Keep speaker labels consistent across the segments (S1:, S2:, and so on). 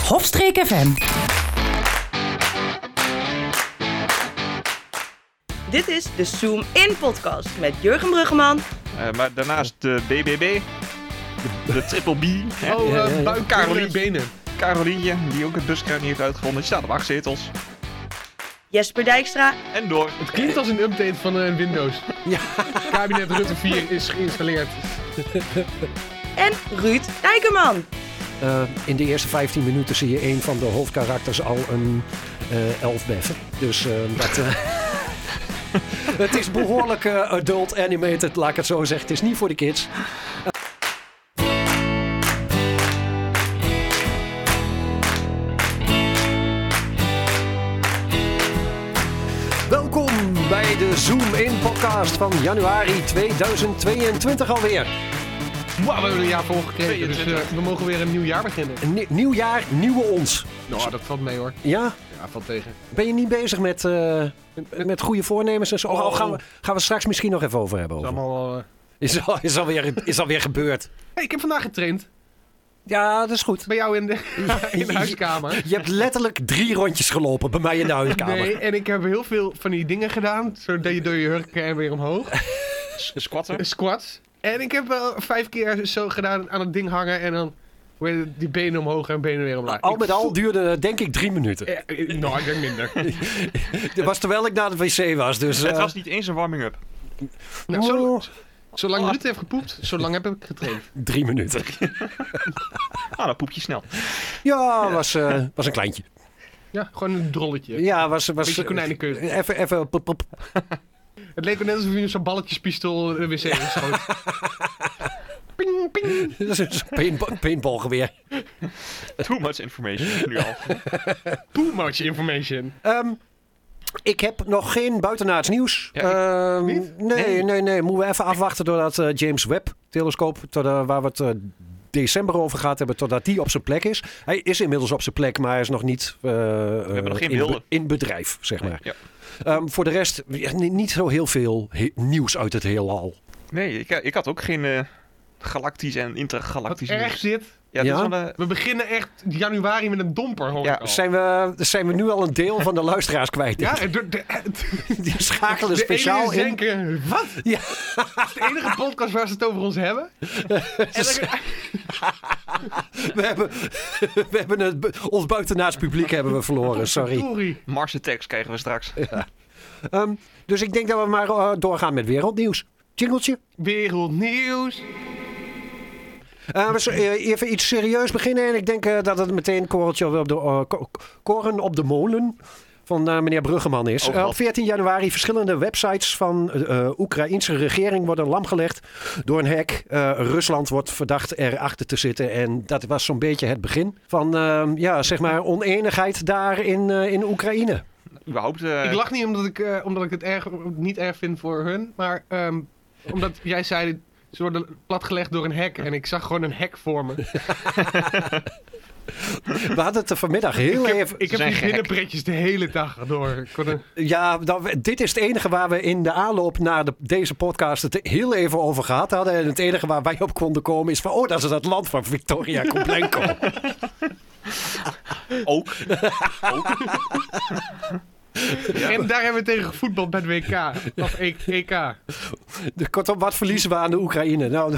S1: Hofstreek FM.
S2: Dit is de Zoom In podcast met Jurgen Bruggeman.
S3: Maar daarnaast de BBB, de Triple B,
S4: benen.
S3: Carolientje, die ook het buskruid niet heeft uitgevonden. Die staat op 8 zetels.
S2: Jesper Dijkstra.
S3: En door.
S4: Het klinkt als een update van Windows.
S5: Ja.
S4: Kabinet Rutte 4 is geïnstalleerd.
S2: En Ruud Dijkerman.
S5: In de eerste 15 minuten zie je een van de hoofdkarakters al een elf beffen. Dus dat... Het is behoorlijk adult animated, laat ik het zo zeggen. Het is niet voor de kids. Welkom bij de Zoom In podcast van januari 2022 alweer.
S4: Wow, we hebben een jaar volgekregen, dus we mogen weer een nieuw jaar beginnen.
S5: Nieuw jaar, nieuwe ons.
S4: Nou, dat valt mee hoor.
S5: Ja?
S4: Ja, valt tegen.
S5: Ben je niet bezig met goede voornemens en zo? Oh, gaan we straks misschien nog even over hebben.
S4: Dat is allemaal...
S5: Is alweer gebeurd.
S4: Hey, ik heb vandaag getraind.
S5: Ja, dat is goed.
S4: Bij jou in de huiskamer.
S5: Je hebt letterlijk 3 rondjes gelopen bij mij in de huiskamer.
S4: Nee, en ik heb heel veel van die dingen gedaan. Zodat je door je hurken en weer omhoog.
S3: Squatten.
S4: Squats. En ik heb wel 5 keer zo gedaan aan het ding hangen en dan die benen omhoog en benen weer omlaag.
S5: Al met al duurde het denk ik 3 minuten.
S4: Nou, ik denk minder.
S5: Dat was terwijl ik naar de wc was. Dus,
S3: Het was niet eens een warming-up.
S4: Nou, zolang Ruud heeft gepoept, zolang heb ik getraind.
S5: 3 minuten.
S3: Dan poep je snel.
S5: Ja, was een kleintje.
S4: Ja, gewoon een drolletje.
S5: Ja, was
S4: beetje konijnenkeus.
S5: Even pop.
S4: Het leek net alsof je zo'n balletjespistool in de wc geschoten. Ping, ping.
S5: Dat is een paintballgeweer.
S3: Too much information nu al.
S4: Too much information.
S5: Ik heb nog geen buitenaards nieuws.
S3: Ja,
S4: niet?
S5: Nee. Moeten we even afwachten doordat James Webb-telescoop, waar we het december over gehad hebben, totdat die op zijn plek is. Hij is inmiddels op zijn plek, maar hij is nog niet
S3: we hebben nog geen beelden.
S5: in bedrijf, zeg maar.
S3: Ja.
S5: Voor de rest, niet zo heel veel nieuws uit het heelal.
S3: Nee, ik had ook geen galactisch en intergalactisch
S4: Wat erg
S3: nieuws.
S4: zit.
S3: Ja,
S5: Ja?
S3: dat is wel,
S4: We beginnen echt januari met een domper, hoor
S3: Ja,
S4: ik al.
S5: Zijn we nu al een deel van de luisteraars kwijt?
S4: Ja,
S5: Die schakelen
S4: de
S5: speciaal
S4: ene
S5: in.
S4: denken, wat?
S5: Ja.
S4: Dat is de enige podcast waar ze het over ons hebben.
S5: We hebben ons buitenaards publiek hebben we verloren, sorry.
S4: Sorry.
S3: Mars Attacks krijgen we straks.
S5: Dus ik denk dat we maar doorgaan met wereldnieuws. Jingletje.
S4: Wereldnieuws.
S5: We zullen even iets serieus beginnen. En ik denk dat het meteen koren op de molen van meneer Bruggeman is. Op 14 januari verschillende websites van de Oekraïense regering worden lamgelegd door een hack. Rusland wordt verdacht erachter te zitten. En dat was zo'n beetje het begin van zeg maar oneenigheid daar in Oekraïne.
S3: Überhaupt,
S4: Ik lach niet omdat ik het niet erg vind voor hun. Maar omdat jij zei, ze worden platgelegd door een hack. En ik zag gewoon een hack voor me.
S5: We hadden het er vanmiddag heel even...
S4: Ik heb die binnenpretjes de hele dag door.
S5: Ja, dit is het enige waar we in de aanloop naar deze podcast het heel even over gehad hadden. En het enige waar wij op konden komen is van... dat is het land van Victoria Kublenko.
S3: ook.
S4: Ja. En daar hebben we tegen gevoetbald bij het WK. Of EK.
S5: Kortom, wat verliezen we aan de Oekraïne? Nou,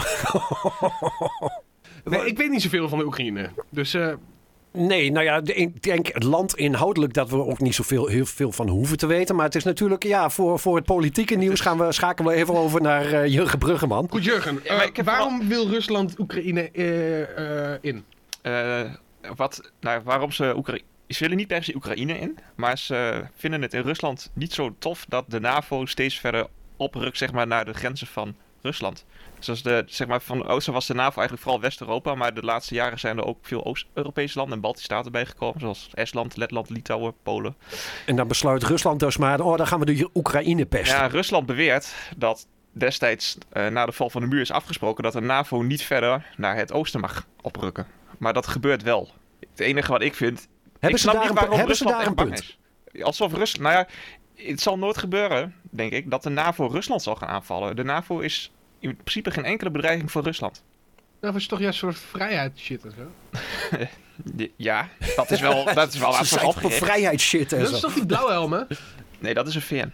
S4: Nee, ik weet niet zoveel van de Oekraïne. Dus...
S5: Nee, nou ja, ik denk het land inhoudelijk dat we ook niet heel veel van hoeven te weten. Maar het is natuurlijk, voor het politieke nieuws schakelen we even over naar Jurgen Bruggeman.
S4: Goed, Jurgen. Waarom wil Rusland Oekraïne in?
S3: Waarom ze willen niet per se Oekraïne in, maar ze vinden het in Rusland niet zo tof dat de NAVO steeds verder oprukt, zeg maar, naar de grenzen van Rusland. Dus van oosten was de NAVO eigenlijk vooral West-Europa, maar de laatste jaren zijn er ook veel Oost-Europese landen en Baltische staten bijgekomen, zoals Estland, Letland, Litouwen, Polen.
S5: En dan besluit Rusland dus maar, dan gaan we de Oekraïne pesten.
S3: Ja, Rusland beweert dat destijds na de val van de muur is afgesproken dat de NAVO niet verder naar het oosten mag oprukken. Maar dat gebeurt wel. Het enige wat ik vind...
S5: Hebben ze daar een punt?
S3: Alsof Rusland... Nou ja, het zal nooit gebeuren, denk ik, dat de NAVO Rusland zal gaan aanvallen. De NAVO is in principe geen enkele bedreiging voor Rusland.
S4: Dat is toch juist een soort vrijheid shit en zo?
S3: Ja, dat is wel waar
S5: Ze
S3: het
S5: zijn
S3: van
S5: voor
S3: opgericht.
S5: vrijheidsshit en
S4: Dat is
S5: zo.
S4: toch die blauwhelmen?
S3: Nee, dat is een VN.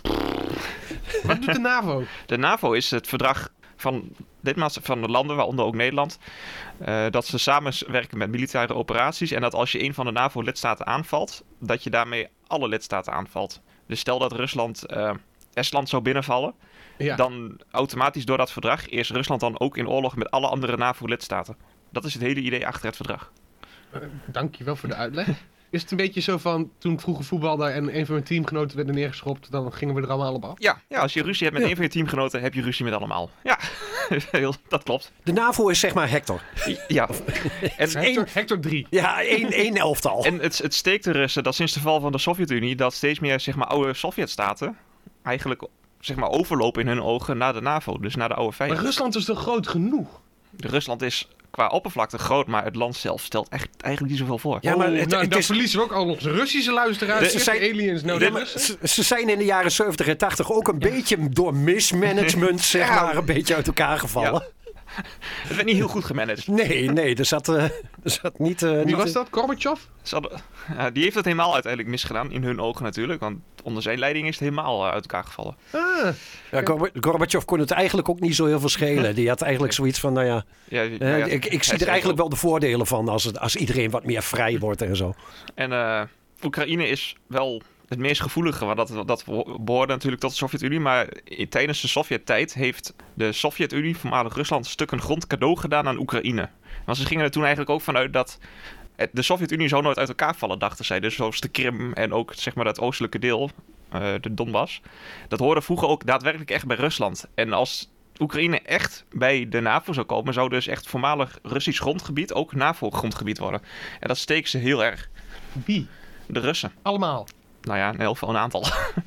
S4: Wat doet de NAVO?
S3: De NAVO is het verdrag van lidmaatschap van de landen, waaronder ook Nederland, dat ze samenwerken met militaire operaties en dat als je een van de NAVO-lidstaten aanvalt, dat je daarmee alle lidstaten aanvalt. Dus stel dat Rusland Estland zou binnenvallen,
S4: Ja.
S3: dan automatisch door dat verdrag is Rusland dan ook in oorlog met alle andere NAVO-lidstaten. Dat is het hele idee achter het verdrag.
S4: Dankjewel voor de uitleg. Is het een beetje zo van, toen ik vroeger voetbalde en een van mijn teamgenoten werd neergeschopt, dan gingen we er allemaal op af?
S3: Ja, als je ruzie hebt met een van je teamgenoten, heb je ruzie met allemaal. Ja, dat klopt.
S5: De NAVO is zeg maar Hector.
S3: Ja. En,
S4: Hector 3.
S5: Ja, één elftal.
S3: en het steekt er is dat sinds de val van de Sovjet-Unie, dat steeds meer zeg maar, oude Sovjetstaten eigenlijk zeg maar, overlopen in hun ogen naar de NAVO, dus naar de oude
S4: Maar
S3: vijand.
S4: Rusland is toch groot genoeg?
S3: Rusland is qua oppervlakte groot, maar het land zelf stelt echt eigenlijk niet zoveel voor.
S5: Ja, maar
S4: dan verliezen we ook al onze Russische luisteraars.
S5: Ze
S4: Ze
S5: zijn-
S4: zijn aliens. Nou,
S5: Ja,
S4: de
S5: maar
S4: Russen.
S5: ze zijn in de jaren 70 en 80 ook een beetje door mismanagement zeg
S3: Ja.
S5: maar een beetje uit elkaar gevallen.
S3: Het werd niet heel goed gemanaged.
S5: Nee, er zat niet...
S4: Wie
S5: niet-
S4: was dat? Gorbachev?
S3: Die heeft het helemaal uiteindelijk misgedaan, in hun ogen natuurlijk, want onder zijn leiding is het helemaal uit elkaar gevallen.
S4: Ah,
S5: Ja, Gorbachev kon het eigenlijk ook niet zo heel veel schelen. Die had eigenlijk zoiets van, nou ja,
S3: Ja,
S5: ik zie er eigenlijk wel de voordelen van als iedereen wat meer vrij wordt en zo.
S3: En Oekraïne is wel het meest gevoelige, want dat behoorde natuurlijk tot de Sovjet-Unie. Maar tijdens de Sovjet-tijd heeft de Sovjet-Unie, voormalig Rusland, stukken grond cadeau gedaan aan Oekraïne. Want ze gingen er toen eigenlijk ook vanuit dat de Sovjet-Unie zou nooit uit elkaar vallen, dachten zij. Dus zoals de Krim en ook zeg maar dat oostelijke deel, de Donbass. Dat hoorde vroeger ook daadwerkelijk echt bij Rusland. En als Oekraïne echt bij de NAVO zou komen, zou dus echt voormalig Russisch grondgebied ook NAVO-grondgebied worden. En dat steekt ze heel erg.
S4: wie?
S3: De Russen.
S4: Allemaal.
S3: Nou ja, in heel veel een aantal.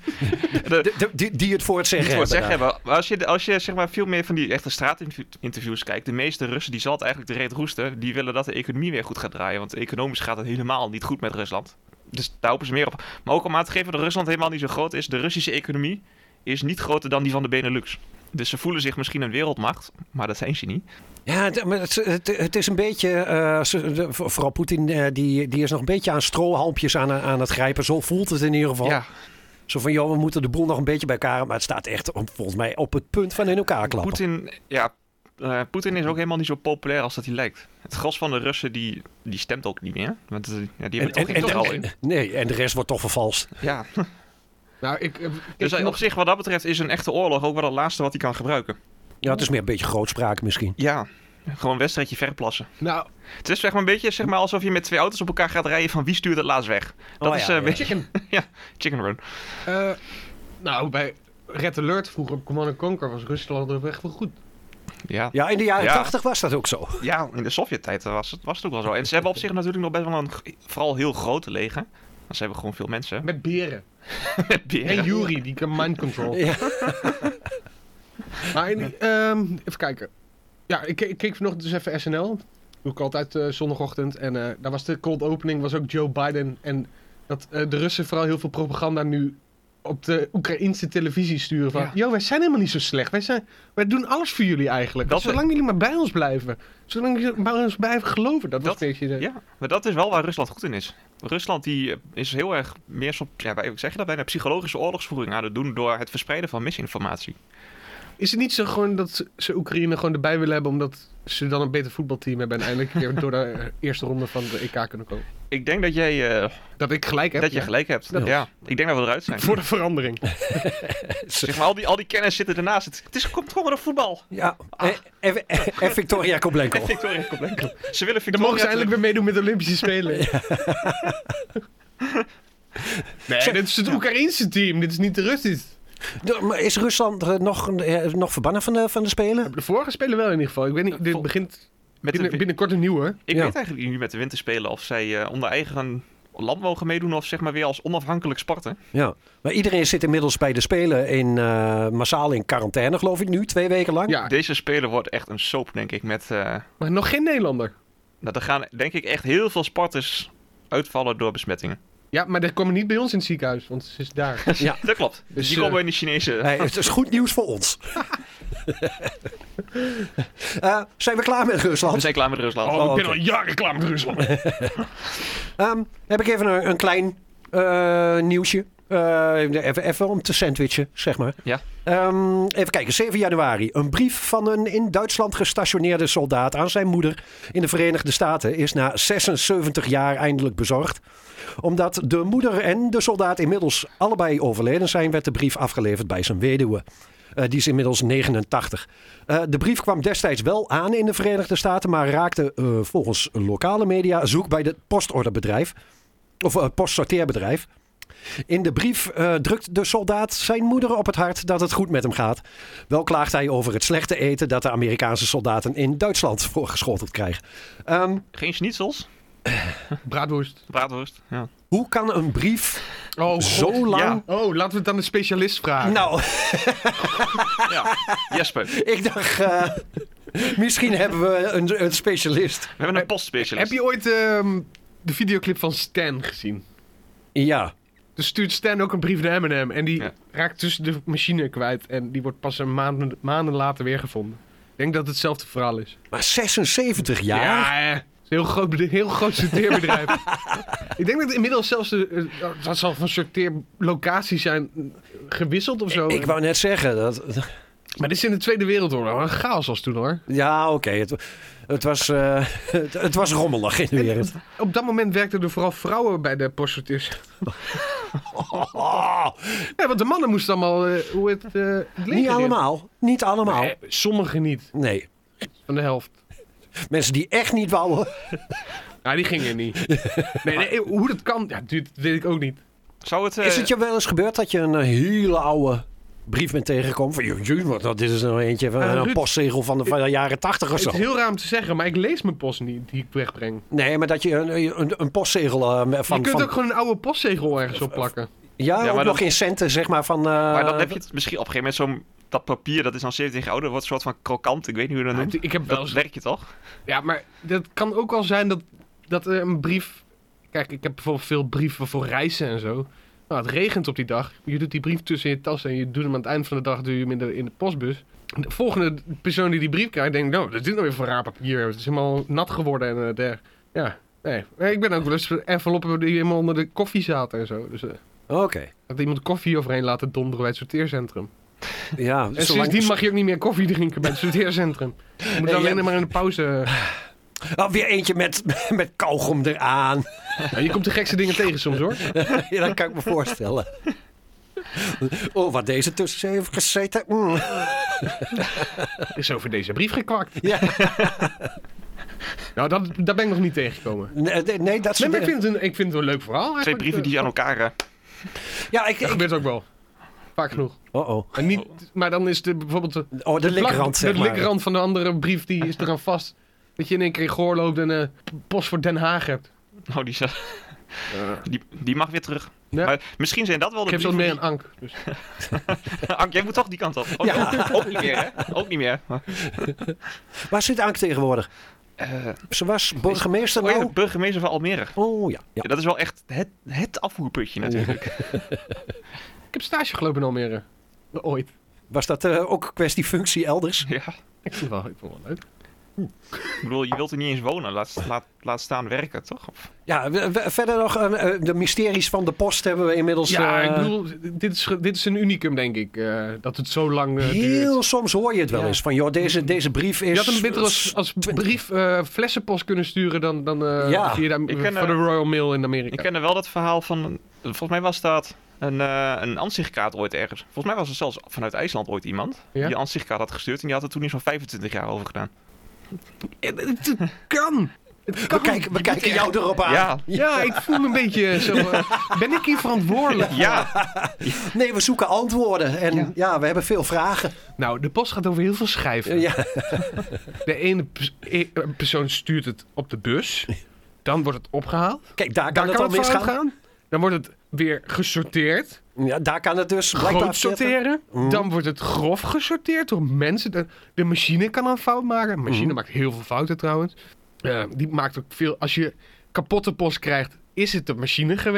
S5: Die het voor het zeggen
S3: Niet voor het zeggen
S5: hebben.
S3: hebben. Maar als je zeg maar veel meer van die echte straatinterviews kijkt, de meeste Russen die zal het eigenlijk de reet roesten, die willen dat de economie weer goed gaat draaien. Want economisch gaat het helemaal niet goed met Rusland. Dus daar hopen ze meer op. Maar ook om aan te geven dat Rusland helemaal niet zo groot is. De Russische economie is niet groter dan die van de Benelux. Dus ze voelen zich misschien een wereldmacht, maar dat zijn ze niet.
S5: Ja, maar het is een beetje... vooral Poetin, die is nog een beetje aan strohalmpjes aan het grijpen. Zo voelt het in ieder geval.
S3: Ja,
S5: Zo van, joh, we moeten de boel nog een beetje bij elkaar. Maar het staat echt volgens mij op het punt van in elkaar klappen.
S3: Poetin is ook helemaal niet zo populair als dat hij lijkt. Het gros van de Russen die stemt ook niet meer. Want die hebben toch geen vertrouwen in.
S5: Nee, en de rest wordt toch vervalst.
S3: Ja.
S4: Nou, ik
S3: Dus
S4: nog...
S3: op zich wat dat betreft is een echte oorlog ook wel het laatste wat hij kan gebruiken.
S5: Ja, het is meer een beetje grootspraak misschien.
S3: Ja, gewoon een wedstrijdje verplassen.
S4: Nou,
S3: Het is zeg maar een beetje zeg maar, alsof je met twee auto's op elkaar gaat rijden van wie stuurt het laatst weg. Dat
S5: Oh,
S3: is
S5: ja,
S3: een beetje
S4: chicken.
S3: chicken run.
S4: Nou, bij Red Alert vroeger op Command & Conquer was Rusland er echt wel goed.
S3: Ja.
S5: Ja, in de jaren
S3: Ja.
S5: 80 was dat ook zo.
S3: Ja, in de Sovjet-tijd was het ook wel zo. En ze hebben op zich natuurlijk nog best wel een vooral heel grote leger. Want ze hebben gewoon veel mensen.
S4: Met beren.
S3: Met beren.
S4: En Yuri, die kan mind control.
S5: Ja.
S4: Maar even kijken. Ja, ik keek vanochtend dus even SNL. Doe ik altijd zondagochtend. En daar was de cold opening, was ook Joe Biden. En dat de Russen vooral heel veel propaganda nu op de Oekraïnse televisie sturen. Van,
S3: Ja.
S4: yo, wij zijn helemaal niet zo slecht. Wij doen alles voor jullie eigenlijk.
S3: Dat
S4: Zolang jullie maar bij ons blijven. Zolang jullie bij ons blijven geloven. Dat was een beetje de...
S3: Ja, maar dat is wel waar Rusland goed in is. Rusland die is heel erg meer zo, zeg je dat, bijna psychologische oorlogsvoering aan het doen door het verspreiden van misinformatie.
S4: Is het niet zo gewoon dat ze Oekraïne gewoon erbij willen hebben... omdat ze dan een beter voetbalteam hebben... en eindelijk weer door de eerste ronde van de EK kunnen komen?
S3: Ik denk dat jij
S4: Dat ik gelijk heb.
S3: dat je
S4: ja.
S3: gelijk hebt.
S4: Dat-
S3: Ja, ik denk dat we eruit zijn.
S4: Voor de verandering.
S3: Zeg maar, al die kennis zitten ernaast. Het komt gewoon een voetbal.
S5: Ja, en Victoria Koblenko.
S3: En Victoria Koblenko. Ze willen
S4: Dan mogen
S3: Victoria
S4: ze eindelijk weer meedoen met de Olympische Spelen. Nee, dit is het Oekraïense team. Dit is niet de Russisch.
S5: Maar is Rusland nog verbannen van de Spelen?
S4: De vorige Spelen wel in ieder geval. Ik weet niet, dit begint binnenkort een nieuwe.
S3: Ik
S5: Ja.
S3: weet eigenlijk niet met de winterspelen of zij onder eigen land mogen meedoen of zeg maar weer als onafhankelijk sporten.
S5: Ja, maar iedereen zit inmiddels bij de Spelen massaal in quarantaine, geloof ik nu, 2 weken lang.
S4: Ja,
S3: Deze spelen wordt echt een soap, denk ik.
S4: maar nog geen Nederlander.
S3: Er gaan denk ik echt heel veel sporters uitvallen door besmettingen.
S4: Ja, maar die komen niet bij ons in het ziekenhuis, want ze is daar.
S5: Ja.
S3: Dat klopt.
S4: Dus,
S3: Die komen in de Chinese...
S5: Nee, het is goed nieuws voor ons. Zijn we klaar met
S3: We
S5: Rusland?
S3: zijn klaar met Rusland.
S4: Ik ben al jaren klaar met Rusland.
S5: Heb ik even een klein nieuwsje. Even om te sandwichen, zeg maar.
S3: Ja.
S5: Even kijken, 7 januari. Een brief van een in Duitsland gestationeerde soldaat aan zijn moeder in de Verenigde Staten is na 76 jaar eindelijk bezorgd. Omdat de moeder en de soldaat inmiddels allebei overleden zijn, werd de brief afgeleverd bij zijn weduwe. Die is inmiddels 89. De brief kwam destijds wel aan in de Verenigde Staten, maar raakte volgens lokale media zoek bij het postorderbedrijf. Of postsorteerbedrijf. In de brief drukt de soldaat zijn moeder op het hart dat het goed met hem gaat. Wel klaagt hij over het slechte eten dat de Amerikaanse soldaten in Duitsland voorgeschoteld krijgen.
S3: Geen schnitzels?
S4: Braadworst.
S3: Ja.
S5: Hoe kan een brief
S4: Oh,
S5: zo lang...
S3: Ja.
S4: Oh, laten we het aan de specialist vragen.
S5: Nou,
S3: Ja. Jesper.
S5: ik dacht... misschien hebben we een specialist.
S3: We hebben een postspecialist.
S4: Heb je ooit de videoclip van Stan gezien?
S5: Ja.
S4: Dus stuurt Stan ook een brief naar Eminem en die
S3: Ja.
S4: raakt tussen de machine kwijt en die wordt pas een maanden later weer gevonden. Ik denk dat het hetzelfde verhaal is.
S5: Maar 76 jaar?
S4: Ja, het is een heel groot sorteerbedrijf. Ik denk dat inmiddels zelfs dat zal van sorteerlocaties zijn gewisseld of zo.
S5: Ik wou net zeggen.
S4: Maar dit is in de Tweede Wereldoorlog. Een chaos was toen hoor.
S5: Ja, oké. Het was rommelig in de wereld.
S4: Op dat moment werkten er vooral vrouwen bij de postsorteurs. Ja, want de mannen moesten allemaal het leger
S5: Niet
S4: in.
S5: allemaal. Niet allemaal.
S4: Nee, sommigen niet.
S5: Nee.
S4: Van de helft.
S5: Mensen die echt niet wouden.
S4: Ja, die gingen niet. Nee, hoe dat kan, ja, dat weet ik ook niet.
S3: Zou het...
S5: Is het je wel eens gebeurd dat je een hele oude brief bent tegengekomen? Van, joh, dit is nog eentje van een
S4: Ruud,
S5: postzegel van de jaren 80 of
S4: Het
S5: zo.
S4: is heel raar om te zeggen, maar ik lees mijn post niet die ik wegbreng.
S5: Nee, maar dat je een postzegel van...
S4: Je kunt ook gewoon een oude postzegel ergens op plakken.
S5: Ja,
S3: Ja,
S5: ook
S3: maar
S5: nog
S3: dat-
S5: in centen, zeg maar.
S3: maar dan heb je het misschien op een gegeven moment dat papier, dat is dan 70 jaar ouder, wordt een soort van krokant. Ik weet niet hoe je dat noemt.
S4: Ik heb wel
S3: Dat
S4: eens...
S3: werk je toch?
S4: Ja, maar dat kan ook wel zijn dat een brief... Kijk, ik heb bijvoorbeeld veel brieven voor reizen en zo. Nou, het regent op die dag. Je doet die brief tussen je tas en je doet hem aan het eind van de dag doe je hem in de postbus. De volgende persoon die die brief krijgt, denkt, nou, wat is dit nou weer voor raar papier? Het is helemaal nat geworden en der. Ja, nee. Ik ben ook wel eens enveloppen die helemaal onder de koffie zaten en zo. Dus
S5: Oké.
S4: dat iemand koffie overheen laten donderen bij het sorteercentrum.
S5: Ja,
S4: En sindsdien mag je ook niet meer koffie drinken bij het sorteercentrum. Je moet alleen
S5: ja.
S4: maar in de pauze...
S5: Oh, weer eentje met kauwgom eraan.
S4: Ja, je komt de gekste dingen tegen soms hoor.
S5: Ja, dat kan ik me voorstellen. Oh, wat deze tussen heeft gezeten.
S4: Is over deze brief gekwakt.
S5: Ja.
S4: Nou, daar ben ik nog niet tegengekomen.
S5: Nee, dat
S4: Nee,
S5: soort
S4: maar ik vind het een leuk verhaal eigenlijk.
S3: Twee brieven die aan elkaar...
S5: Ja,
S4: Dat gebeurt ook wel. Vaak genoeg.
S5: Oh.
S4: En niet, maar dan is bijvoorbeeld
S5: De likrand, zeg
S4: de
S5: maar.
S4: likrand van de andere brief die is eraan vast. Dat je in één keer Goor loopt en post voor Den Haag hebt.
S3: Oh, die mag weer terug.
S4: Ja.
S3: Maar misschien zijn dat wel
S4: Ik
S3: de
S4: heb zelfs
S3: brieven
S4: meer een Ank. Dus.
S3: die... Ank, jij moet toch die kant op. Oh,
S5: Ja.
S3: Ook niet meer, hè? Ook niet meer.
S5: Waar zit Ank tegenwoordig? Ze was burgemeester
S3: Oh ja,
S5: nou?
S3: de burgemeester van Almere.
S5: Oh ja.
S3: Ja, dat is wel echt het afvoerputje natuurlijk.
S4: Ik heb stage gelopen in Almere. Ooit.
S5: Was dat ook een kwestie functie elders?
S3: Ja.
S4: Ik vond het wel leuk.
S3: Ik bedoel, je wilt er niet eens wonen. Laat staan werken, toch?
S5: Ja, verder nog de mysteries van de post hebben we inmiddels...
S4: Ja, ik bedoel, dit is een unicum denk ik. Dat het zo lang
S5: heel
S4: duurt.
S5: soms hoor je het wel
S4: Ja.
S5: eens. Van joh, deze brief is...
S4: Je had hem beter als brief flessenpost kunnen sturen dan
S5: Ja.
S4: via
S3: Ik ken,
S4: van de Royal Mail in Amerika.
S3: Ik kende wel dat verhaal van... Volgens mij was dat een ansichtkaart ooit ergens. Volgens mij was er zelfs vanuit IJsland ooit iemand...
S4: Ja?
S3: die ansichtkaart had gestuurd. En die had er toen iets van 25 jaar over gedaan.
S4: Het kan!
S5: We kijken jou erop aan.
S3: Ja.
S4: Ja, ik voel me een beetje zo... ben ik hier verantwoordelijk?
S3: Ja.
S5: Nee, we zoeken antwoorden. En ja, we hebben veel vragen.
S4: Nou, de post gaat over heel veel schrijven.
S5: Ja.
S4: De ene persoon stuurt het op de bus. Dan wordt het opgehaald.
S5: Kijk, daar
S4: Daar
S5: kan het al
S4: fout
S5: misgaan.
S4: gaan. Dan wordt het weer gesorteerd.
S5: Ja, daar kan het dus blijkbaar
S4: Groot sorteren. Dan wordt het grof gesorteerd door mensen. De machine kan een fout maken. De machine maakt heel veel fouten trouwens. Die maakt ook veel... Als je kapotte post krijgt, is het de machine geweest.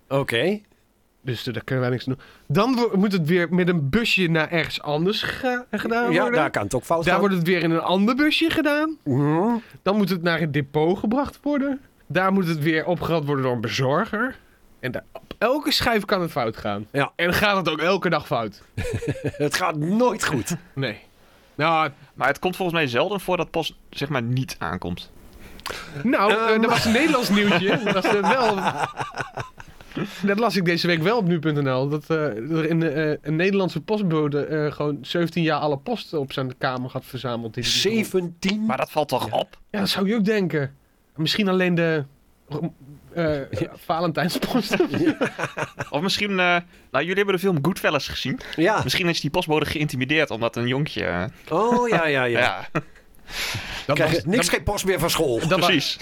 S5: Oké.
S4: Dus daar kunnen wij niks aan doen. Dan moet het weer met een busje naar ergens anders gedaan worden.
S5: Ja, daar kan het ook fout
S4: Daar
S5: gaan.
S4: wordt het weer in een ander busje gedaan.
S5: Mhm.
S4: Dan moet het naar het depot gebracht worden. Daar moet het weer opgehaald worden door een bezorger. En op elke schijf kan het fout gaan.
S5: Ja.
S4: En gaat het ook elke dag fout.
S5: Het gaat nooit goed.
S4: Nee. Nou,
S3: Maar het komt volgens mij zelden voor dat post zeg maar niet aankomt.
S4: er was een Nederlands nieuwtje. Dat was wel... Dat las ik deze week wel op nu.nl. Dat er een Nederlandse postbode gewoon 17 jaar alle post op zijn kamer had verzameld.
S5: 17?
S3: Maar dat valt toch op?
S4: Ja, dat zou je ook denken. Misschien alleen de Valentijnspost.
S3: Of misschien... nou, jullie hebben de film Goodfellas gezien.
S5: Ja.
S3: Misschien is die postbode geïntimideerd omdat een jonkje...
S5: Oh, ja.
S3: ja,
S5: Niks geen post meer van school.
S3: precies.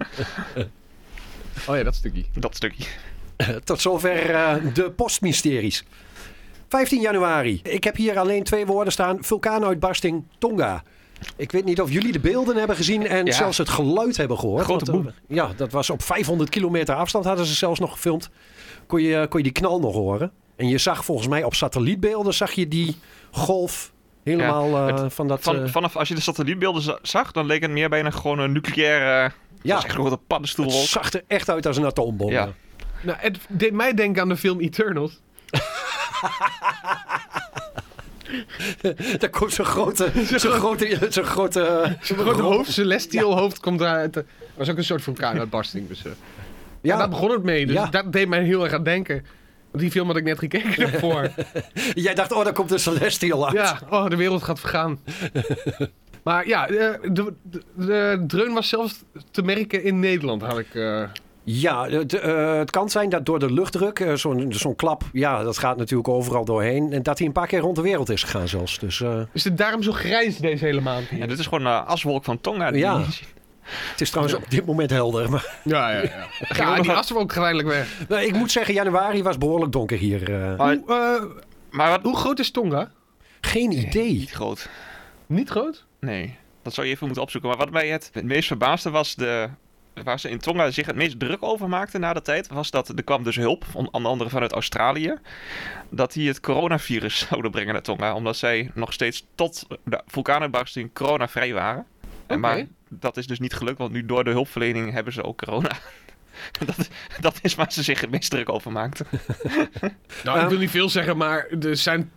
S4: Oh ja, dat stukje.
S3: Dat stukje.
S5: Tot zover de postmysteries. 15 januari. Ik heb hier alleen 2 woorden staan. Vulkaanuitbarsting Tonga. Ik weet niet of jullie de beelden hebben gezien en
S3: Ja.
S5: zelfs het geluid hebben gehoord.
S3: Grote
S5: Want,
S3: boem.
S5: ja, dat was op 500 kilometer afstand hadden ze zelfs nog gefilmd. Kon je die knal nog horen. En je zag volgens mij op satellietbeelden zag je die golf helemaal van dat...
S3: Vanaf als je de satellietbeelden zag, dan leek het meer bijna gewoon een nucleaire...
S5: ja,
S3: echt een grote paddenstoel.
S5: het zag er echt uit als een atoombom.
S3: Ja.
S4: Nou, het deed mij denken aan de film Eternals.
S5: Daar komt zo'n grote
S4: Zo'n grote hoofd, celestial hoofd komt eruit. Dat was ook een soort vulkaanuitbarsting. Dus, ja, daar begon het mee. Dus
S5: Ja.
S4: dat deed mij heel erg aan denken. Want die film had ik net gekeken daarvoor.
S5: Jij dacht, oh, daar komt een celestial uit.
S4: Ja, de wereld gaat vergaan. Maar ja, de dreun was zelfs te merken in Nederland, had ik...
S5: Ja, het kan zijn dat door de luchtdruk, zo'n klap, ja, dat gaat natuurlijk overal doorheen. En dat hij een paar keer rond de wereld is gegaan zelfs. Dus
S4: Is het daarom zo grijs deze hele maand?
S3: Ja, dit is gewoon een aswolk van Tonga. die
S5: Ja.
S3: je niet ziet.
S5: het is trouwens op dit moment helder. Maar,
S4: Ja, die as ook geleidelijk weg.
S5: nou, ik moet zeggen, januari was behoorlijk donker hier.
S3: Maar wat...
S4: Hoe groot is Tonga?
S5: Geen idee.
S3: Niet groot.
S4: Niet groot?
S3: Nee, dat zou je even moeten opzoeken. Maar wat mij het meest verbaasde was waar ze in Tonga zich het meest druk over maakten na de tijd, was dat er kwam dus hulp, onder andere vanuit Australië, dat die het coronavirus zouden brengen naar Tonga, omdat zij nog steeds tot de vulkaanuitbarsting coronavrij waren.
S4: Oké.
S3: Maar dat is dus niet gelukt, want nu door de hulpverlening hebben ze ook corona. Dat is waar ze zich het meest druk over maakten.
S4: Nou, ik wil niet veel zeggen, maar er zijn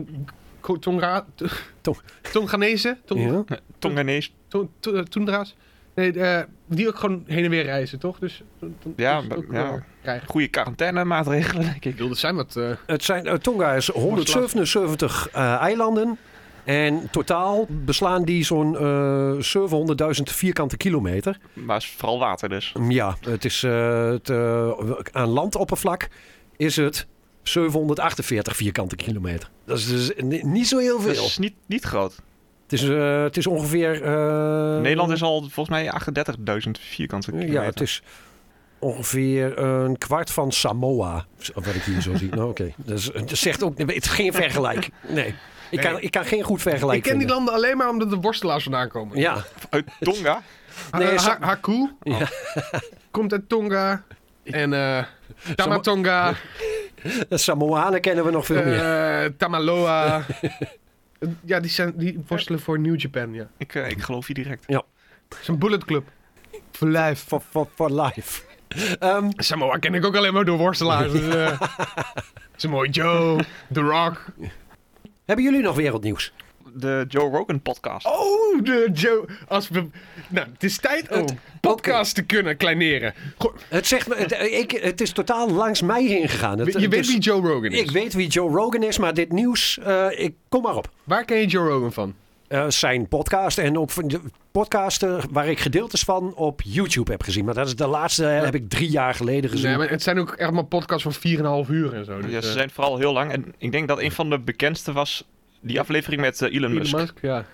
S4: Tonganezen?
S5: Ja.
S3: Tonganees.
S4: Toendra's? Nee, die ook gewoon heen en weer reizen, toch? Dus,
S3: Ja,
S4: dus ook,
S3: ja.
S4: krijgen.
S3: Goede quarantainemaatregelen, denk ik.
S4: Ik wilde zijn wat...
S5: Tonga is 177 eilanden. En totaal beslaan die zo'n 700.000 vierkante kilometer.
S3: Maar het is vooral water dus.
S5: Ja, het is aan landoppervlak is het 748 vierkante kilometer. Dat is dus niet zo heel
S3: Dat
S5: veel.
S3: is niet groot.
S5: Het is ongeveer...
S3: Nederland is al volgens mij 38.000 vierkante kilometer.
S5: Ja, het is ongeveer een kwart van Samoa. Wat ik hier zo zie. Nou, oké. Dat zegt ook... Het is geen vergelijk. Nee. Ik kan geen goed vergelijk
S4: Ik ken die
S5: vinden.
S4: landen alleen maar omdat de worstelaars vandaan komen.
S5: Ja.
S3: Uit Tonga?
S5: Nee,
S4: Haku komt uit Tonga. En Tamatonga.
S5: De Samoanen kennen we nog veel meer.
S4: Tamaloa. Ja, die worstelen voor New Japan, ja.
S3: Ik geloof je direct.
S4: Het is een bullet club. For life.
S5: For life.
S4: Samoa ken ik ook alleen maar door worstelaars. Dus, Samoa Joe, The Rock.
S5: Hebben jullie nog wereldnieuws?
S3: De Joe Rogan podcast.
S4: Oh, de Joe. Nou, het is tijd om podcast te kunnen kleineren.
S5: Het is totaal langs mij heen gegaan.
S4: Je weet wie Joe Rogan is.
S5: Ik weet wie Joe Rogan is, maar dit nieuws, kom maar op.
S4: Waar ken je Joe Rogan van?
S5: Zijn podcast en ook van de podcasten waar ik gedeeltes van op YouTube heb gezien. Maar dat is de laatste, heb ik 3 jaar geleden gezien. Dus
S4: Nee, maar het zijn ook echt maar podcasts van 4,5 uur en zo. Dus,
S3: Ja, ze zijn vooral heel lang. En ik denk dat een van de bekendste was die aflevering met Elon Musk.
S4: ja.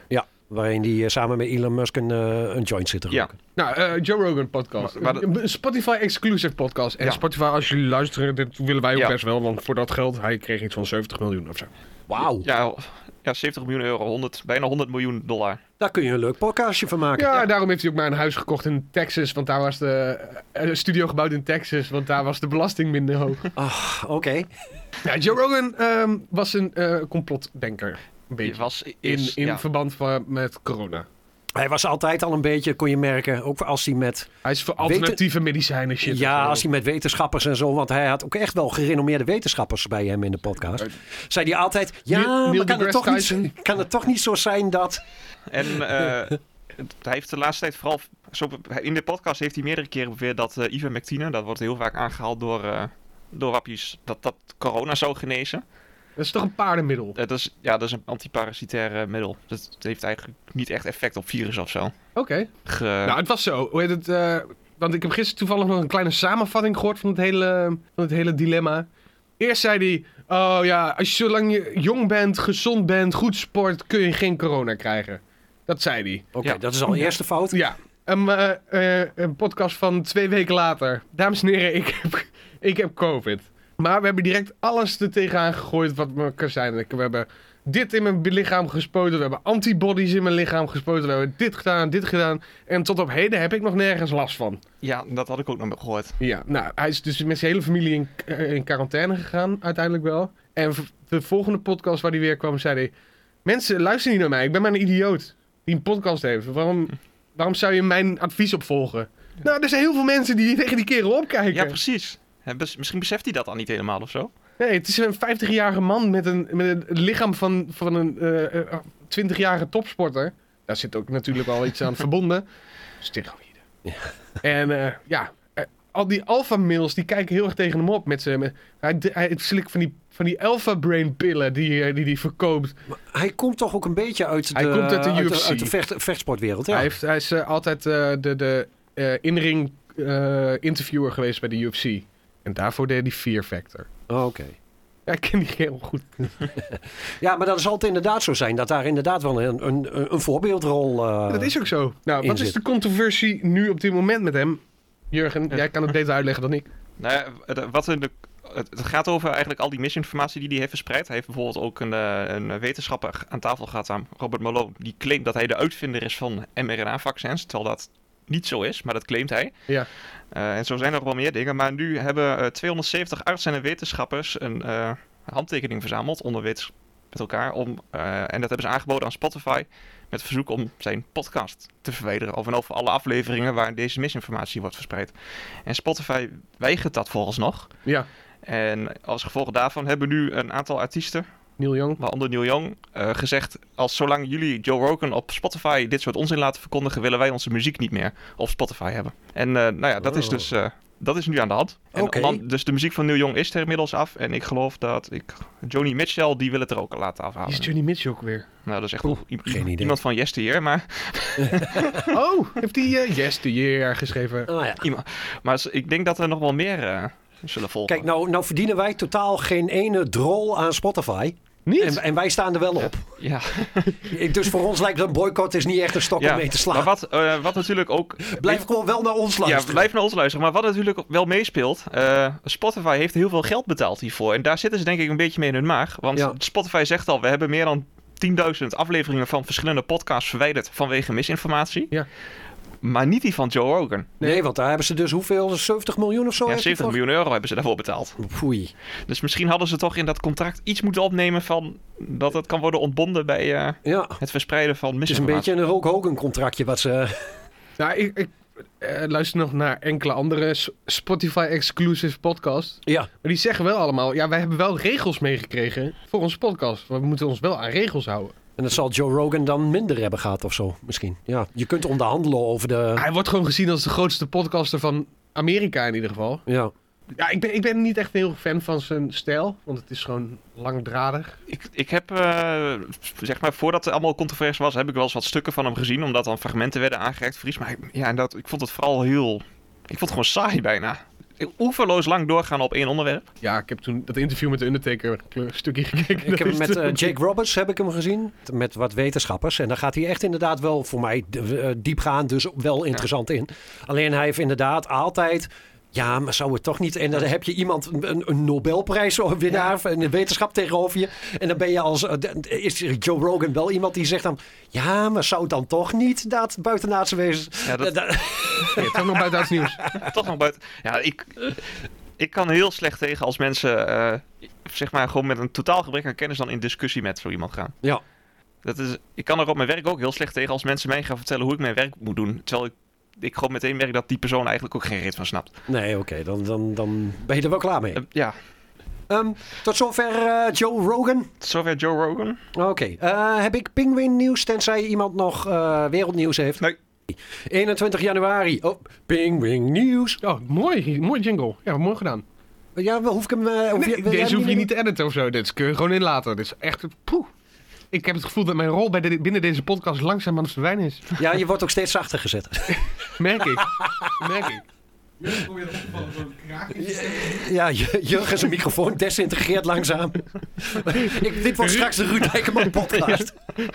S5: Waarin hij samen met Elon Musk een joint zit te roken.
S4: Nou, Joe Rogan podcast. Een Spotify exclusive podcast. En Spotify, als jullie luisteren, dit willen wij ook best wel. Want voor dat geld, hij kreeg iets van 70 miljoen of zo.
S5: Wauw.
S3: Ja, 70 miljoen euro, bijna $100 miljoen.
S5: Daar kun je een leuk podcastje van maken.
S4: Ja, daarom heeft hij ook maar een huis gekocht in Texas. Want daar was de studio gebouwd in Texas. Want daar was de belasting minder hoog.
S5: Oké.
S4: Ja, Joe Rogan was een complotdenker. Een beetje. In verband met corona.
S5: Hij was altijd al een beetje, kon je merken, ook als hij met...
S4: Hij is voor alternatieve medicijnen shit.
S5: Ja, als hij met wetenschappers en zo, want hij had ook echt wel gerenommeerde wetenschappers bij hem in de podcast. Zei hij altijd, maar kan het toch niet zo zijn dat...
S3: En hij heeft de laatste tijd vooral... in de podcast heeft hij meerdere keren beweerd dat ivermectine, dat wordt heel vaak aangehaald door wappies, dat corona zou genezen.
S4: Dat is toch een paardenmiddel?
S3: Dat is een antiparasitair middel. Dat heeft eigenlijk niet echt effect op virus of zo.
S4: Oké. Nou, het was zo. Hoe heet het? Want ik heb gisteren toevallig nog een kleine samenvatting gehoord van het hele dilemma. Eerst zei hij, zolang je jong bent, gezond bent, goed sport, kun je geen corona krijgen. Dat zei hij.
S5: Oké, dat is al de eerste fout.
S4: Ja. Een podcast van 2 weken later. Dames en heren, ik heb COVID. Maar we hebben direct alles er tegenaan gegooid wat we kan zijn. We hebben dit in mijn lichaam gespoten. We hebben antibodies in mijn lichaam gespoten. We hebben dit gedaan. En tot op heden heb ik nog nergens last van.
S3: Ja, dat had ik ook nog gehoord.
S4: Ja, nou, hij is dus met zijn hele familie in quarantaine gegaan. Uiteindelijk wel. En de volgende podcast waar hij weer kwam, zei hij... Mensen, luister niet naar mij. Ik ben maar een idioot die een podcast heeft. Waarom zou je mijn advies opvolgen? Nou, er zijn heel veel mensen die tegen die kerel opkijken.
S3: Ja, precies. Misschien beseft hij dat dan niet helemaal of zo?
S4: Nee, het is een 50-jarige man met een lichaam van een 20-jarige topsporter. Daar zit ook natuurlijk wel iets aan verbonden. Steroïden. Ja. En al die alpha-males die kijken heel erg tegen hem op. Hij slikt van die alpha-brain pillen die hij verkoopt. Maar
S5: hij komt toch ook een beetje uit
S4: de UFC.
S5: Uit de vechtsportwereld. Ja.
S4: Hij is altijd de in-ring interviewer geweest bij de UFC. En daarvoor deed hij Fear Factor.
S5: Oké.
S4: Ja, ik ken die heel goed.
S5: Ja, maar dat zal het inderdaad zo zijn. Dat daar inderdaad wel een voorbeeldrol
S4: dat is ook zo. Nou, wat is de controversie nu op dit moment met hem? Jurgen, jij kan het beter uitleggen dan ik.
S3: Nou ja, het gaat over eigenlijk al die misinformatie die hij heeft verspreid. Hij heeft bijvoorbeeld ook een wetenschapper aan tafel gehad, aan Robert Malone. Die claimt dat hij de uitvinder is van mRNA-vaccins. Terwijl dat niet zo is, maar dat claimt hij. Ja. En zo zijn er wel meer dingen. Maar nu hebben 270 artsen en wetenschappers een handtekening verzameld onder met elkaar. En dat hebben ze aangeboden aan Spotify met verzoek om zijn podcast te verwijderen. Over alle afleveringen waar deze misinformatie wordt verspreid. En Spotify weigert dat vooralsnog. Ja. En als gevolg daarvan hebben nu een aantal artiesten,
S4: Neil Young,
S3: waaronder Neil Young, gezegd... zolang jullie Joe Rogan op Spotify dit soort onzin laten verkondigen, willen wij onze muziek niet meer op Spotify hebben. En dat is dus... dat is nu aan de hand. En dus de muziek van Neil Young is er inmiddels af. En ik geloof dat Joni Mitchell, die wil het er ook laten afhalen.
S4: Is Joni Mitchell ook weer?
S3: Nou, dat is echt iemand van Yesteryear, maar...
S4: heeft hij Yesteryear geschreven?
S5: Oh, ja.
S3: Maar ik denk dat er nog wel meer zullen volgen.
S5: Kijk, nou verdienen wij totaal geen ene drol aan Spotify.
S4: Niet?
S5: En wij staan er wel op.
S3: Ja.
S5: Dus voor ons lijkt een boycott is niet echt een stok om mee te slaan.
S3: Maar wat natuurlijk ook...
S5: Blijf gewoon wel naar ons luisteren.
S3: Ja, blijf naar ons luisteren. Maar wat natuurlijk wel meespeelt... Spotify heeft heel veel geld betaald hiervoor. En daar zitten ze denk ik een beetje mee in hun maag. Want Spotify zegt al... We hebben meer dan 10.000 afleveringen van verschillende podcasts verwijderd vanwege misinformatie. Ja. Maar niet die van Joe Rogan.
S5: Nee, want daar hebben ze dus hoeveel? 70 miljoen of zo?
S3: Ja, 70 miljoen euro hebben ze daarvoor betaald.
S5: Foei.
S3: Dus misschien hadden ze toch in dat contract iets moeten opnemen van dat het kan worden ontbonden bij het verspreiden van misinformatie.
S5: Het is een beetje een Hulk Hogan contractje wat ze...
S4: Nou, ik luister nog naar enkele andere Spotify-exclusive podcasts. Ja. Maar die zeggen wel allemaal... Ja, wij hebben wel regels meegekregen voor onze podcast. We moeten ons wel aan regels houden.
S5: En dat zal Joe Rogan dan minder hebben gehad of zo, misschien. Ja, je kunt onderhandelen over de...
S4: Hij wordt gewoon gezien als de grootste podcaster van Amerika in ieder geval.
S5: Ja.
S4: Ja, ik ben niet echt heel fan van zijn stijl, want het is gewoon langdradig.
S3: Ik heb, zeg maar, voordat het allemaal controversie was, heb ik wel eens wat stukken van hem gezien, omdat dan fragmenten werden aangereikt, Fries. Maar ik vond het vooral ik vond het gewoon saai bijna. oeverloos lang doorgaan op één onderwerp.
S4: Ja, ik heb toen dat interview met de Undertaker een stukje gekeken.
S5: Ik heb hem met Jake Roberts heb ik hem gezien. Met wat wetenschappers. En dan gaat hij echt inderdaad wel voor mij diepgaand, dus wel interessant in. Alleen hij heeft inderdaad altijd... Ja, maar zou het toch niet... En dan heb je iemand, een Nobelprijswinnaar in de wetenschap tegenover je. En dan ben je is Joe Rogan wel iemand die zegt dan... Ja, maar zou het dan toch niet dat buitenaardse wezen...
S3: Ja,
S4: toch nog buitenaards nieuws.
S3: Toch nog buiten... Ja, ik kan heel slecht tegen als mensen... zeg maar gewoon met een totaal gebrek aan kennis dan in discussie met zo iemand gaan.
S5: Ja.
S3: Ik kan er op mijn werk ook heel slecht tegen als mensen mij gaan vertellen hoe ik mijn werk moet doen. Terwijl ik gewoon meteen merk dat die persoon eigenlijk ook geen reet van snapt.
S5: Nee, oké. Dan ben je er wel klaar mee.
S3: Ja.
S5: Tot zover Joe Rogan.
S3: Tot zover Joe Rogan.
S5: Oké. Heb ik Penguin nieuws, tenzij iemand nog wereldnieuws heeft?
S3: Nee.
S5: 21 januari. Oh, Penguin nieuws.
S4: Oh, mooi jingle. Ja, mooi gedaan.
S5: Ja, hoef ik hem...
S4: Deze hoef je niet te editen of zo. Dit kun je gewoon inlaten. Dit is echt... Poeh. Ik heb het gevoel dat mijn rol binnen deze podcast langzaam aan het verdwijnen is.
S5: Ja, je wordt ook steeds zachter gezet.
S4: Merk ik.
S5: Ja, Jurgen zijn microfoon desintegreert langzaam. Dit wordt straks de Ruud Dijkman podcast.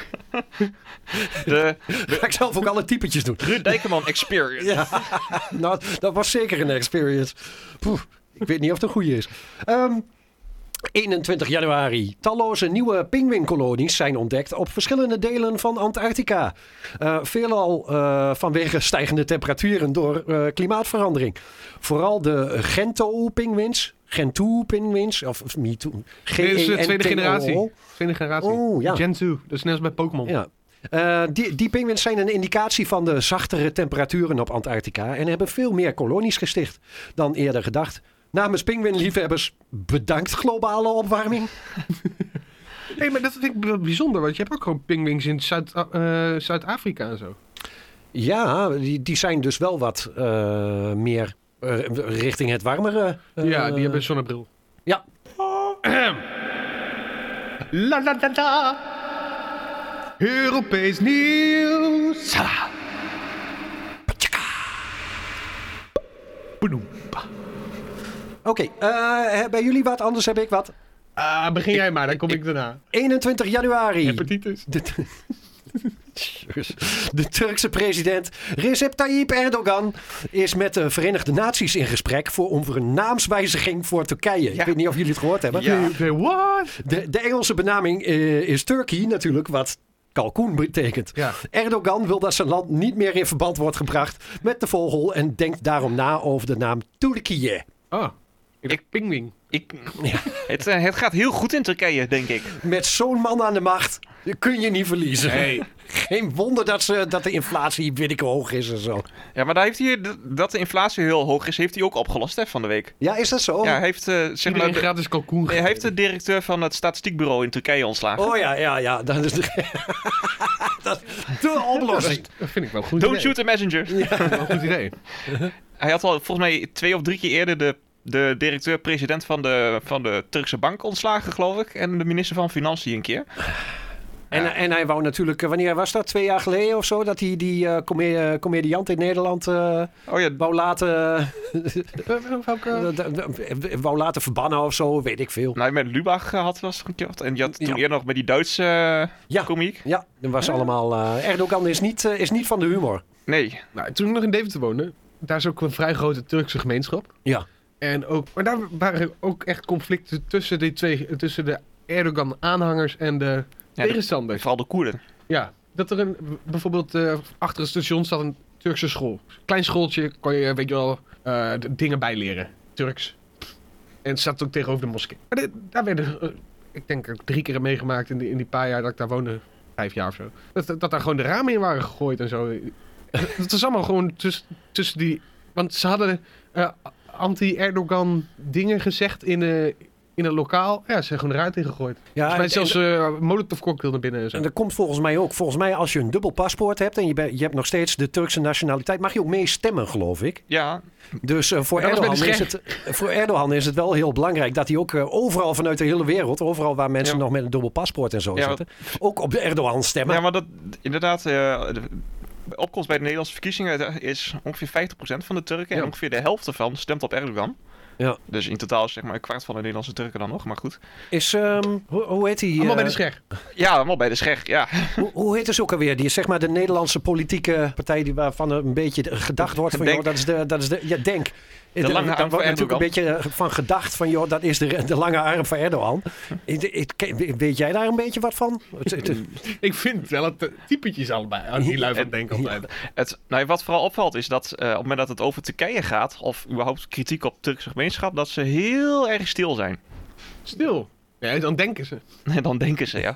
S5: Ga ik zelf ook alle typetjes doen.
S3: Ruud Dijkman Experience.
S5: Ja, nou, dat was zeker een experience. Poeh, ik weet niet of het een goede is. 21 januari. Talloze nieuwe pinguïnkolonies zijn ontdekt op verschillende delen van Antarctica. Veelal vanwege stijgende temperaturen door klimaatverandering. Vooral de Gentoo-pinguïns. Gentoo-pinguïns. Of MeToo.
S4: Dit is de tweede generatie.
S5: Oh, ja.
S4: Gen 2. Dat is net als bij Pokémon.
S5: Ja. Die pinguïns zijn een indicatie van de zachtere temperaturen op Antarctica. En hebben veel meer kolonies gesticht dan eerder gedacht. Namens pinguïnliefhebbers, bedankt globale opwarming.
S4: Nee, maar dat vind ik wel bijzonder, want je hebt ook gewoon pinguïns in Zuid-Afrika en zo.
S5: Ja, die zijn dus wel wat meer richting het warmere.
S4: Ja, die hebben een zonnebril.
S5: Ja.
S4: La la la la. Europees nieuws.
S5: Oké, bij jullie wat, anders heb ik wat.
S4: Begin jij maar, dan kom ik daarna.
S5: 21 januari.
S4: Hepatitis.
S5: De Turkse president Recep Tayyip Erdogan is met de Verenigde Naties in gesprek over een naamswijziging voor Turkije. Ja. Ik weet niet of jullie het gehoord hebben.
S4: Ja. What?
S5: De Engelse benaming is Turkey natuurlijk, wat kalkoen betekent. Ja. Erdogan wil dat zijn land niet meer in verband wordt gebracht met de vogel en denkt daarom na over de naam Turkije.
S4: Oh. Pinguïn.
S3: Het gaat heel goed in Turkije, denk ik.
S5: Met zo'n man aan de macht kun je niet verliezen.
S4: Hey.
S5: Geen wonder dat de inflatie weet ik hoog is en zo.
S3: Ja, maar daar heeft hij, dat de inflatie heel hoog is, heeft hij ook opgelost van de week.
S5: Ja, is dat zo?
S3: Ja, hij heeft
S4: gratis kalkoen.
S3: Hij heeft de directeur van het statistiekbureau in Turkije ontslagen.
S5: Oh ja. Dat is de oplossing.
S4: Dat vind ik wel goed.
S3: Don't shoot a messenger.
S4: Ja, dat is wel een goed idee.
S3: Hij had al volgens mij 2 of 3 keer eerder de directeur-president van de Turkse bank ontslagen, geloof ik. En de minister van Financiën een keer.
S5: En hij wou natuurlijk, wanneer was dat? 2 jaar geleden of zo? Dat hij die comediant in Nederland wou laten... wou laten verbannen of zo, weet ik veel.
S3: Nou, met Lubach was er een keer. En je had toen eerder nog met die Duitse komiek.
S5: Ja, dat was allemaal... Erdogan is niet van de humor.
S3: Nee.
S4: Nou, toen ik nog in Deventer woonde, daar is ook een vrij grote Turkse gemeenschap.
S5: Ja.
S4: Maar daar waren ook echt conflicten tussen tussen de Erdogan-aanhangers en de tegenstanders.
S3: Vooral de Koerden.
S4: Ja, dat er bijvoorbeeld achter het station staat een Turkse school. Klein schooltje, kon je, weet je wel, dingen bijleren. Turks. En het staat ook tegenover de moskee. Maar daar werden, ik denk ook 3 keer meegemaakt in die paar jaar dat ik daar woonde. 5 jaar of zo. Dat daar gewoon de ramen in waren gegooid en zo. Dat was allemaal gewoon tussen die... Want ze hadden anti-Erdogan dingen gezegd in een lokaal. Ja, ze zijn gewoon eruit ingegooid. Ja, mij zelfs Molotov cocktail naar binnen en zo.
S5: En dat komt volgens mij ook. Volgens mij als je een dubbel paspoort hebt en je hebt nog steeds de Turkse nationaliteit, mag je ook mee stemmen, geloof ik.
S3: Ja.
S5: Dus voor Erdogan is het wel heel belangrijk dat hij ook overal vanuit de hele wereld, overal waar mensen nog met een dubbel paspoort en zo zitten, ook op de Erdogan stemmen.
S3: Ja, maar dat inderdaad... Opkomst bij de Nederlandse verkiezingen is ongeveer 50% van de Turken.
S4: Ja.
S3: En ongeveer de helft ervan stemt op Erdogan.
S5: Ja.
S3: Dus in totaal zeg maar een kwart van de Nederlandse Turken dan nog, maar goed.
S5: Is, hoe heet die?
S4: Allemaal bij de scher.
S3: Ja, allemaal bij de Scheg, ja.
S5: Hoe heet het ook alweer? Die is zeg maar de Nederlandse politieke partij die waarvan er een beetje gedacht wordt van,
S3: Denk.
S5: joh, dat is de, ja, Denk.
S3: De lange arm
S5: Daar
S3: van
S5: wordt natuurlijk een
S3: Erdogan.
S5: beetje van gedacht van, joh, dat is de lange arm van Erdogan. Weet jij daar een beetje wat van?
S4: Ik vind wel het typetjes allebei aan die lui van Denk altijd.
S3: Wat vooral opvalt is dat op het moment dat het over Turkije gaat, of überhaupt kritiek op Turkse gemeenschap, dat ze heel erg stil zijn.
S4: Stil. Ja, dan denken ze.
S3: Dan denken ze, ja.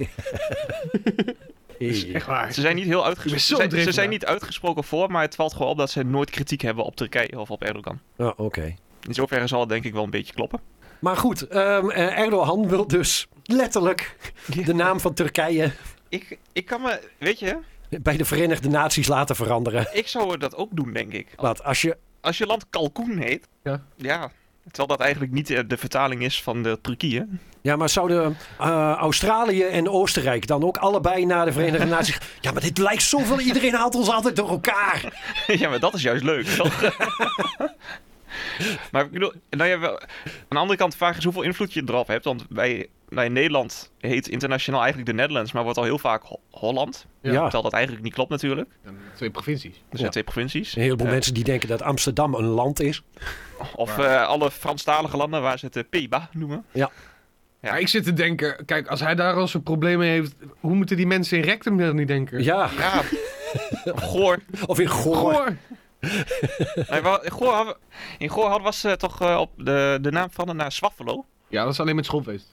S4: Echt waar.
S3: Ze zijn niet heel
S4: Ik ben
S3: uitgesproken.
S4: zo
S3: Ze
S4: driftig,
S3: zijn
S4: ja.
S3: niet uitgesproken voor, maar het valt gewoon op dat ze nooit kritiek hebben op Turkije of op Erdogan.
S5: Oh, oké.
S3: In zoverre zal het denk ik wel een beetje kloppen.
S5: Maar goed, Erdogan wil dus letterlijk de naam van Turkije
S3: Ik kan me, weet je,
S5: bij de Verenigde Naties laten veranderen.
S3: ik zou dat ook doen, denk ik.
S5: Wat,
S3: Als je land Kalkoen heet,
S4: Ja.
S3: terwijl dat eigenlijk niet de vertaling is van de Turkije.
S5: Ja, maar zouden Australië en Oostenrijk dan ook allebei naar de Verenigde Naties... Ja, maar dit lijkt zoveel. Iedereen haalt ons altijd door elkaar.
S3: Ja, maar dat is juist leuk. toch? Maar ik bedoel, nou ja, aan de andere kant de vraag is hoeveel invloed je erop hebt. Want bij Nederland heet internationaal eigenlijk de Netherlands, maar wordt al heel vaak Holland.
S4: Ja.
S3: Terwijl dat eigenlijk niet klopt natuurlijk.
S4: Dan 2 provincies.
S3: Er zijn 2 provincies.
S5: Een heleboel mensen die denken dat Amsterdam een land is.
S3: Of alle Franstalige landen waar ze het Pays-Bas noemen.
S5: Ja.
S3: Ja.
S4: Maar ik zit te denken, kijk, als hij daar al zijn problemen heeft, hoe moeten die mensen in Rectum dan niet denken?
S5: Ja,
S3: Ja, Goor.
S5: of in Goor.
S4: Goor.
S3: Nee, in Goor was toch op de naam van naar Swaffelo.
S4: Ja, dat is alleen met schoolfeest.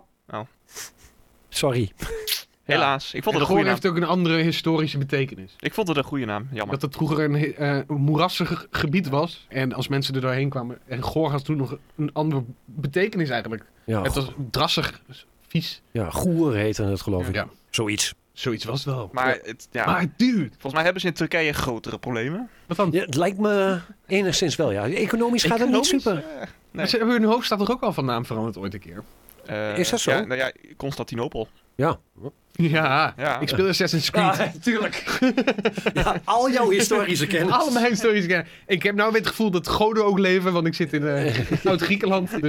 S5: Sorry.
S3: Helaas. Ik vond
S4: En
S3: het een
S4: Goor
S3: goede naam.
S4: heeft ook een andere historische betekenis.
S3: Ik vond het een goede naam. Jammer.
S4: Dat het vroeger een moerassig gebied was. En als mensen er doorheen kwamen. En Goor had toen nog een andere betekenis eigenlijk.
S5: Ja,
S4: Het was drassig, vies.
S5: ja, Goer heette het, geloof ik.
S4: Ja,
S5: Zoiets.
S4: zoiets was het wel.
S3: Maar,
S4: Maar dude,
S3: volgens mij hebben ze in Turkije grotere problemen.
S4: wat dan?
S5: Ja, het lijkt me enigszins wel, ja. Economisch gaat het niet super.
S3: Nee.
S4: Maar ze hebben hun hoofdstad toch ook al van naam veranderd ooit een keer?
S5: Is dat zo?
S3: Ja, nou ja, Constantinopel.
S5: Ja.
S4: Ja,
S3: Ja.
S4: ik speel Assassin's Creed.
S5: Ja, tuurlijk. Ja, al jouw historische kennis.
S4: Al mijn historische kennis. Ik heb nou weer het gevoel dat goden ook leven, want ik zit in Oud-Griekenland.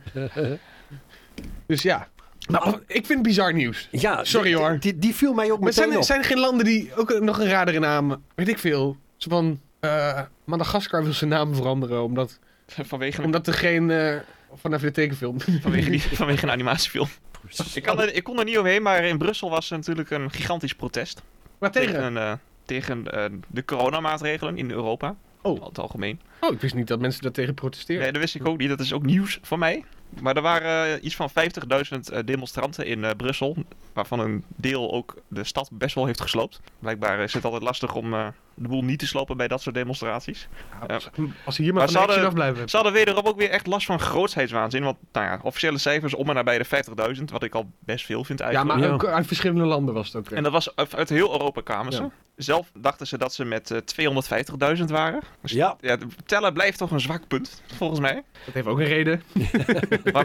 S4: Dus ja. Nou, ik vind het bizar nieuws.
S5: Ja,
S4: Sorry, hoor.
S5: Die viel mij ook
S4: Maar
S5: meteen op.
S4: zijn er geen landen die ook nog een radere naam, weet ik veel, zo van Madagaskar wil zijn naam veranderen, omdat er geen, vanaf de tekenfilm.
S3: Vanwege een animatiefilm. Ik kon er niet omheen, maar in Brussel was er natuurlijk een gigantisch protest.
S4: Maar tegen?
S3: Tegen de coronamaatregelen in Europa.
S4: Oh.
S3: In het algemeen.
S4: Oh, ik wist niet dat mensen daar tegen protesteerden.
S3: Nee, dat wist ik ook niet. Dat is ook nieuws voor mij. Maar er waren iets van 50.000 demonstranten in Brussel. Waarvan een deel ook de stad best wel heeft gesloopt. Blijkbaar is het altijd lastig om de boel niet te slopen bij dat soort demonstraties.
S4: Als ze hier maar
S3: Maar
S4: van
S3: ze
S4: de action
S3: hadden-
S4: afblijven.
S3: Ze hadden wederom ook weer echt last van grootheidswaanzin. Want nou ja, officiële cijfers om en nabij de 50.000. Wat ik al best veel vind
S4: Ja,
S3: eigenlijk.
S4: maar
S5: Ja.
S4: ook uit verschillende landen was het ook.
S3: En dat was uit heel Europa kwamen ze.
S4: Ja.
S3: Zelf dachten ze dat ze met 250.000 waren. Dus
S5: Ja.
S3: tellen blijft toch een zwak punt, volgens mij.
S4: Dat heeft ook een reden.
S3: Maar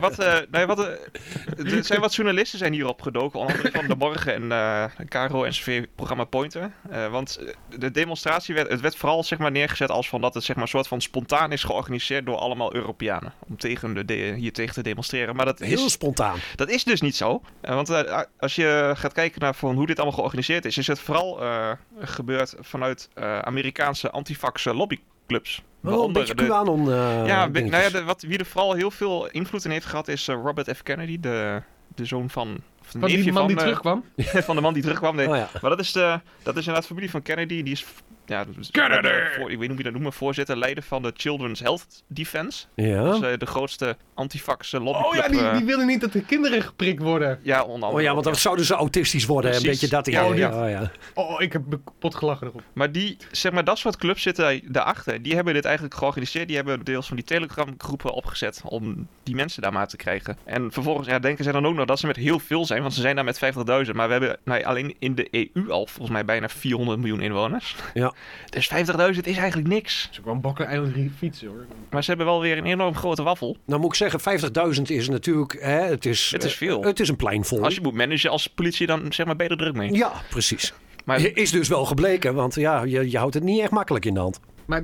S3: er zijn wat journalisten zijn hierop gedoken. Onder andere van De Morgen en Caro en CV-programma Pointer. Want de demonstratie werd vooral zeg maar, neergezet als van dat het zeg maar, een soort van spontaan is georganiseerd door allemaal Europeanen. Om hier tegen te demonstreren. Maar
S5: Heel spontaan.
S3: dat is dus niet zo. Want als je gaat kijken naar van hoe dit allemaal georganiseerd is het vooral gebeurd vanuit Amerikaanse antifax lobbyclubs.
S5: Oh, een beetje QAnon.
S3: Wie er vooral heel veel invloed in heeft gehad is Robert F. Kennedy, de zoon van... Of de
S4: Van die
S3: neefje
S4: man die
S3: van,
S4: terugkwam.
S3: van de man die terugkwam. Nee.
S5: Oh, ja.
S3: Maar dat is inderdaad familie van Kennedy. Die is... Ja,
S4: Kennedy!
S3: Ik weet niet hoe je dat noemt, voorzitter, leider van de Children's Health Defense.
S5: Ja.
S3: Dat is de grootste antifax lobbyclub.
S4: Oh ja, die willen niet dat de kinderen geprikt worden.
S3: Ja, onder andere.
S5: Oh ja, want dan zouden ze autistisch worden. Een
S3: Precies.
S5: beetje dat
S3: Ja,
S5: idee.
S4: ja.
S5: Oh, ja.
S4: Oh, ik heb me kapot gelachen erop.
S3: Maar dat soort clubs zitten daarachter. Die hebben dit eigenlijk georganiseerd. Die hebben deels van die Telegram-groepen opgezet om die mensen daar maar te krijgen. En vervolgens denken zij dan ook nog dat ze met heel veel zijn, want ze zijn daar met 50.000. Maar we hebben alleen in de EU al volgens mij bijna 400 miljoen inwoners.
S5: Ja.
S3: Dus 50.000 is eigenlijk niks.
S4: Dat is ook wel een bakker-eiland fietsen hoor.
S3: Maar ze hebben wel weer een enorm grote waffel.
S5: Nou moet ik zeggen, 50.000 is natuurlijk... Het is
S3: veel.
S5: Het is een plein vol.
S3: Als je moet managen als politie, dan zeg maar ben je er druk mee.
S5: Ja, precies.
S3: Maar
S5: Is dus wel gebleken, want ja, je houdt het niet echt makkelijk in de hand.
S4: Maar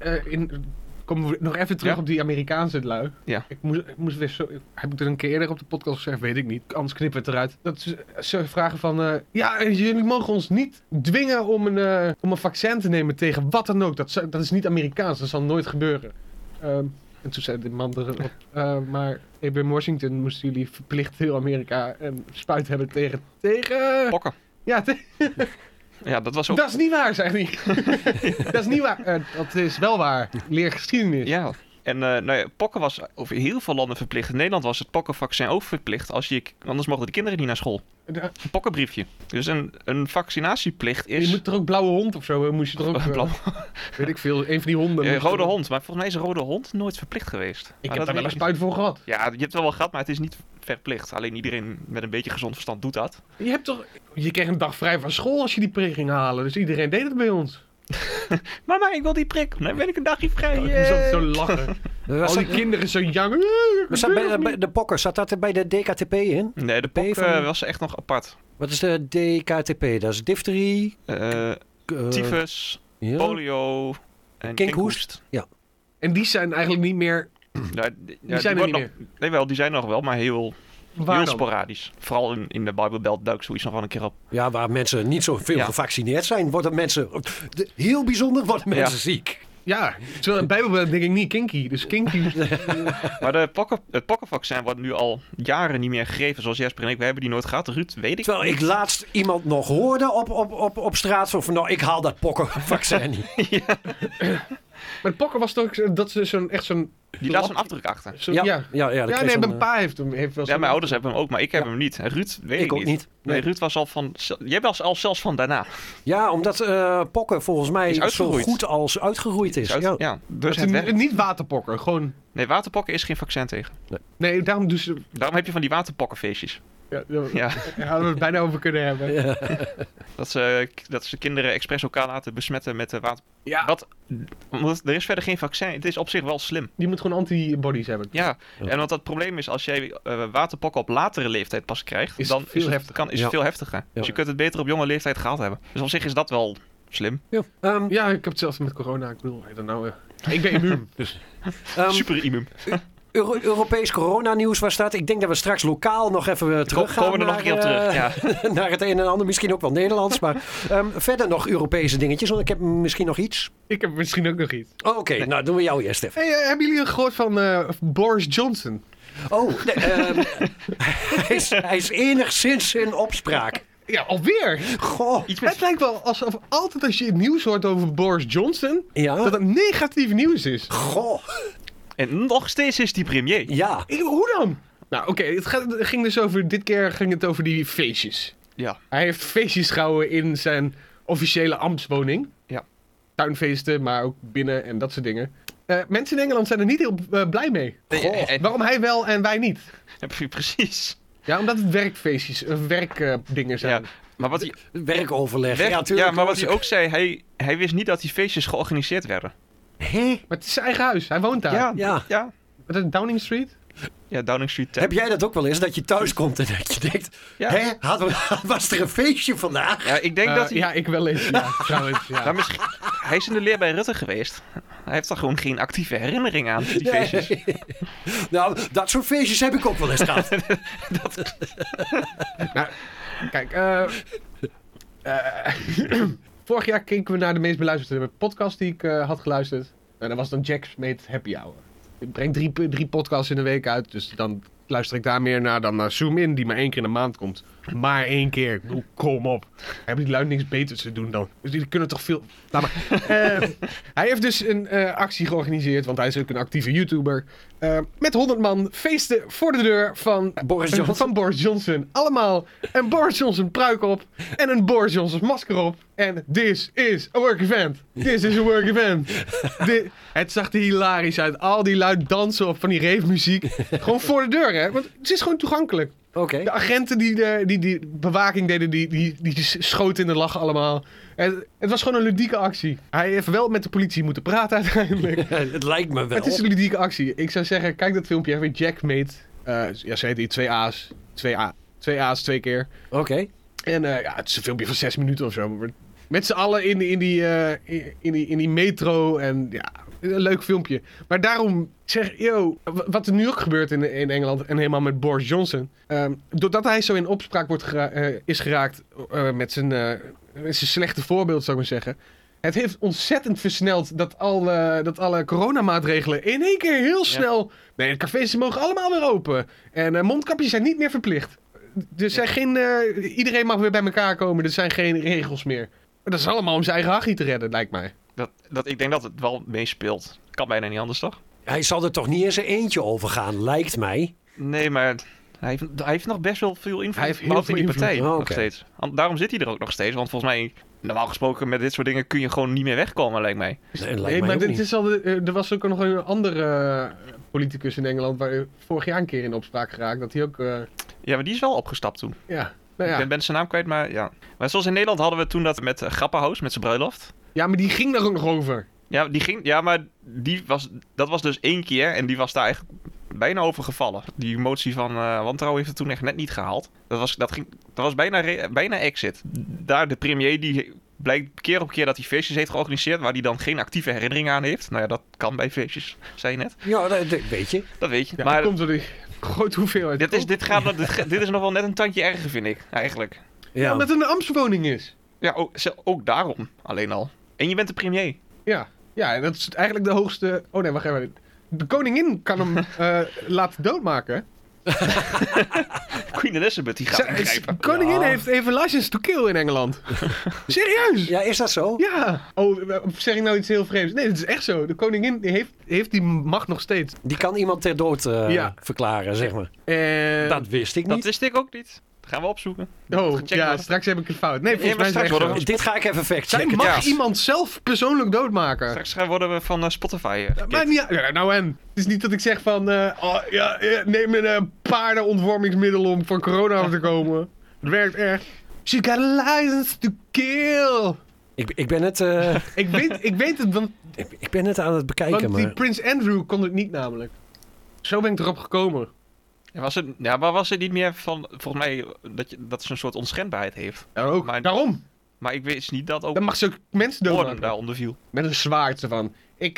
S4: kom nog even terug op die Amerikaanse lui.
S3: Ja.
S4: Ik moest weer zo... Heb ik het een keer eerder op de podcast gezegd? Weet ik niet. Anders knippen we het eruit. Dat ze vragen van... jullie mogen ons niet dwingen om een vaccin te nemen tegen wat dan ook. Dat is niet Amerikaans. Dat zal nooit gebeuren. En toen zei de man erop... maar Abraham Washington moesten jullie verplicht heel Amerika een spuit hebben tegen...
S3: pokken.
S4: Ja,
S3: Ja, dat was ook...
S4: dat is niet waar, zei hij. Dat is niet waar. Dat is wel waar. Leer geschiedenis.
S3: Ja. En pokken was over heel veel landen verplicht. In Nederland was het pokkenvaccin ook verplicht. Anders mochten de kinderen niet naar school. Een pokkenbriefje. Dus een vaccinatieplicht is...
S4: Je moet er ook blauwe hond of zo. Moest je er ook...
S3: Blauw.
S4: Weet ik veel. Een van die honden.
S3: Rode hond. Maar volgens mij is een rode hond nooit verplicht geweest.
S4: Ik
S3: Maar
S4: heb
S3: dat
S4: daar wel
S3: weet
S4: een
S3: ik
S4: spuit voor gehad.
S3: niet. Ja, je hebt het wel gehad, maar het is niet verplicht. Alleen iedereen met een beetje gezond verstand doet dat.
S4: Je kreeg een dag vrij van school als je die prik ging halen. Dus iedereen deed het bij ons.
S3: Mama, ik wil die prik. Dan ben ik een dagje vrij.
S4: Ik moest altijd zo lachen. Al die kinderen zo jang.
S5: Bij de pokken, zat dat er bij de DKTP in?
S3: Nee, de pok was echt nog apart.
S5: Wat is de DKTP? Dat is difterie,
S3: Tyfus,
S5: ja.
S3: polio en kinkhoest.
S5: Ja.
S4: En die zijn eigenlijk niet meer...
S3: Die
S4: zijn er niet meer.
S3: Nee, wel, die zijn nog wel, maar heel
S4: Waar dan?
S3: sporadisch. Vooral in de Bible Belt duikt zoiets nog wel een keer op.
S5: Ja, waar mensen niet zoveel gevaccineerd zijn, worden mensen... Heel bijzonder worden mensen ziek.
S4: Ja, terwijl in Bijbel denk ik niet kinky. Dus kinky...
S3: Maar het pokkenvaccin wordt nu al jaren niet meer gegeven. Zoals Jesper en ik, we hebben die nooit gehad. Ruud, weet ik
S5: Terwijl ik laatst iemand nog hoorde op straat. Zo van, nou, ik haal dat pokkenvaccin niet.
S4: Maar het pokken was toch dat ze echt zo'n...
S3: Die laat zo'n afdruk achter.
S4: Mijn pa heeft wel
S3: Ja,
S4: zo'n...
S3: mijn ouders hebben hem ook, maar ik heb hem niet. En Ruud, weet ik
S5: ook niet.
S3: Nee, Ruud was al van... Jij was al zelfs van daarna.
S5: Ja, omdat pokken volgens mij zo goed als uitgeroeid is.
S3: Dus
S4: niet waterpokken, gewoon...
S3: Nee, waterpokken is geen vaccin tegen.
S4: Nee, daarom dus...
S3: Daarom heb je van die waterpokkenfeestjes.
S4: Ja, daar hadden we het bijna over kunnen hebben.
S5: Ja.
S3: Dat ze kinderen expres elkaar laten besmetten met water.
S4: Ja.
S3: Er is verder geen vaccin. Het is op zich wel slim.
S4: Je moet gewoon antibodies hebben.
S3: Ja, en want het probleem is als jij waterpokken op latere leeftijd pas krijgt, dan is het veel heftiger. Dus je kunt het beter op jonge leeftijd gehad hebben. Dus op zich is dat wel slim.
S4: Ja, ik heb het zelfs met corona. Ik bedoel, ik ben immuun. Dus.
S3: Super immuun.
S5: Europees coronanieuws was dat. Ik denk dat we straks lokaal nog even terug gaan.
S3: Komen we er nog een keer op terug. Ja.
S5: Naar het een en ander. Misschien ook wel Nederlands. Maar verder nog Europese dingetjes. Want ik heb misschien nog iets.
S4: Ik heb misschien ook nog iets.
S5: Oké, nou doen we jou eerst even.
S4: Hey, hebben jullie gehoord van Boris Johnson?
S5: Oh, hij is enigszins in opspraak.
S4: Ja, alweer.
S5: Goh.
S4: Het lijkt wel alsof altijd als je het nieuws hoort over Boris Johnson...
S5: Ja?
S4: dat het negatief nieuws is.
S5: Goh.
S3: En nog steeds is die premier.
S5: Ja.
S4: Hoe dan? Nou, oké, ging dus over... Dit keer ging het over die feestjes.
S3: Ja.
S4: Hij heeft feestjes gehouden in zijn officiële ambtswoning.
S3: Ja.
S4: Tuinfeesten, maar ook binnen en dat soort dingen. Mensen in Engeland zijn er niet heel blij mee. Waarom hij wel en wij niet?
S3: Ja, precies.
S4: Ja, omdat het werkfeestjes, werkdingen zijn.
S3: Ja, maar wat hij...
S5: Werkoverleg.
S3: Ja, maar wat hij ook zei, hij wist niet dat die feestjes georganiseerd werden.
S5: Hè?
S4: Maar het is zijn eigen huis, hij woont daar.
S5: Ja.
S4: Wat is het, Downing Street?
S3: Ja, Downing Street 10.
S5: Heb jij dat ook wel eens, dat je thuis komt en dat je denkt...
S3: Ja.
S5: Hè, was er een feestje vandaag?
S3: Ja, ik denk dat hij...
S4: Ja, ik wel eens. Ja, trouwens, ja.
S3: Maar hij is in de leer bij Rutte geweest. Hij heeft er gewoon geen actieve herinnering aan, die feestjes.
S5: Nou, dat soort feestjes heb ik ook wel eens gehad.
S4: Nou, kijk, vorig jaar keken we naar de meest beluisterde podcast die ik had geluisterd. En dat was dan Jack's Made Happy Hour. Ik breng drie podcasts in de week uit, dus dan luister ik daar meer naar dan naar Zoom In, die maar 1 keer in de maand komt. Maar 1 keer. Kom op. Hebben die lui niks beters te doen dan? Dus die kunnen toch veel... Nou, maar, hij heeft dus een actie georganiseerd, want hij is ook een actieve YouTuber. Met 100 man feesten voor de deur van Boris Johnson. Allemaal een Boris Johnson pruik op en een Boris Johnson masker op. En this is a work event. This is a work event. Het zag er hilarisch uit. Al die lui dansen op van die rave muziek. Gewoon voor de deur, hè? Want het is gewoon toegankelijk.
S5: Okay.
S4: De agenten die bewaking deden, die schoten in de lach allemaal. Het was gewoon een ludieke actie. Hij heeft wel met de politie moeten praten uiteindelijk.
S5: Het lijkt me wel.
S4: Het is een ludieke actie. Ik zou zeggen, kijk dat filmpje even. Jack Made. Ze heet die 2 A's. 2 A's 2 keer.
S5: Oké.
S4: En het is een filmpje van 6 minuten of zo. Maar met z'n allen in die metro. En ja, een leuk filmpje. Maar daarom zeg wat er nu ook gebeurt in Engeland en helemaal met Boris Johnson. Doordat hij zo in opspraak is geraakt met zijn slechte voorbeeld, zou ik maar zeggen. Het heeft ontzettend versneld dat alle coronamaatregelen in één keer heel snel... Nee, de cafés mogen allemaal weer open. En mondkapjes zijn niet meer verplicht. Er zijn iedereen mag weer bij elkaar komen. Er zijn geen regels meer. Maar dat is allemaal om zijn eigen hachie te redden, lijkt mij.
S3: Ik denk dat het wel meespeelt. Kan bijna niet anders, toch?
S5: Hij zal er toch niet in zijn eentje overgaan, lijkt mij.
S3: Nee, maar hij heeft nog best wel veel invloed.
S4: Hij heeft heel veel
S3: in die partij
S5: invloed.
S3: nog steeds. Daarom zit hij er ook nog steeds. Want volgens mij, normaal gesproken met dit soort dingen kun je gewoon niet meer wegkomen, lijkt mij.
S5: Nee, maar
S4: dit is er was ook nog een andere politicus in Engeland waar vorig jaar een keer in opspraak geraakt. Dat hij ook...
S3: Ja, maar die is wel opgestapt toen.
S4: Ja. Nou ja.
S3: Ik ben zijn naam kwijt, maar ja. Maar zoals in Nederland hadden we toen dat met Grappenhaus, met zijn bruiloft.
S4: Ja, maar die ging daar ook nog over.
S3: Ja, maar dat was dus 1 keer en die was daar eigenlijk bijna over gevallen. Die motie van wantrouwen heeft het toen echt net niet gehaald. Dat was bijna exit. Daar de premier die blijkt keer op keer dat hij feestjes heeft georganiseerd waar hij dan geen actieve herinnering aan heeft. Nou ja, dat kan bij feestjes, zei je net.
S5: Ja, dat weet je.
S3: Dat weet je.
S4: Ja,
S3: maar
S4: dat komt door die grote hoeveelheid.
S3: Dit is nog wel net een tandje erger, vind ik, eigenlijk.
S4: Ja, omdat het een ambtswoning is.
S3: Ja, ook daarom alleen al. En je bent de premier.
S4: Ja, dat is eigenlijk de hoogste... Oh nee, wacht even. De koningin kan hem laten doodmaken.
S3: Queen Elizabeth, die gaat ingrijpen.
S4: De koningin heeft even license to kill in Engeland. Serieus?
S5: Ja, is dat zo?
S4: Ja. Oh, zeg ik nou iets heel vreemds? Nee, dat is echt zo. De koningin heeft die macht nog steeds.
S5: Die kan iemand ter dood verklaren, zeg maar. Dat wist ik niet.
S3: Dat wist ik ook niet. Dat gaan we opzoeken.
S4: Oh, ja, straks heb ik een fout. Nee, volgens mij is het echt zo.
S5: Dit ga ik even factchecken.
S4: Zij mag iemand zelf persoonlijk doodmaken.
S3: Straks worden we van Spotify
S4: maar nou en. Het is niet dat ik zeg van... neem een paardenontwormingsmiddel om van corona af te komen. Het werkt echt. She got a license to kill.
S5: Ik ben het...
S4: Ik weet het, want...
S5: Ik ben het aan het bekijken,
S4: want die Prins Andrew kon het niet namelijk. Zo ben ik erop gekomen.
S3: Maar was het niet meer van... Volgens mij dat ze een soort onschendbaarheid heeft.
S4: Ja, ook. Maar, daarom.
S3: Maar ik wist niet dat ook...
S4: Dan mag ze ook mensen doodmaken.
S3: daaronder viel.
S4: Met een zwaard van...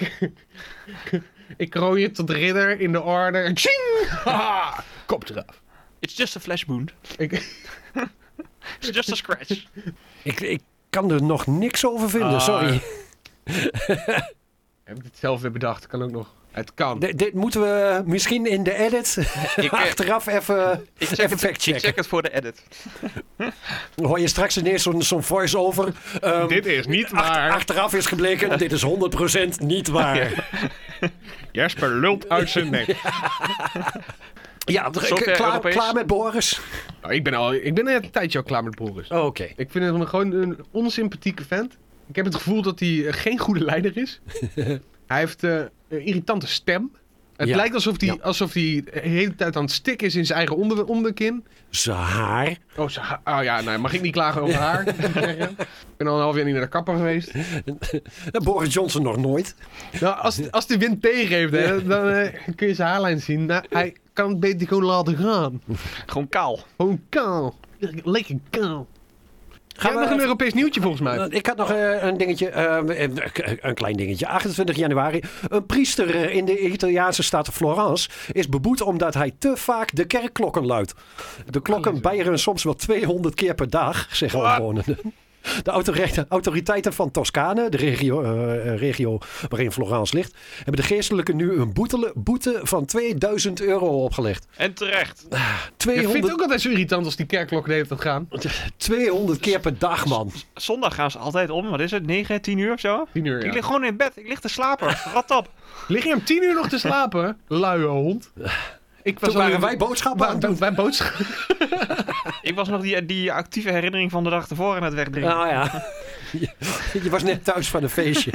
S4: Ik kroon je tot ridder in de orde. Kop eraf.
S3: It's just a flesh wound. It's just a scratch.
S5: Ik kan er nog niks over vinden, sorry.
S4: Heb ik het zelf weer bedacht? Kan ook nog. Het kan.
S5: Dit moeten we misschien in de edit achteraf even factchecken.
S3: Ik check het voor de edit.
S5: Dan hoor je straks ineens zo'n voice-over.
S4: Dit is niet waar.
S5: Achteraf is gebleken, dit is 100% niet waar.
S4: Jesper lult uit zijn nek.
S5: Ja, klaar met Boris?
S4: Nou, ik ben een tijdje al klaar met Boris.
S5: Oh, oké.
S4: Ik vind hem gewoon een onsympathieke vent. Ik heb het gevoel dat hij geen goede leider is. Hij heeft een irritante stem. Het lijkt alsof hij de hele tijd aan het stikken is in zijn eigen onderkin.
S5: Zijn haar.
S4: Mag ik niet klagen over haar? Ik ben al een half jaar niet naar de kapper geweest.
S5: Boris Johnson nog nooit.
S4: Nou, als de wind tegengeeft, dan kun je zijn haarlijn zien. Nou, hij kan het beter gewoon laten gaan.
S3: Gewoon kaal.
S4: Gewoon kaal. Lekker kaal. Gaan we nog een Europees nieuwtje volgens mij?
S5: Ik had nog een dingetje, een klein dingetje. 28 januari. Een priester in de Italiaanse stad Florence is beboet omdat hij te vaak de kerkklokken luidt. De klokken bijeren soms wel 200 keer per dag, zeggen omwonenden. De autoriteiten van Toscane, de regio waarin Florence ligt, hebben de geestelijke nu een boete van €2000 opgelegd.
S3: En terecht.
S4: 200... Ik vind het ook altijd zo irritant als die kerkklok de hele tijd gaan.
S5: 200 keer per dag, man.
S3: Zondag gaan ze altijd om. Wat is het? 9, 10 uur of zo?
S4: 10 uur, ja.
S3: Ik lig gewoon in bed. Ik lig te slapen. Rat op.
S4: Lig je om 10 uur nog te slapen? Luie hond.
S5: Toen waren wij boodschappen aan het doen.
S4: Wij boodschappen.
S3: Ik was nog die actieve herinnering van de dag ervoor aan het wegdrinken.
S5: Nou ja. Je was net thuis van een feestje.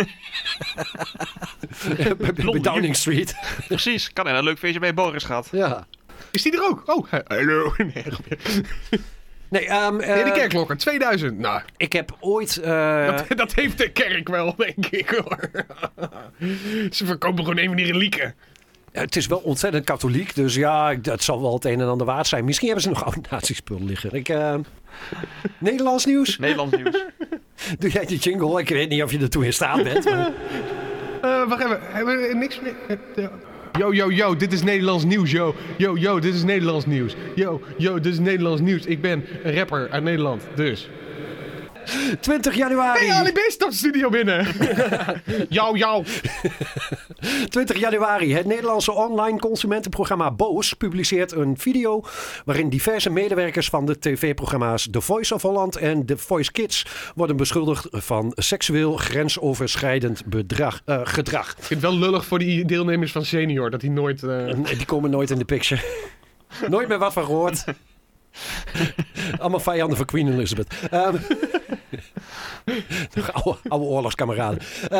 S5: Bij Downing Street.
S3: Precies. Kan een leuk feestje bij Boris gehad.
S5: Ja.
S4: Is die er ook? Oh, hallo. Nee, die kerkklokken, 2000. Nou,
S5: ik heb ooit...
S4: Dat heeft de kerk wel, denk ik, hoor. Ze verkopen gewoon een van die relieken.
S5: Het is wel ontzettend katholiek, dus ja, dat zal wel het een en ander waard zijn. Misschien hebben ze nog oud nazi-spullen liggen. Nederlands nieuws?
S3: Nederlands nieuws.
S5: Doe jij die jingle? Ik weet niet of je ertoe in staat bent. Maar...
S4: Wacht even. Hebben we niks meer? Yo, dit is Nederlands nieuws, yo, dit is Nederlands nieuws. Yo, dit is Nederlands nieuws. Ik ben een rapper uit Nederland, dus.
S5: 20 januari.
S4: Hey, Ali B stapt de studio binnen. Yo.
S5: 20 januari. Het Nederlandse online consumentenprogramma Boos publiceert een video waarin diverse medewerkers van de tv-programma's The Voice of Holland en The Voice Kids worden beschuldigd van seksueel grensoverschrijdend gedrag.
S4: Ik vind het wel lullig voor die deelnemers van Senior, dat die nooit...
S5: Die komen nooit in de picture. Nooit meer wat van gehoord. Allemaal vijanden van Queen Elizabeth. Oude oorlogskameraden.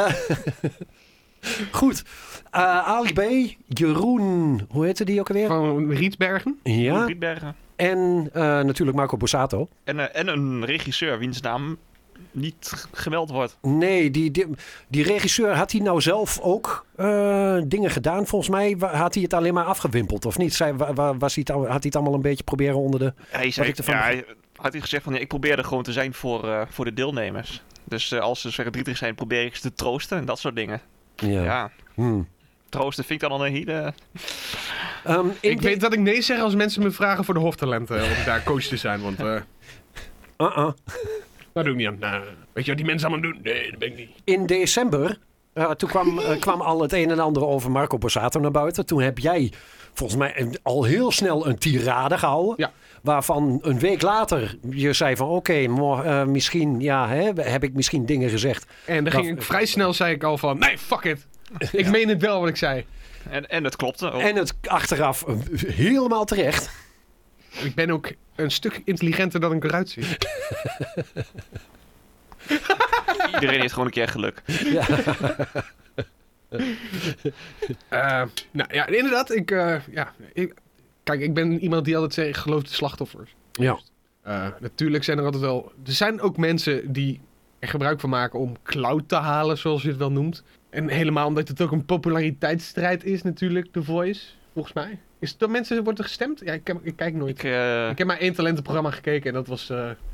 S5: Goed. Ali B, Jeroen, hoe heette die ook alweer?
S4: Van Rietsbergen.
S5: Ja.
S3: Rietbergen.
S5: En natuurlijk Marco Borsato.
S3: En een regisseur wiens naam niet gemeld wordt.
S5: Nee, die regisseur, had hij nou zelf ook dingen gedaan? Volgens mij had hij het alleen maar afgewimpeld, of niet? Had hij het allemaal een beetje proberen onder de...
S3: Hij had gezegd van, ik probeerde gewoon te zijn voor de deelnemers. Dus als ze verdrietig zijn, probeer ik ze te troosten en dat soort dingen.
S5: Ja.
S3: Troosten vind ik dan al een hele...
S4: Ik weet dat ik nee zeg als mensen me vragen voor de hoftalenten om daar coach te zijn, want... Dat doe ik niet aan. Nou, weet je wat die mensen allemaal doen? Nee, dat ben ik niet.
S5: In december, toen kwam al het een en ander over Marco Borsato naar buiten. Toen heb jij volgens mij al heel snel een tirade gehouden.
S4: Ja.
S5: Waarvan een week later je zei van misschien heb ik misschien dingen gezegd.
S4: En dan ging ik vrij snel, zei ik al van, nee, fuck it. Ik meen het wel wat ik zei.
S3: En het klopte ook.
S5: En het achteraf helemaal terecht.
S4: Ik ben ook een stuk intelligenter dan ik eruit zie.
S3: Iedereen heeft gewoon een keer geluk.
S5: Ja.
S4: Nou ja, inderdaad. Kijk, ik ben iemand die altijd zegt, ik geloof de slachtoffers.
S5: Ja.
S4: Natuurlijk zijn er altijd wel... Er zijn ook mensen die er gebruik van maken om clout te halen, zoals je het wel noemt. En helemaal omdat het ook een populariteitsstrijd is natuurlijk, The Voice, volgens mij. Is het door mensen wordt er gestemd? Ja, ik kijk nooit. Ik heb maar 1 talentenprogramma gekeken en dat was...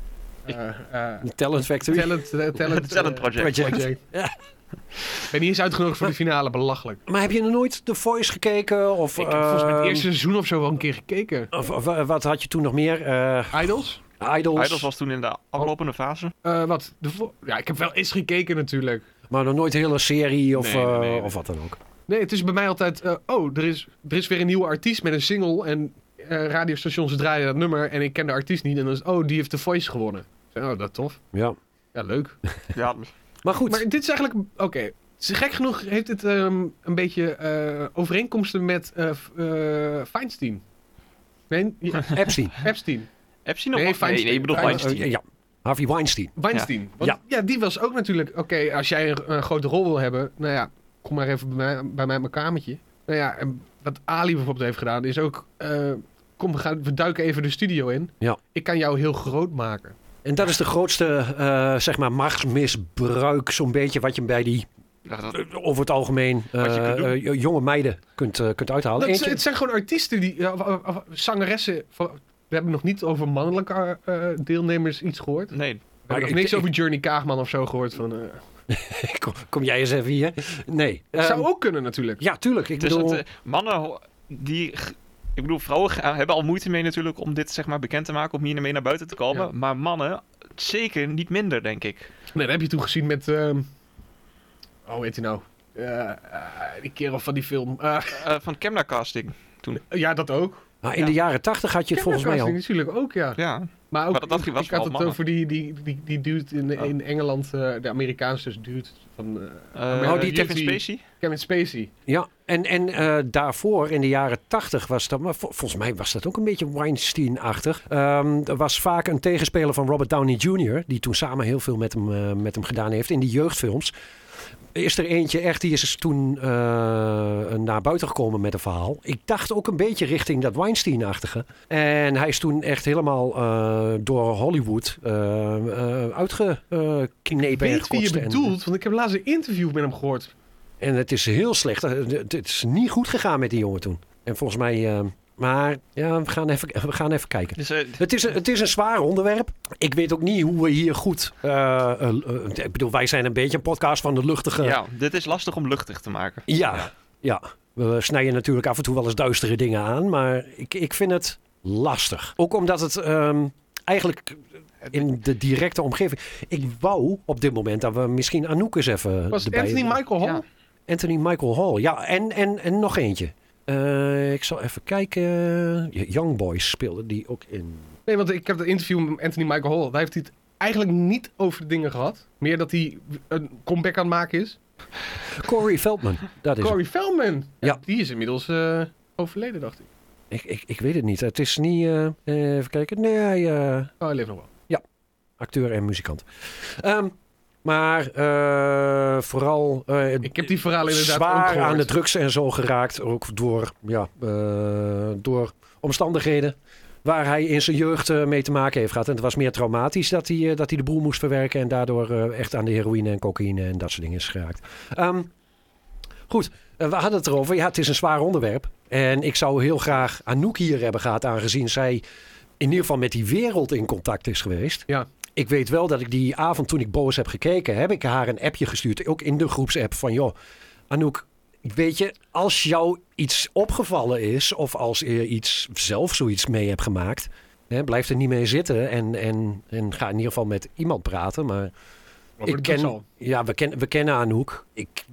S5: Talent Factory.
S3: Talent Project.
S5: Ja.
S4: Ik ben niet eens uitgenodigd voor de finale, belachelijk.
S5: Maar heb je nog nooit The Voice gekeken? Of,
S4: ik heb volgens mij het eerste seizoen of zo wel een keer gekeken.
S5: Of wat had je toen nog meer?
S4: Idols?
S3: Idols was toen in de aflopende fase.
S4: Ja, ik heb wel eens gekeken natuurlijk.
S5: Maar nog nooit een hele serie of,
S4: Nee.
S5: of wat dan ook.
S4: Nee, het is bij mij altijd... er is weer een nieuwe artiest met een single. En radiostations draaien dat nummer. En ik ken de artiest niet. En dan is die heeft The Voice gewonnen. Dat is tof.
S5: Ja.
S4: Ja, leuk.
S3: Ja.
S5: Maar goed.
S4: Maar dit is eigenlijk... Oké. Gek genoeg heeft het een beetje overeenkomsten met Feinstein. Nee? Ja.
S5: Epstein.
S3: Epstein of
S4: Nee,
S3: Feinstein? Nee, je bedoelt Weinstein.
S5: Ja. Harvey Weinstein.
S4: Weinstein. Ja, die was ook natuurlijk... Oké, als jij een grote rol wil hebben... Nou ja, kom maar even bij mij in mijn kamertje. Nou ja, en wat Ali bijvoorbeeld heeft gedaan... is ook... Kom, we duiken even de studio in.
S5: Ja.
S4: Ik kan jou heel groot maken.
S5: En dat is de grootste, zeg maar, machtsmisbruik... zo'n beetje wat je bij die... over het algemeen jonge meiden kunt uithalen.
S4: Het zijn gewoon artiesten die... zangeressen... We hebben nog niet over mannelijke deelnemers iets gehoord.
S3: Nee.
S4: We hebben nog niks over Journey Kaagman of zo gehoord. Van,
S5: Kom jij eens even hier? Nee.
S4: zou ook kunnen natuurlijk.
S5: Ja, tuurlijk. Ik bedoel...
S3: mannen die... Ik bedoel, vrouwen hebben al moeite mee natuurlijk om dit zeg maar bekend te maken, om hier mee naar buiten te komen. Ja. Maar mannen zeker niet minder, denk ik.
S4: Nee, dat heb je toen gezien met... hoe heet hij nou? Die kerel van die film.
S3: Van Camera Casting toen.
S4: Ja, dat ook.
S5: Maar in de jaren 80 had je het volgens mij al.
S4: Natuurlijk ook, ja. Maar ook,
S3: dat
S4: ik had het over die dude in Engeland, de Amerikaanse dude van...
S3: die Kevin Spacey?
S4: Kevin Spacey.
S5: Ja, en daarvoor in de jaren 80 was dat... Maar volgens mij was dat ook een beetje Weinstein-achtig. Er was vaak een tegenspeler van Robert Downey Jr. die toen samen heel veel met hem gedaan heeft in die jeugdfilms. Is er eentje echt, die is toen naar buiten gekomen met een verhaal. Ik dacht ook een beetje richting dat Weinstein-achtige. En hij is toen echt helemaal door Hollywood uitgeknepen.
S4: Ik weet wie je bedoelt, want ik heb laatst een interview met hem gehoord.
S5: En het is heel slecht. Het is niet goed gegaan met die jongen toen. En volgens mij... maar ja, we gaan even kijken.
S3: Dus,
S5: Het is een zwaar onderwerp. Ik weet ook niet hoe we hier goed... ik bedoel, wij zijn een beetje een podcast van de luchtige...
S3: Ja, dit is lastig om luchtig te maken.
S5: Ja. We snijden natuurlijk af en toe wel eens duistere dingen aan. Maar ik vind het lastig. Ook omdat het eigenlijk in de directe omgeving... Ik wou op dit moment dat we misschien Anouk eens even...
S4: Was het
S5: erbij
S4: Anthony Michael Hall?
S3: Ja.
S5: Anthony Michael Hall, ja. En nog eentje. Ik zal even kijken. Young Boys speelde die ook in.
S4: Nee, want ik heb het interview met Anthony Michael Hall. Daar heeft hij het eigenlijk niet over de dingen gehad. Meer dat hij een comeback aan het maken is.
S5: Corey Feldman, dat is
S4: Corey Feldman.
S5: Ja.
S4: Die is inmiddels overleden, dacht ik.
S5: Ik weet het niet. Het is niet... even kijken. Nee,
S4: Hij leeft nog wel.
S5: acteur en muzikant. Maar vooral
S4: Ik heb die verhalen inderdaad ook
S5: zwaar
S4: gehoord.
S5: aan de drugs en zo geraakt. Ook door omstandigheden waar hij in zijn jeugd mee te maken heeft gehad. En het was meer traumatisch dat hij de boel moest verwerken. En daardoor echt aan de heroïne en cocaïne en dat soort dingen is geraakt. Goed, we hadden het erover. Ja, het is een zwaar onderwerp. En ik zou heel graag Anouk hier hebben gehad, aangezien zij in ieder geval met die wereld in contact is geweest.
S4: Ja.
S5: Ik weet wel dat ik die avond toen ik boos heb gekeken, heb ik haar een appje gestuurd. Ook in de groepsapp van, joh, Anouk, weet je, als jou iets opgevallen is of als je zelf zoiets mee hebt gemaakt, blijf er niet mee zitten en ga in ieder geval met iemand praten. Maar we kennen Anouk.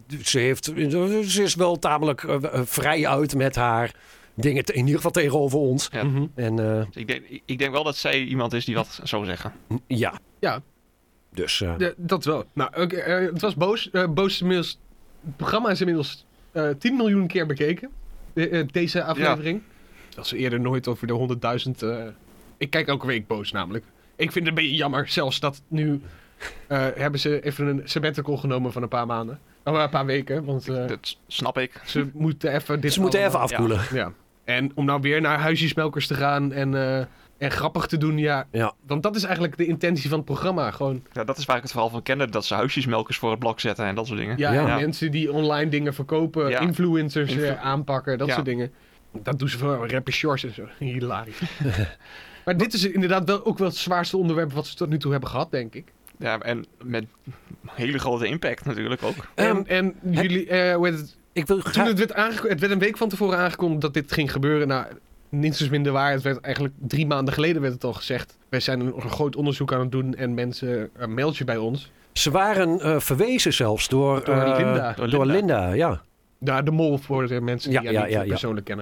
S5: Ze is wel tamelijk vrij uit met haar dingen, in ieder geval tegenover ons.
S3: Ja.
S4: Mhm.
S5: En
S3: Ik denk wel dat zij iemand is die wat zou zeggen.
S5: ja.
S4: Ja.
S5: Dus
S4: Dat wel. Nou, het was boos. Boos is inmiddels... Het programma is inmiddels 10 miljoen keer bekeken. Deze aflevering. Dat ze eerder nooit over de 100.000... Ik kijk elke week boos namelijk. Ik vind het een beetje jammer. Zelfs dat nu hebben ze even een sabbatical genomen van een paar maanden. Of een paar weken. Want
S3: Dat snap ik.
S4: ze moeten even...
S5: ze moeten even afkoelen.
S4: Ja. En om nou weer naar huisjesmelkers te gaan en grappig te doen, ja. Want dat is eigenlijk de intentie van het programma. Gewoon,
S3: Ja, dat is waar ik het verhaal van kende. Dat ze huisjesmelkers voor het blok zetten en dat soort dingen.
S5: Ja.
S4: mensen die online dingen verkopen,
S3: Ja.
S4: influencers aanpakken, dat
S3: Ja.
S4: soort dingen. Dat doen ze voor rapper shorts en zo. Hilarisch. Maar dit is inderdaad wel ook wel het zwaarste onderwerp wat ze tot nu toe hebben gehad, denk ik.
S3: Ja, en met hele grote impact natuurlijk ook.
S4: En jullie, hoe heet het?
S5: Ik wil
S4: Toen
S5: graag...
S4: het werd een week van tevoren aangekondigd dat dit ging gebeuren. Nou, niets is minder waar. Het werd eigenlijk 3 maanden geleden werd het al gezegd. Wij zijn een groot onderzoek aan het doen en mensen meld je bij ons.
S5: Ze waren verwezen zelfs door
S4: Linda.
S5: Door Linda, ja.
S4: Naar de mol voor de mensen die
S5: Ja,
S4: niet persoonlijk kennen.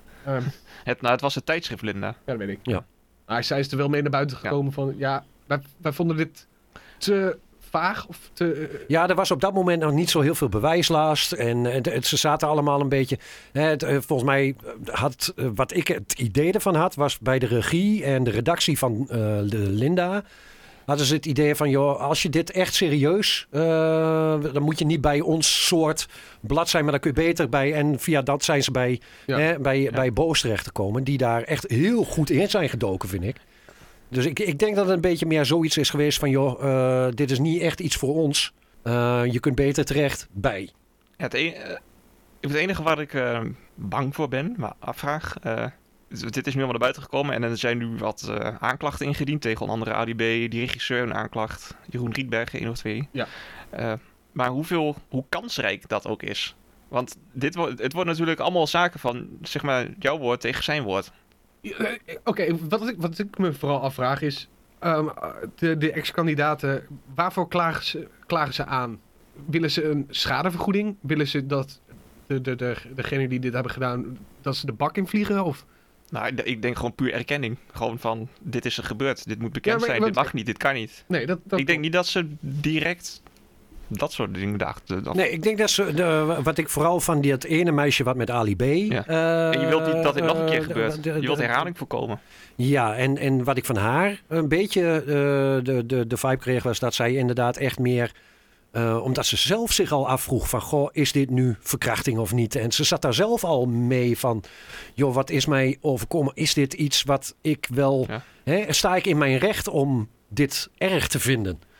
S3: Het was het tijdschrift, Linda.
S4: Ja, dat weet ik.
S5: Ja.
S4: Maar zij is er wel mee naar buiten gekomen van... Ja, wij vonden dit te vaag of te...
S5: Ja, er was op dat moment nog niet zo heel veel bewijslast. En ze zaten allemaal een beetje... volgens mij had... wat ik het idee ervan had, was bij de regie en de redactie van de Linda... hadden ze het idee van, joh, als je dit echt serieus... dan moet je niet bij ons soort blad zijn, maar dan kun je beter bij... En via dat zijn ze bij Boos terechtgekomen, die daar echt heel goed in zijn gedoken, vind ik. Dus ik denk dat het een beetje meer zoiets is geweest van, joh, dit is niet echt iets voor ons. Je kunt beter terecht bij.
S3: Ja, het enige waar ik bang voor ben, maar afvraag... dit is nu allemaal naar buiten gekomen en er zijn nu wat aanklachten ingediend tegen onder andere ADB, die regisseur een aanklacht, Jeroen Rietbergen, 1 of 2.
S4: Ja.
S3: Maar hoe kansrijk dat ook is. Want het wordt natuurlijk allemaal zaken van, zeg maar, jouw woord tegen zijn woord.
S4: Oké, wat ik me vooral afvraag is... de ex-kandidaten, waarvoor klagen ze aan? Willen ze een schadevergoeding? Willen ze dat degene die dit hebben gedaan, dat ze de bak in vliegen? Of...
S3: Nou, ik denk gewoon puur erkenning. Gewoon van, dit is er gebeurd. Dit moet bekend zijn. Dit mag niet. Dit kan niet.
S4: Nee,
S3: Ik denk niet dat ze direct dat soort dingen dachten.
S5: Nee, ik denk dat ze... wat ik vooral van dat ene meisje wat met Ali B...
S3: Ja. En je wilt niet dat dit nog een keer gebeurt. Je wilt herhaling voorkomen.
S5: Ja, en wat ik van haar een beetje de vibe kreeg... was dat zij inderdaad echt meer... omdat ze zelf zich al afvroeg van... goh, is dit nu verkrachting of niet? En ze zat daar zelf al mee van... joh, wat is mij overkomen? Is dit iets wat ik wel...
S3: Ja.
S5: Sta ik in mijn recht om dit erg te vinden?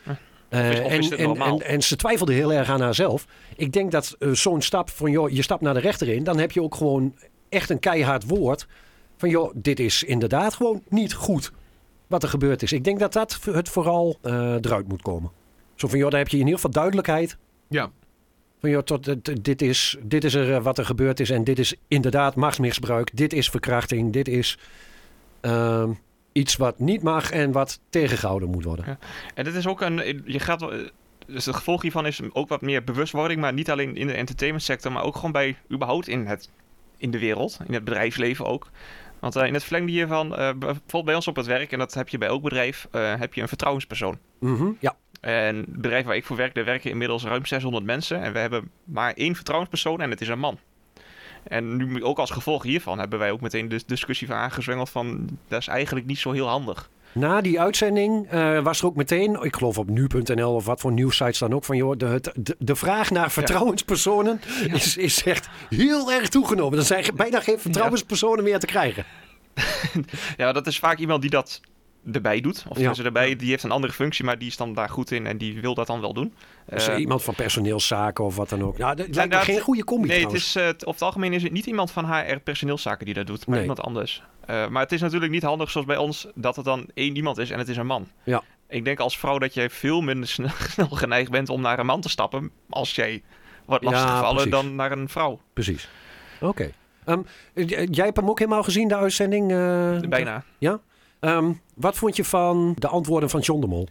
S5: En ze twijfelde heel erg aan haarzelf. Ik denk dat zo'n stap van, joh, je stapt naar de rechter in. Dan heb je ook gewoon echt een keihard woord. Van, joh, dit is inderdaad gewoon niet goed wat er gebeurd is. Ik denk dat het vooral eruit moet komen. Zo van, joh, daar heb je in ieder geval duidelijkheid.
S4: Ja.
S5: Van, joh, dit is er wat er gebeurd is. En dit is inderdaad machtsmisbruik. Dit is verkrachting. Dit is iets wat niet mag en wat tegengehouden moet worden.
S3: Ja. En dit is ook dus het gevolg hiervan is ook wat meer bewustwording. Maar niet alleen in de entertainment sector. Maar ook gewoon überhaupt in de wereld. In het bedrijfsleven ook. Want in het verlengde hiervan, bijvoorbeeld bij ons op het werk, en dat heb je bij elk bedrijf, heb je een vertrouwenspersoon.
S5: Mm-hmm, ja.
S3: En het bedrijf waar ik voor werk, daar werken inmiddels ruim 600 mensen. En we hebben maar 1 vertrouwenspersoon en het is een man. En nu ook als gevolg hiervan hebben wij ook meteen de discussie van aangezwengeld van, dat is eigenlijk niet zo heel handig.
S5: Na die uitzending was er ook meteen, ik geloof op nu.nl of wat voor nieuwsites dan ook, van joh, de vraag naar vertrouwenspersonen is echt heel erg toegenomen. Er zijn bijna geen vertrouwenspersonen meer te krijgen.
S3: Ja, dat is vaak iemand die dat erbij doet. Of erbij, die heeft een andere functie, maar die is dan daar goed in en die wil dat dan wel doen.
S5: Iemand van personeelszaken of wat dan ook. Ja, dat lijkt me geen goede combi.
S3: Nee, over het algemeen is het niet iemand van HR personeelszaken die dat doet, maar iemand anders. Maar het is natuurlijk niet handig zoals bij ons dat het dan 1 iemand is en het is een man. Ja. Ik denk als vrouw dat jij veel minder snel geneigd bent om naar een man te stappen als jij wordt lastiggevallen dan naar een vrouw.
S5: Precies. Oké. Jij hebt hem ook helemaal gezien, de uitzending?
S3: Bijna.
S5: Ja? Wat vond je van de antwoorden van John de Mol?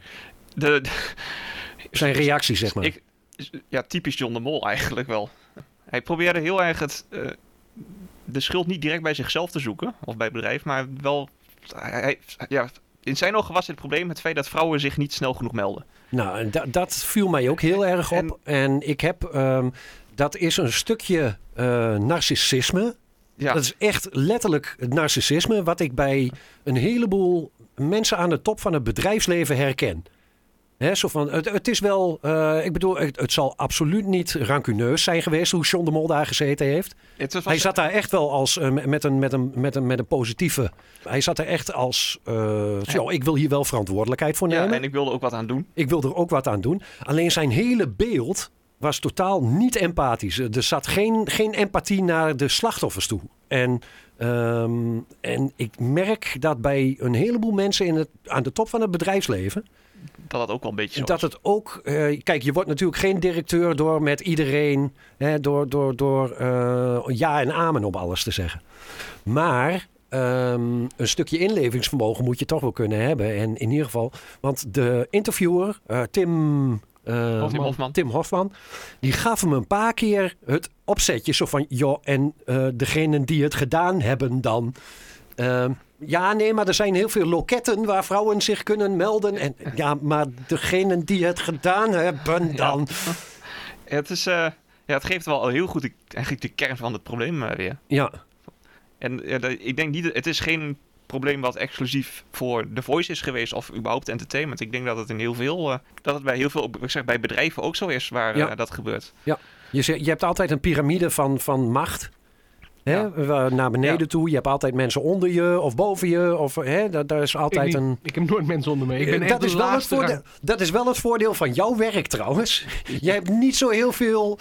S5: Zijn reactie, zeg maar.
S3: Typisch John de Mol eigenlijk wel. Hij probeerde heel erg de schuld niet direct bij zichzelf te zoeken, of bij het bedrijf, maar wel... in zijn ogen was het probleem het feit dat vrouwen zich niet snel genoeg melden. Nou,
S5: dat viel mij ook heel erg op. En ik heb... dat is een stukje narcissisme. Ja. Dat is echt letterlijk het narcissisme wat ik bij een heleboel mensen aan de top van het bedrijfsleven herken. Zo van, het is wel, ik bedoel, het zal absoluut niet rancuneus zijn geweest hoe John de Mol daar gezeten heeft. Hij zat daar echt wel als met een positieve. Hij zat er echt als, ik wil hier wel verantwoordelijkheid voor nemen.
S3: Ja, en ik wil er ook wat aan doen.
S5: Ik wil er ook wat aan doen. Alleen zijn hele beeld was totaal niet empathisch. Er zat geen empathie naar de slachtoffers toe. En ik merk dat bij een heleboel mensen aan de top van het bedrijfsleven...
S3: Dat het ook wel een beetje zo
S5: dat
S3: is.
S5: Het ook... kijk, je wordt natuurlijk geen directeur door met iedereen... door ja en amen op alles te zeggen. Maar een stukje inlevingsvermogen moet je toch wel kunnen hebben. En in ieder geval... Want de interviewer, Tim Hofman, die gaf hem een paar keer het opzetje. Zo van, joh, en degenen die het gedaan hebben dan... maar er zijn heel veel loketten waar vrouwen zich kunnen melden. En maar degenen die het gedaan hebben dan...
S3: Het is, het geeft wel heel goed eigenlijk de kern van het probleem weer. Ja. En ik denk niet, het is geen probleem wat exclusief voor The Voice is geweest of überhaupt entertainment. Ik denk dat het in heel veel, dat het bij heel veel, ik zeg bij bedrijven ook zo is waar dat gebeurt. Ja.
S5: Je hebt altijd een piramide van macht. Naar beneden toe. Je hebt altijd mensen onder je of boven je. Of, daar is altijd
S4: ik heb nooit mensen onder me. Ik ben echt
S5: dat is wel het voordeel van jouw werk trouwens. Je hebt niet zo heel veel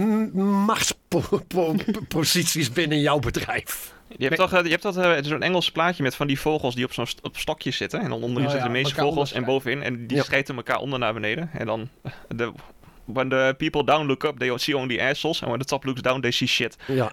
S5: machtsposities binnen jouw bedrijf.
S3: Je hebt zo'n Engels plaatje met van die vogels die op stokjes zitten. En dan onderin zitten de meeste vogels en bovenin. En die schijten elkaar onder naar beneden. En dan... When the people down look up, they see only assholes. And when the top looks down, they see shit. Ja.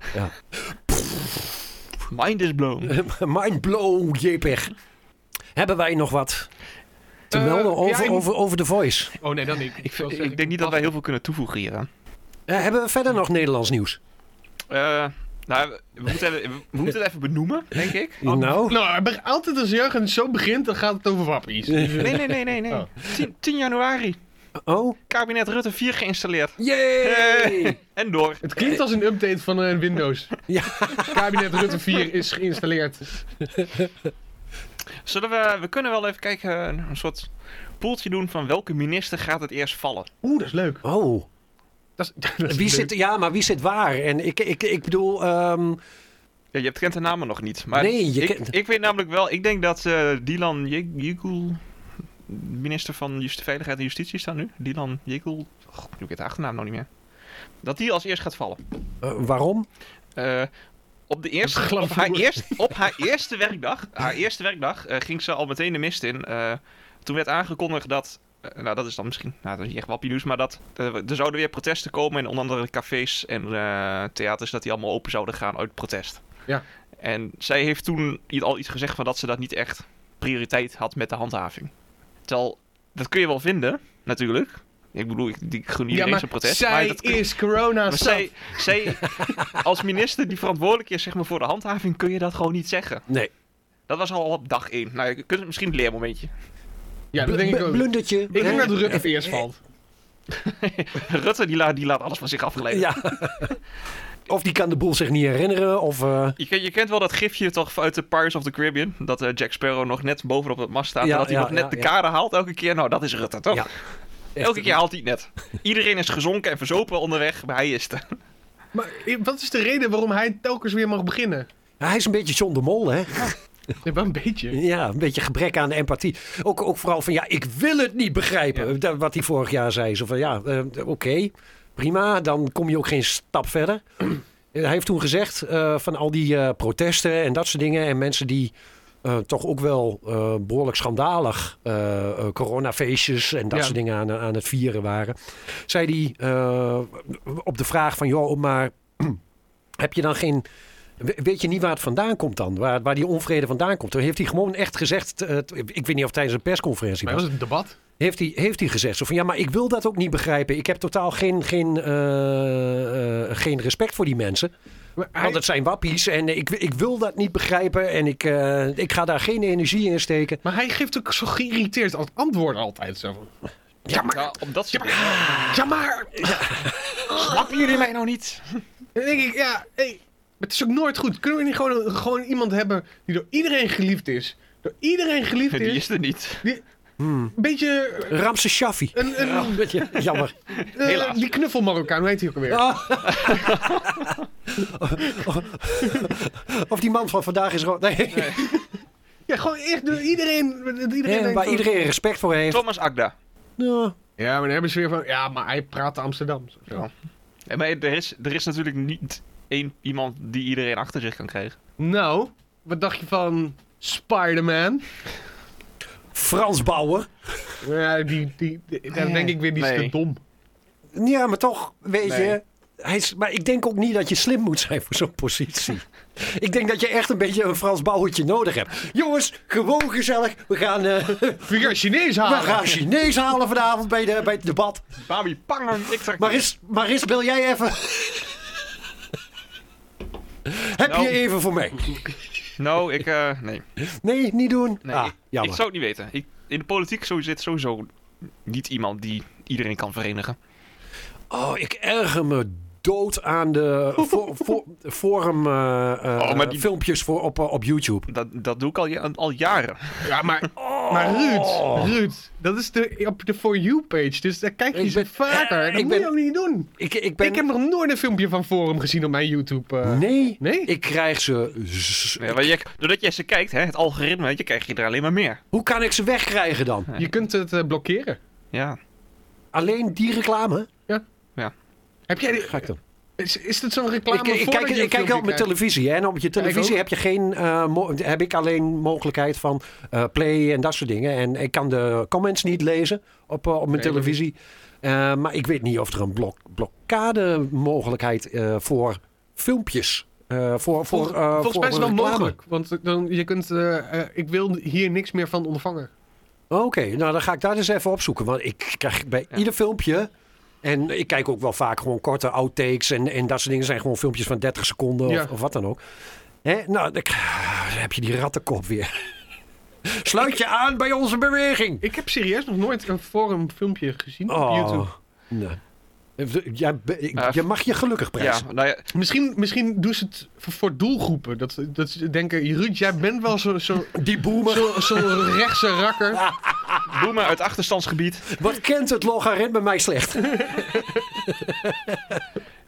S3: Mind is blown.
S5: Mind blown, jepig. Hebben wij nog wat te melden over The Voice?
S4: Oh nee, dan niet.
S3: Ik denk niet dat wij heel veel kunnen toevoegen hieraan.
S5: Hebben we verder nog Nederlands nieuws?
S3: We moeten het even benoemen, denk ik.
S4: Altijd als Jurgen zo begint, dan gaat het over wappies.
S3: Nee. Oh. 10 januari.
S5: Oh?
S3: Kabinet Rutte 4 geïnstalleerd.
S5: Yay!
S3: En door.
S4: Het klinkt als een update van Windows. Ja. Kabinet Rutte 4 is geïnstalleerd.
S3: We kunnen wel even kijken, een soort poeltje doen van welke minister gaat het eerst vallen.
S4: Dat is leuk.
S5: Oh. Dat is leuk. Wie zit waar? En ik bedoel...
S3: je kent de namen nog niet. Maar
S5: nee,
S3: ik weet namelijk wel... Ik denk dat Dylan Jegul... minister van Veiligheid en Justitie is dat nu? Dylan Jekyll. Ik weet de achternaam nog niet meer. Dat die als eerst gaat vallen.
S5: Waarom?
S3: Op haar eerste werkdag ging ze al meteen de mist in. Toen werd aangekondigd dat... dat is dan misschien dat is niet echt wappie nieuws, maar dat er zouden weer protesten komen in onder andere cafés en theaters, dat die allemaal open zouden gaan uit protest.
S4: Ja.
S3: En zij heeft toen al iets gezegd van dat ze dat niet echt prioriteit had met de handhaving. Terwijl, dat kun je wel vinden, natuurlijk. Ik bedoel, ik gun iedereen zijn protest.
S4: Zij is corona.
S3: Zij als minister die verantwoordelijk is zeg maar, voor de handhaving, kun je dat gewoon niet zeggen.
S5: Nee.
S3: Dat was al op dag 1. Nou, je kunt het misschien een leermomentje.
S4: Ja, dat denk ik ook.
S5: Blundertje.
S4: Ik denk dat Rutte eerst valt.
S3: Rutte die laat alles van zich afgeleiden.
S5: Ja. Of die kan de boel zich niet herinneren. Of,
S3: Je kent wel dat gifje toch uit de Pirates of the Caribbean. Dat Jack Sparrow nog net bovenop het mast staat. En dat hij nog net de kade haalt elke keer. Nou, dat is Rutte, toch?
S5: Ja.
S3: Elke keer haalt hij het net. Iedereen is gezonken en verzopen onderweg. Maar hij is er.
S4: Maar wat is de reden waarom hij telkens weer mag beginnen?
S5: Ja, hij is een beetje John de Mol, hè?
S4: Ja, wel een beetje.
S5: Ja, een beetje gebrek aan de empathie. Ook vooral van, ik wil het niet begrijpen. Ja. Wat hij vorig jaar zei. Zo van, oké, prima. Dan kom je ook geen stap verder. Hij heeft toen gezegd van al die protesten en dat soort dingen. En mensen die toch ook wel behoorlijk schandalig coronafeestjes en dat soort dingen aan het vieren waren. Zei hij op de vraag van, joh, maar heb je dan geen... Weet je niet waar het vandaan komt dan? Waar die onvrede vandaan komt? Toen heeft hij gewoon echt gezegd... ik weet niet of tijdens een persconferentie
S4: maar was het een debat?
S5: Heeft hij gezegd zo van... Ja, maar ik wil dat ook niet begrijpen. Ik heb totaal geen respect voor die mensen. Want het zijn wappies en ik wil dat niet begrijpen. En ik ga daar geen energie in steken.
S4: Maar hij geeft ook zo geïrriteerd als antwoord altijd zo van...
S3: Ja, maar... op dat soort Snappen jullie mij nou niet?
S4: Dan denk ik, het is ook nooit goed. Kunnen we niet gewoon iemand hebben die door iedereen geliefd is? Die
S3: is er niet.
S4: Een beetje...
S5: Ramses Shaffi.
S4: Een
S5: beetje jammer.
S4: Die knuffel Marokkaan, hoe heet hij ook alweer?
S5: Of die man van vandaag is... Nee.
S4: Ja, gewoon echt door iedereen...
S5: waar iedereen respect voor heeft.
S3: Thomas Akda.
S5: Ja,
S4: maar dan hebben ze weer van... Ja, maar hij praat Amsterdam.
S3: Ja. Maar er is natuurlijk niet iemand die iedereen achter zich kan krijgen.
S4: Nou, wat dacht je van Spider-Man?
S5: Frans Bauer.
S4: Ja, daar denk ik weer, die is te dom.
S5: Ja, maar toch, weet je... Maar ik denk ook niet dat je slim moet zijn voor zo'n positie. Ik denk dat je echt een beetje een Frans Bauertje nodig hebt. Jongens, gewoon gezellig. We gaan
S4: Chinees halen.
S5: We gaan Chinees halen vanavond bij het debat.
S3: Babi pangen.
S5: Maris, wil jij even... Heb je even voor mij?
S3: Nou, nee.
S5: Nee, niet doen?
S3: Nee, ik zou het niet weten. In de politiek zit sowieso niet iemand die iedereen kan verenigen.
S5: Oh, ik erger me dood aan de forum filmpjes op YouTube.
S3: Dat doe ik al jaren.
S4: Ja, maar Ruud, dat is op de For You-page. Dus daar kijk je ze vaker. Dat moet je ook niet doen. Ik heb nog nooit een filmpje van Forum gezien op mijn YouTube.
S5: Nee? Ik krijg ze...
S3: Doordat jij ze kijkt, het algoritme, krijg je er alleen maar meer.
S5: Hoe kan ik ze wegkrijgen dan?
S4: Je kunt het blokkeren.
S3: Ja.
S5: Alleen die reclame?
S4: Ja. Heb jij
S5: Ga ik dan?
S4: Is het zo'n reclame?
S5: Ik kijk op mijn televisie. Hè? En op je televisie heb je heb ik alleen mogelijkheid van play en dat soort dingen. En ik kan de comments niet lezen op mijn televisie. Maar ik weet niet of er een blokkade mogelijkheid voor filmpjes. Volgens
S4: mij is het wel mogelijk. Want je kunt... ik wil hier niks meer van ontvangen.
S5: Oké, nou dan ga ik daar dus even opzoeken. Want ik krijg bij ieder filmpje... En ik kijk ook wel vaak gewoon korte outtakes en dat soort dingen. Zijn gewoon filmpjes van 30 seconden of wat dan ook. Nou, dan heb je die rattenkop weer. Sluit je aan bij onze beweging.
S4: Ik heb serieus nog nooit een forum filmpje gezien op YouTube.
S5: Nee. Je mag je gelukkig prijzen.
S3: Ja, nou ja.
S4: Misschien doen ze het voor doelgroepen. Dat ze denken, Ruud, jij bent wel zo
S5: die boomer.
S4: Zo'n rechtse rakker.
S3: Boomer uit achterstandsgebied.
S5: Wat kent het logaritme mij slecht?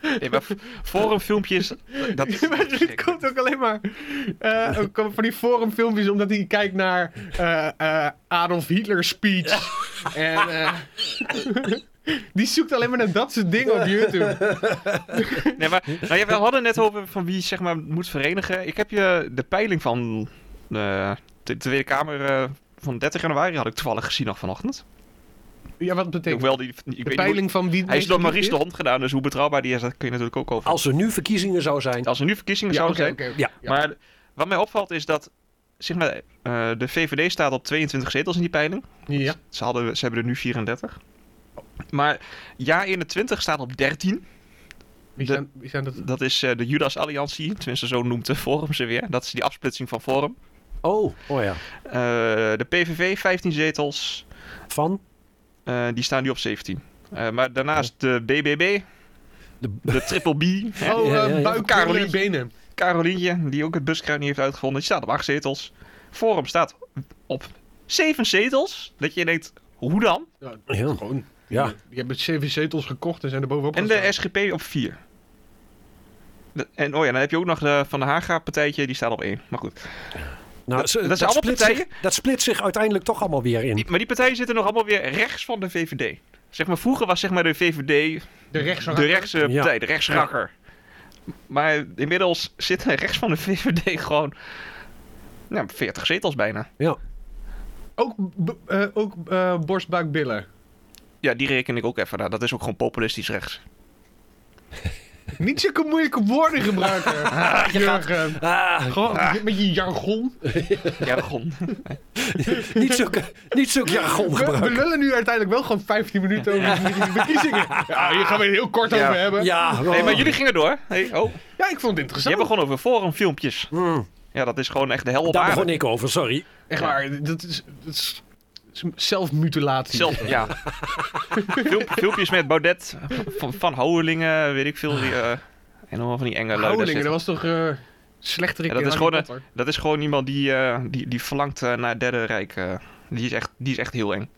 S3: Nee, maar forumfilmpjes...
S4: Het komt ook alleen maar ook van die forumfilmpjes omdat hij kijkt naar Adolf Hitler speech. En die zoekt alleen maar naar dat soort dingen op YouTube.
S3: Nee, maar we hadden net over van wie zeg maar moet verenigen. Ik heb je de peiling van de Tweede Kamer van 30 januari had ik toevallig gezien nog vanochtend.
S4: Ja, wat betekent
S3: Hoewel
S4: de peiling van wie...
S3: Hij is door Maurice de Hond gedaan, dus hoe betrouwbaar die is, dat kun je natuurlijk ook over.
S5: Als er nu verkiezingen zou zijn.
S3: Als er nu verkiezingen zouden zijn.
S4: Okay.
S5: Ja.
S3: Maar wat mij opvalt is dat zeg maar, de VVD staat op 22 zetels in die peiling.
S4: Ja.
S3: Ze hebben er nu 34. Maar Ja21 staat op 13.
S4: Wie zijn dat?
S3: Dat is de Judas Alliantie, tenminste zo noemt de Forum ze weer. Dat is die afsplitsing van Forum.
S5: Oh ja.
S3: De PVV 15 zetels.
S5: Van?
S3: Die staan nu op 17. Maar daarnaast de BBB, de Triple B.
S4: Buik,
S3: Carolientje.
S4: benen.
S3: Carolientje, die ook het buskruid niet heeft uitgevonden, die staat op 8 zetels. Forum staat op 7 zetels. Dat je denkt, hoe dan?
S4: Ja,
S5: Ja.
S4: gewoon.
S5: Ja.
S4: Die hebben 7 zetels gekocht en zijn er bovenop
S3: En de SGP op 4. En dan heb je ook nog de Van de Haga partijtje, die staat op 1. Maar goed.
S5: Nou,
S3: dat zijn allemaal partijen.
S5: Dat split zich uiteindelijk toch allemaal weer in.
S3: Maar die partijen zitten nog allemaal weer rechts van de VVD. Zeg maar, vroeger was zeg maar de VVD
S4: de rechtse
S3: partij, de rechtsrakker. Maar inmiddels zitten rechts van de VVD gewoon 40 zetels bijna.
S5: Ja.
S4: Ook borstbuik, billen.
S3: Ja, die reken ik ook even. Dat is ook gewoon populistisch rechts.
S4: Niet zulke moeilijke woorden gebruiken. Jurgen. Gewoon met je jargon.
S3: Jargon.
S5: niet zulk jargon
S4: We
S5: gebruiken.
S4: lullen nu uiteindelijk wel gewoon 15 minuten over de verkiezingen. Ja, hier gaan we het heel kort over hebben.
S5: Ja,
S3: Nee, maar jullie gingen door. Hey,
S4: Ja, ik vond het
S3: je
S4: interessant.
S3: hebt gewoon over forumfilmpjes. Ja, dat is gewoon echt de hel op
S5: Daar
S3: aarde.
S5: begon ik over, sorry.
S4: Echt waar, dat is zelfmutilatie.
S3: Ja. Filmpjes met Baudet, van Houwelingen, weet ik veel. En allemaal van die enge lui.
S4: Houwelingen, dat was toch slechterik
S3: Ja,
S4: in
S3: dat is
S4: Harry
S3: gewoon
S4: Potter?
S3: Dat is gewoon iemand die verlangt naar het Derde Rijk. Die is echt heel eng.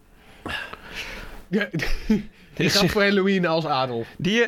S4: Ja, die gaat voor Halloween als Adolf.
S3: Nu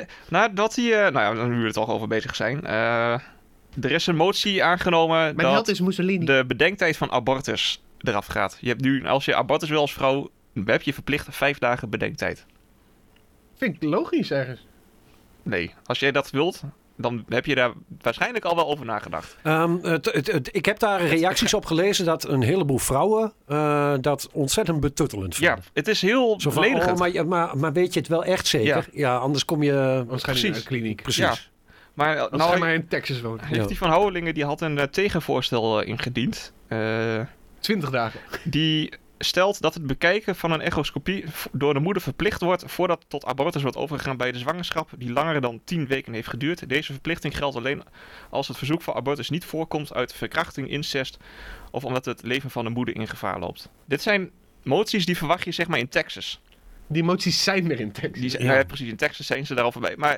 S3: we er toch over bezig zijn. Er is een motie aangenomen
S4: Mijn held
S3: dat
S4: is Mussolini.
S3: de bedenktijd van abortus eraf gaat. Je hebt nu, als je abortus wil als vrouw, heb je verplicht 5 dagen bedenktijd.
S4: Vind ik logisch ergens.
S3: Nee, als jij dat wilt, dan heb je daar waarschijnlijk al wel over nagedacht.
S5: Ik heb daar reacties op gelezen dat een heleboel vrouwen dat ontzettend betuttelend vinden.
S3: Ja, het is heel
S5: Zo van,
S3: beledigend.
S5: maar weet je het wel echt zeker? Ja, anders kom je...
S4: Waarschijnlijk
S3: Precies.
S4: naar de kliniek.
S5: Precies.
S3: Ja. Maar
S4: Als hij maar in Texas woont.
S3: heeft die van Houwelingen, die had een tegenvoorstel ingediend.
S4: 20 dagen.
S3: Die stelt dat het bekijken van een echoscopie door de moeder verplicht wordt voordat tot abortus wordt overgegaan bij de zwangerschap die langer dan 10 weken heeft geduurd. Deze verplichting geldt alleen als het verzoek voor abortus niet voorkomt uit verkrachting, incest of omdat het leven van de moeder in gevaar loopt. Dit zijn moties die verwacht je zeg maar in Texas.
S4: Die moties zijn er in Texas.
S3: Precies, in Texas zijn ze daar al voorbij. Maar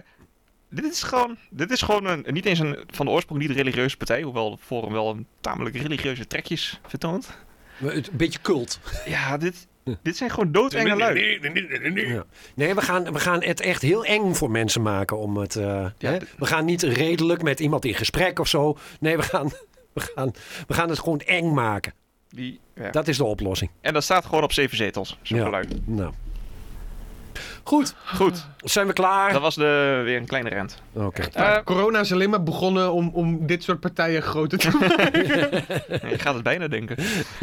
S3: dit is gewoon niet eens een van de oorsprong niet religieuze partij, hoewel Forum wel een tamelijk religieuze trekjes vertoont.
S5: Een beetje cult.
S3: Ja, dit zijn gewoon doodenge lui.
S5: Ja. Nee, we gaan het echt heel eng voor mensen maken om het... We gaan niet redelijk met iemand in gesprek of zo. Nee, we gaan het gewoon eng maken. Dat is de oplossing.
S3: En dat staat gewoon op 7 zetels. Zo lui.
S5: Nou. Goed.
S3: Goed.
S5: Zijn we klaar?
S3: Dat was weer een kleine rant.
S5: Oké.
S4: Corona is alleen maar begonnen om dit soort partijen groter te maken.
S3: Je gaat het bijna denken.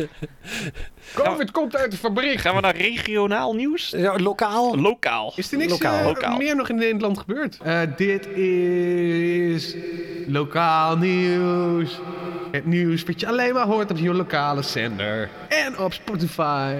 S4: COVID komt uit de fabriek.
S3: Gaan we naar regionaal nieuws?
S5: Ja, lokaal?
S3: Lokaal.
S4: Is er niks
S3: Lokaal.
S4: meer nog in Nederland gebeurd? Dit is lokaal nieuws. Het nieuws wat je alleen maar hoort op je lokale zender. En op Spotify.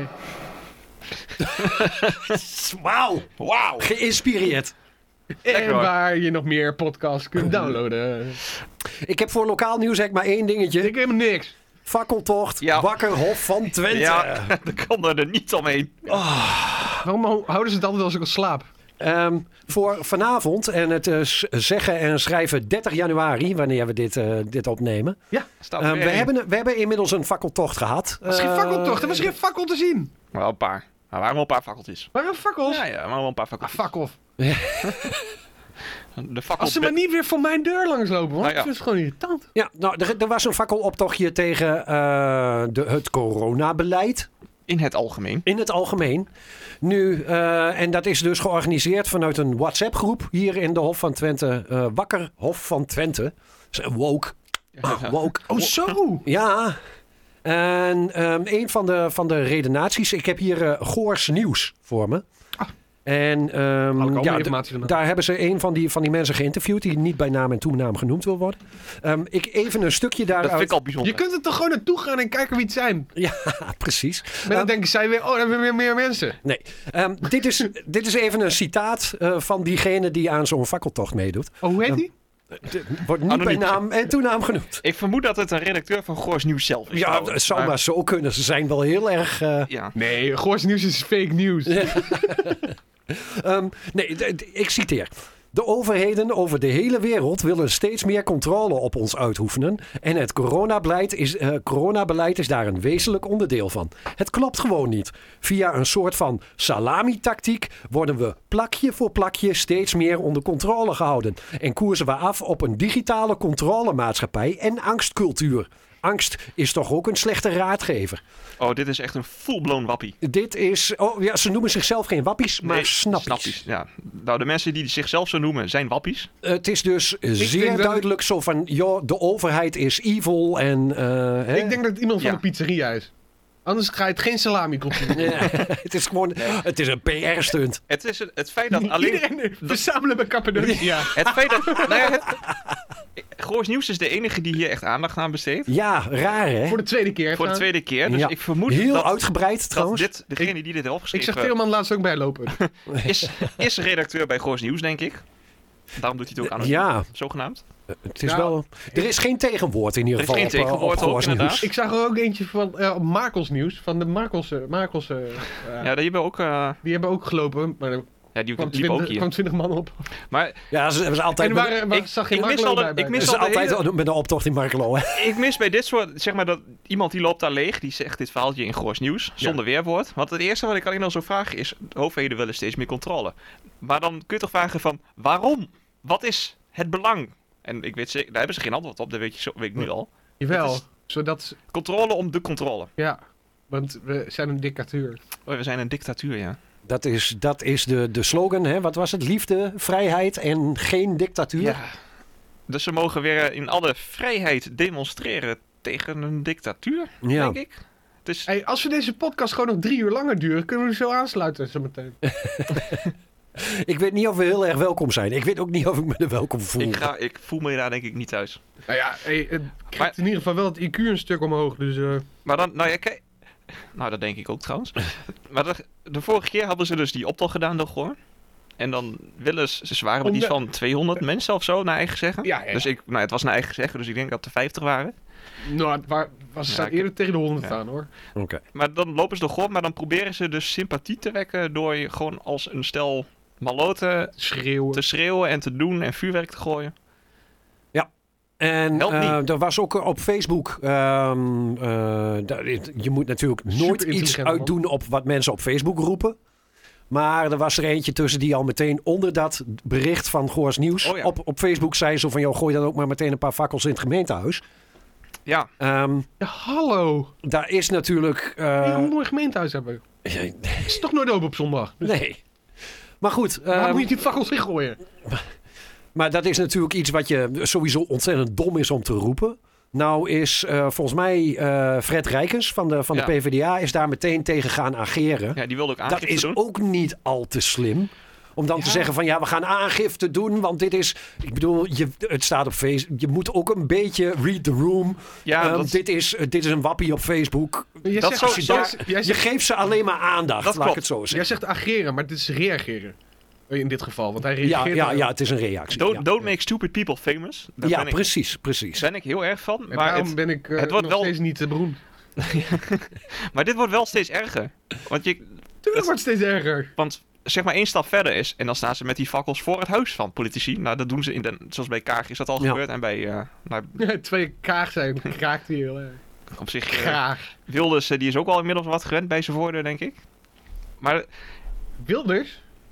S5: Wauw. Geïnspireerd.
S4: En
S3: hoor.
S4: waar je nog meer podcasts kunt downloaden.
S5: Ik heb voor lokaal nieuws eigenlijk maar één dingetje.
S4: Ik heb helemaal niks.
S5: Fakkeltocht,
S3: Ja.
S5: Wakkerhof van Twente.
S3: Ja, daar kan er niet omheen.
S4: Waarom houden ze het altijd als ik al slaap?
S5: Voor vanavond en het zeggen en schrijven 30 januari, wanneer we dit opnemen.
S4: Ja,
S3: Staat er
S5: We hebben inmiddels een fakkeltocht gehad.
S4: dat is geen fakkeltocht. Er was geen fakkel te zien.
S3: Wel een paar. Er waren wel een paar fakkeltjes.
S4: Waar een fakkels?
S3: Ja, maar wel een paar fakkeltjes.
S4: Fuck off.
S3: De fakkel...
S4: Als ze maar niet weer voor mijn deur langslopen, want ik vind het gewoon irritant.
S5: Ja, nou, er was een fakkeloptochtje tegen het coronabeleid.
S3: In het algemeen.
S5: In het algemeen. Nu, en dat is dus georganiseerd vanuit een WhatsApp-groep hier in de Hof van Twente. Wakker Hof van Twente. Woke. Woke.
S4: Oh, zo!
S5: Ja. En een van de redenaties. Ik heb hier Goors Nieuws voor me. En daar hebben ze een van die mensen geïnterviewd die niet bij naam en toenaam genoemd wil worden. Ik even een stukje daaruit.
S3: Dat vind ik al bijzonder.
S4: Je kunt er toch gewoon naartoe gaan en kijken wie het zijn.
S5: Ja, precies.
S4: Maar dan denken zij weer, dan hebben we weer meer mensen.
S5: Nee, dit is even een citaat van diegene die aan zo'n fakkeltocht meedoet.
S4: Oh, hoe heet die?
S5: Wordt niet bij naam en toenaam genoemd.
S3: Ik vermoed dat het een redecteur van Goors Nieuws zelf is.
S5: Ja, het zou maar zo kunnen. Ze zijn wel heel erg...
S3: Ja.
S4: Nee, Goors Nieuws is fake nieuws.
S5: Ik citeer. De overheden over de hele wereld willen steeds meer controle op ons uitoefenen. En het coronabeleid is daar een wezenlijk onderdeel van. Het klopt gewoon niet. Via een soort van salami-tactiek worden we plakje voor plakje steeds meer onder controle gehouden. En koersen we af op een digitale controlemaatschappij en angstcultuur. Angst is toch ook een slechte raadgever.
S3: Oh, dit is echt een full-blown wappie.
S5: Dit is... Oh ja, ze noemen zichzelf geen wappies, maar snappies.
S3: Ja. Nou, de mensen die zichzelf zo noemen, zijn wappies.
S5: Het is dus zeer duidelijk zo van... joh, de overheid is evil en...
S4: Ik denk dat het iemand van de pizzeria is. Anders ga je het geen salami-cultuur doen.
S5: Het is gewoon... Het is een PR-stunt.
S3: Het is het feit dat alleen...
S4: Iedereen verzamelen bij Cappadocia.
S3: Het feit dat... Goors Nieuws is de enige die hier echt aandacht aan besteedt.
S5: Ja, raar hè?
S4: Voor de tweede keer.
S3: Voor de tweede keer. Dus ik vermoed
S5: heel
S3: dat...
S5: uitgebreid trouwens.
S3: Degene die dit heeft opgeschreven...
S4: Ik zag Veelman laatst ook bijlopen.
S3: is redacteur bij Goors Nieuws, denk ik. Daarom doet hij het ook aan.
S5: Ja.
S3: Zogenaamd.
S5: Het is wel... Er is geen tegenwoord in ieder geval.
S3: Er is geen tegenwoord
S5: op
S3: ook, inderdaad.
S4: Ik zag er ook eentje van Markels Nieuws. Van de Markelse.
S3: Ja, die hebben ook...
S4: Die hebben ook gelopen. Maar
S3: ja, die liep ook hier.
S4: kwam 20 man op.
S3: Maar,
S5: ja, ze hebben altijd...
S4: Ik zag geen Markelo bij.
S5: Ik mis altijd met de optocht in Markelo.
S3: Ik mis bij dit soort... Zeg maar dat iemand die loopt daar leeg. Die zegt dit verhaaltje in Goors Nieuws. Zonder weerwoord. Want het eerste wat ik alleen al zo vraag is... De overheden willen steeds meer controle. Maar dan kun je toch vragen van... Waarom? Wat is het belang? En ik weet zeker... Daar hebben ze geen antwoord op. Dat weet ik nu al.
S4: Jawel. Zodat...
S3: Controle om de controle.
S4: Ja. Want we zijn een dictatuur.
S3: Oh, we zijn een dictatuur, ja.
S5: Dat is de slogan, hè? Wat was het? Liefde, vrijheid en geen dictatuur.
S3: Ja. Dus ze mogen weer in alle vrijheid demonstreren tegen een dictatuur, denk ik. Dus...
S4: Hey, als we deze podcast gewoon nog 3 uur langer duren, kunnen we zo aansluiten zometeen.
S5: Ik weet niet of we heel erg welkom zijn. Ik weet ook niet of ik me er welkom voel.
S3: Ik voel me daar denk ik niet thuis.
S4: Nou ja, het krijgt in ieder geval wel het IQ een stuk omhoog. Dus,
S3: Maar dan, nou ja, kijk... Nou, dat denk ik ook trouwens. Maar de vorige keer hadden ze dus die optocht gedaan door Goor. En dan willen ze waren met iets van 200 mensen of zo, naar eigen zeggen.
S4: Ja.
S3: Dus het was naar eigen zeggen, dus ik denk dat er 50 waren.
S4: Nou, het staat eerder tegen de 100 aan hoor.
S5: Okay.
S3: Maar dan lopen ze door Goor, maar dan proberen ze dus sympathie te wekken door je gewoon als een stel maloten te schreeuwen en te doen en vuurwerk te gooien.
S5: En er was ook op Facebook... je moet natuurlijk nooit iets uitdoen op wat mensen op Facebook roepen. Maar er was er eentje tussen die al meteen onder dat bericht van Goors Nieuws... op Facebook zei zo van... joh, gooi dan ook maar meteen een paar fakkels in het gemeentehuis.
S3: Ja.
S4: Hallo.
S5: Daar is natuurlijk...
S4: hoe moet een gemeentehuis hebben? Het is toch nooit open op zondag? Dus...
S5: Nee. Maar goed...
S4: Waar moet je die fakkels in gooien?
S5: Maar dat is natuurlijk iets wat je sowieso ontzettend dom is om te roepen. Nou is volgens mij Fred Rijkens van de PvdA is daar meteen tegen gaan ageren.
S3: Ja, die wilde ook aangifte doen.
S5: Dat is ook niet al te slim. Om dan te zeggen van we gaan aangifte doen. Want dit is... Ik bedoel, het staat op Facebook. Je moet ook een beetje read the room. Ja, dit is een wappie op Facebook. Je geeft ze alleen maar aandacht, laat ik het zo zeggen.
S4: Jij zegt ageren, maar dit is reageren. In dit geval, want hij reageert...
S5: Ja, het is een reactie.
S3: Don't make stupid people famous.
S5: Precies.
S3: Daar ben ik heel erg van.
S4: En maar daarom ben ik het wordt nog steeds niet beroemd.
S3: Maar dit wordt wel steeds erger.
S4: Tuurlijk wordt het steeds erger.
S3: Want zeg maar 1 stap verder is... en dan staan ze met die fakkels voor het huis van politici. Nou, dat doen ze zoals bij Kaag is dat al gebeurd. En bij...
S4: 2 Kaag zijn, kraakt hij heel erg.
S3: Op zich... Graag. Wilders, die is ook al inmiddels wat gewend bij zijn voordeur, denk ik. Maar...
S4: Wilders?
S3: Ja.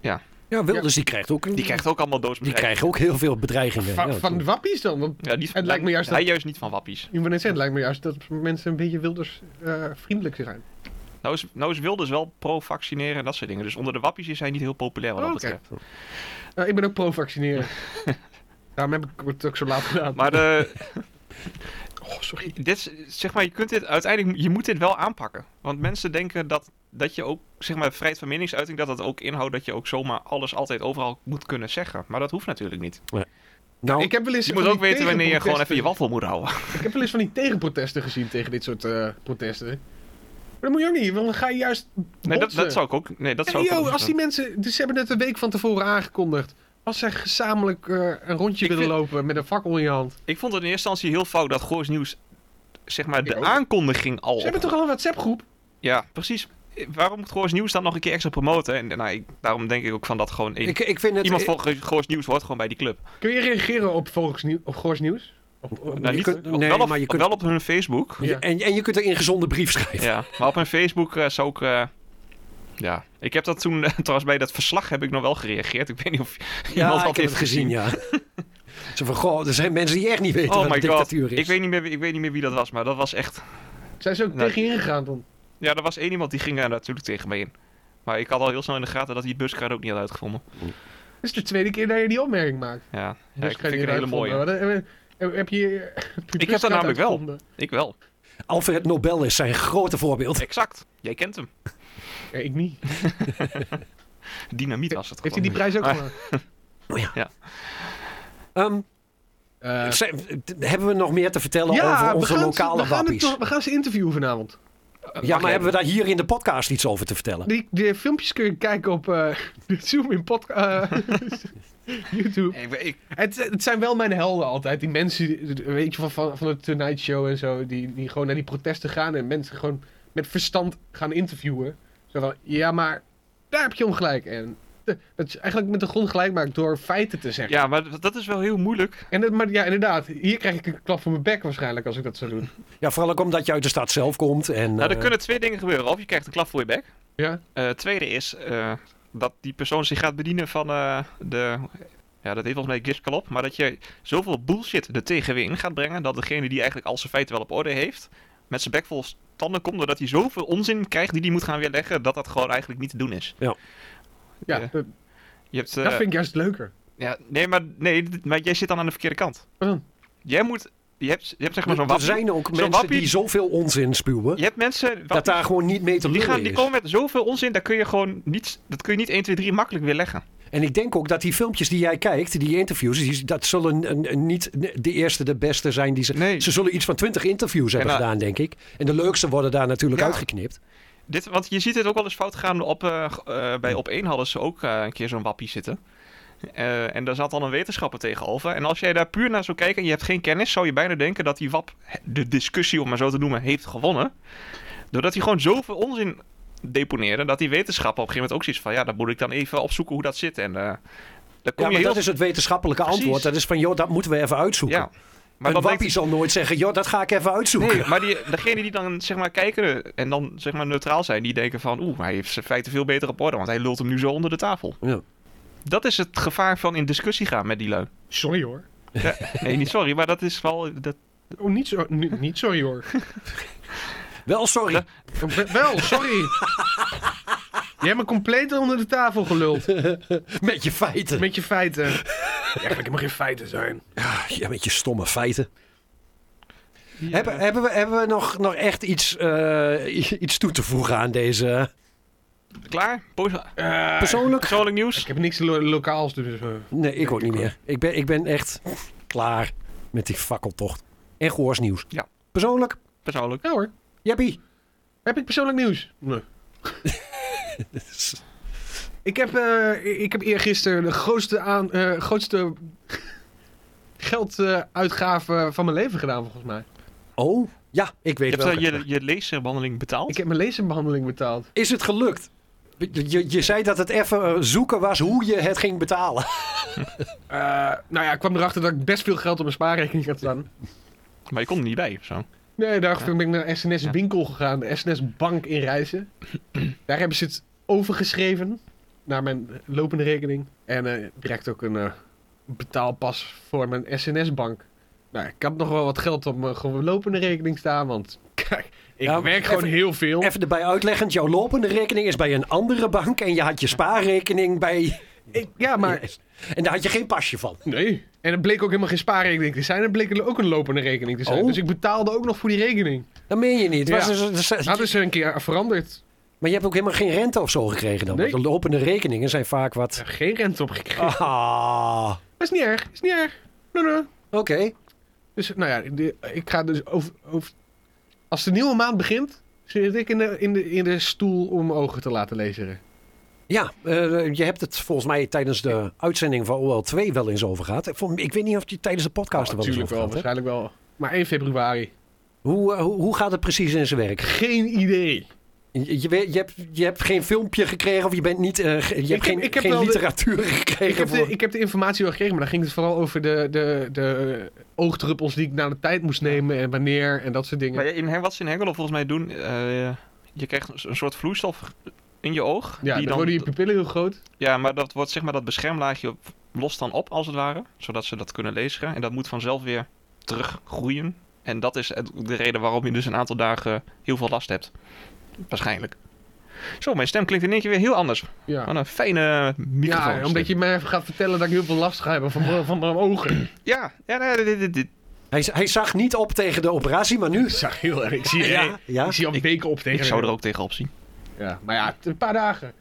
S5: Ja, Wilders die krijgt ook...
S3: Die krijgt ook allemaal
S5: Die
S3: doodsbedreigingen.
S5: krijgen ook heel veel bedreigingen.
S4: Van de wappies dan? Want
S3: Ja,
S4: het lijkt me juist
S3: hij
S4: dat...
S3: juist niet van wappies.
S4: Ik wil net zeggen, het lijkt me juist dat mensen een beetje Wilders vriendelijk zijn.
S3: Nou is Wilders wel pro-vaccineren en dat soort dingen. Dus onder de wappies is hij niet heel populair wat dat
S4: Oké.
S3: betreft.
S4: Ik ben ook pro-vaccineren. Daarom heb ik het ook zo laat gedaan.
S3: Maar
S4: sorry.
S3: zeg maar, je moet dit wel aanpakken. Want mensen denken dat je ook, zeg maar, vrijheid van meningsuiting, dat ook inhoudt dat je ook zomaar alles altijd overal moet kunnen zeggen. Maar dat hoeft natuurlijk niet.
S5: Nou,
S4: Ik heb wel eens
S3: Je
S4: van
S3: moet ook
S4: die
S3: weten wanneer je gewoon
S4: tegenprotesten-
S3: even je waffel moet houden.
S4: Ik heb wel eens van die tegenprotesten gezien tegen dit soort protesten. Maar dat moet je ook niet, want dan ga je juist
S3: Nee,
S4: botsen.
S3: dat zou ik ook. Nee, dat zou ik ook niet
S4: als die
S3: doen.
S4: mensen... Dus ze hebben het een week van tevoren aangekondigd. Als zij gezamenlijk een rondje
S3: Ik
S4: willen
S3: vind-
S4: lopen met een fakkel in je hand.
S3: Ik vond het in eerste instantie heel fout dat Goors Nieuws, zeg maar,
S4: Ik
S3: de
S4: ook.
S3: aankondiging al...
S4: Ze hebben toch al een WhatsApp-groep?
S3: Ja, precies. Waarom moet Goors Nieuws dan nog een keer extra promoten? En daarom denk ik ook van dat gewoon
S5: ik vind het...
S3: iemand van Goors Nieuws hoort gewoon bij die club.
S4: Kun je reageren op Goors Nieuws?
S3: Nou,
S5: je kunt- nee,
S3: wel,
S5: maar je kunt-
S3: wel op hun Facebook.
S4: Ja.
S5: En je kunt er in gezonde brief schrijven.
S3: Ja, maar op hun Facebook zou ik... ja, ik heb dat toen, trouwens bij dat verslag heb ik nog wel gereageerd. Ik weet niet of iemand
S5: Ja,
S3: dat
S5: ik heb
S3: heeft
S5: het gezien, ja. Zo van, goh, er zijn mensen die echt niet weten
S3: Oh
S5: wat
S3: my
S5: een
S3: god,
S5: dictatuur is.
S3: ik weet niet meer wie dat was, maar dat was echt...
S4: Zijn ze ook
S3: Nou,
S4: tegen je ingegaan dan?
S3: Ja, er was één iemand die ging daar natuurlijk tegen me in. Maar ik had al heel snel in de gaten dat hij het buskaart ook niet had uitgevonden.
S4: Dit is de tweede keer dat je die opmerking maakt.
S3: Ja,
S4: Dus
S3: ik vind het een hele mooie.
S4: Heb je
S3: Ik heb dat namelijk wel. Ik wel.
S5: Alfred Nobel is zijn grote voorbeeld.
S3: Exact. Jij kent hem.
S4: Ja, ik niet.
S3: Dynamiet was het
S4: Heeft hij
S3: gewoon.
S4: die prijs ook
S3: Ah.
S4: gemaakt?
S5: Hebben we nog meer te vertellen over onze lokale wappies?
S4: We gaan ze interviewen vanavond.
S5: Ja, maar hebben we daar hier in de podcast iets over te vertellen?
S4: Die filmpjes kun je kijken op de Zoom in podcast. YouTube. Het zijn wel mijn helden altijd. Die mensen, weet je, van de Tonight Show en zo, die gewoon naar die protesten gaan en mensen gewoon met verstand gaan interviewen. Zo van, ja, maar daar heb je ongelijk. En dat je eigenlijk met de grond gelijk maakt door feiten te zeggen.
S3: Ja, maar dat is wel heel moeilijk.
S4: Maar ja, inderdaad. Hier krijg ik een klap voor mijn bek waarschijnlijk als ik dat zou doen.
S5: Ja, vooral ook omdat je uit de stad zelf komt. En,
S3: Nou, er kunnen twee dingen gebeuren. Of je krijgt een klap voor je bek.
S4: Ja?
S3: Tweede is dat die persoon zich gaat bedienen van de... Ja, dat heet volgens mij Giskelop. Maar dat je zoveel bullshit er tegen weer in gaat brengen... dat degene die eigenlijk al zijn feiten wel op orde heeft... met zijn bek vol tanden komt... doordat hij zoveel onzin krijgt die hij moet gaan weerleggen... dat dat gewoon eigenlijk niet te doen is.
S5: Ja.
S4: Ja,
S3: Je hebt,
S4: dat vind ik juist leuker.
S3: Ja, maar jij zit dan aan de verkeerde kant.
S4: Waarom?
S3: Jij moet... Je hebt zeg maar zo'n
S5: er
S3: wappie.
S5: zijn ook
S3: Zo'n
S5: mensen
S3: wappie-
S5: die zoveel onzin spuwen...
S3: Je hebt mensen...
S5: dat daar gewoon niet mee te lullen
S3: Die
S5: is.
S3: komen met zoveel onzin, daar kun je gewoon niet... Dat kun je niet 1, 2, 3 makkelijk weerleggen.
S5: En ik denk ook dat die filmpjes die jij kijkt, die interviews... dat zullen niet de eerste, de beste zijn die ze...
S3: Nee.
S5: Ze zullen iets van 20 interviews hebben gedaan, denk ik. En de leukste worden daar natuurlijk
S3: Ja.
S5: uitgeknipt.
S3: Want je ziet het ook wel eens fout gaan bij Op1 hadden ze ook een keer zo'n wappie zitten. En daar zat dan een wetenschapper tegenover. En als jij daar puur naar zou kijken en je hebt geen kennis... zou je bijna denken dat die wap de discussie, om maar zo te noemen, heeft gewonnen. Doordat hij gewoon zoveel onzin deponeerde... dat die wetenschapper op een gegeven moment ook zoiets van... ja, dan moet ik dan even opzoeken hoe dat zit. En dan kom
S5: Ja,
S3: je
S5: maar
S3: heel...
S5: dat is het wetenschappelijke
S3: Precies.
S5: antwoord. Dat is van, joh, dat moeten we even uitzoeken.
S3: Ja.
S5: Maar
S3: Maar
S5: een
S3: dan
S5: wappie zal nooit zeggen, joh, dat ga ik even uitzoeken.
S3: Nee, maar degene die dan zeg maar kijken en dan zeg maar neutraal zijn... die denken van, hij heeft zijn feiten veel beter op orde... want hij lult hem nu zo onder de tafel.
S5: Ja.
S3: Dat is het gevaar van in discussie gaan met die lui.
S4: Sorry hoor.
S3: Ja, nee, niet sorry, maar dat is wel...
S4: Oh, niet sorry hoor.
S5: Wel, sorry.
S4: Wel, sorry. Je hebt me compleet onder de tafel geluld.
S5: Met je feiten.
S4: Met je feiten. Eigenlijk helemaal geen feiten zijn.
S5: Ja, met je stomme feiten. Ja. Hebben we nog echt iets toe te voegen aan deze...
S3: Klaar?
S5: Persoonlijk?
S3: Persoonlijk nieuws?
S4: Ik heb niks lokaals, dus...
S5: Nee, ik ook niet meer. Ik ben echt klaar met die fakkeltocht. En Goors nieuws.
S3: Ja.
S5: Persoonlijk?
S3: Persoonlijk.
S4: Ja hoor.
S5: Jeppie.
S4: Heb ik persoonlijk nieuws? Nee. Ik heb eergisteren de grootste gelduitgave van mijn leven gedaan, volgens mij.
S5: Oh, ja, ik weet
S3: Je
S5: wel.
S3: hebt je laserbehandeling betaald?
S4: Ik heb mijn laserbehandeling betaald.
S5: Is het gelukt? Je zei dat het even zoeken was hoe je het ging betalen.
S4: Nou ja, ik kwam erachter dat ik best veel geld op mijn spaarrekening had staan.
S3: Maar je kon er niet bij, of zo?
S4: Nee, daarvoor ben ik naar de SNS winkel gegaan. De SNS Bank in Rijssen. Daar hebben ze het overgeschreven. naar mijn lopende rekening. En direct ook een betaalpas voor mijn SNS-bank. Nou, ik had nog wel wat geld op mijn gewoon lopende rekening staan, want kijk, ik werk gewoon heel veel.
S5: Even erbij uitleggend, jouw lopende rekening is bij een andere bank en je had je spaarrekening bij...
S4: Maar...
S5: En daar had je geen pasje van.
S4: Nee. En het bleek ook helemaal geen spaarrekening te zijn. Het bleek ook een lopende rekening te zijn.
S5: Oh.
S4: Dus ik betaalde ook nog voor die rekening.
S5: Dat meen je niet.
S4: Ja. Dat is er een keer veranderd.
S5: Maar je hebt ook helemaal geen rente of zo gekregen dan?
S4: Nee.
S5: Want de lopende rekeningen zijn vaak wat...
S4: Ik heb geen rente opgekregen.
S5: Ah,
S4: Dat is niet erg. Is niet erg. Nee.
S5: oké.
S4: Dus nou ja, ik ga dus over... Als de nieuwe maand begint, zit ik in de stoel om mijn ogen te laten lezen.
S5: Ja, je hebt het volgens mij tijdens de uitzending van OL2 wel eens over gehad. Ik weet niet of je tijdens de podcast er wel eens over
S4: wel,
S5: gehad hebt.
S4: waarschijnlijk wel. Maar 1 februari.
S5: Hoe gaat het precies in zijn werk?
S4: Geen idee.
S5: Je hebt geen filmpje gekregen of je bent niet... je hebt geen literatuur gekregen?
S4: Ik heb de informatie wel gekregen, maar dan ging het vooral over de oogdruppels die ik na de tijd moest nemen en wanneer en dat soort dingen.
S3: Maar wat ze in Hengelo volgens mij doen, je krijgt een soort vloeistof in je oog.
S4: Ja, dan worden je pupillen heel groot.
S3: Ja, maar dat wordt zeg maar dat beschermlaagje lost dan op als het ware, zodat ze dat kunnen lezen. En dat moet vanzelf weer teruggroeien. En dat is de reden waarom je dus een aantal dagen heel veel last hebt. Waarschijnlijk. Zo, mijn stem klinkt in één keer weer heel anders.
S4: Ja.
S3: Van een fijne microfoon.
S4: Ja, omdat je mij even gaat vertellen dat ik heel veel last ga hebben van mijn ogen.
S3: Ja, dit.
S5: Hij zag niet op tegen de operatie, maar nu...
S4: Ik zag heel erg. Ik zie, ik zie al weken op tegen.
S3: Ik zou er ook tegenop zien.
S4: Ja, maar ja, een paar dagen.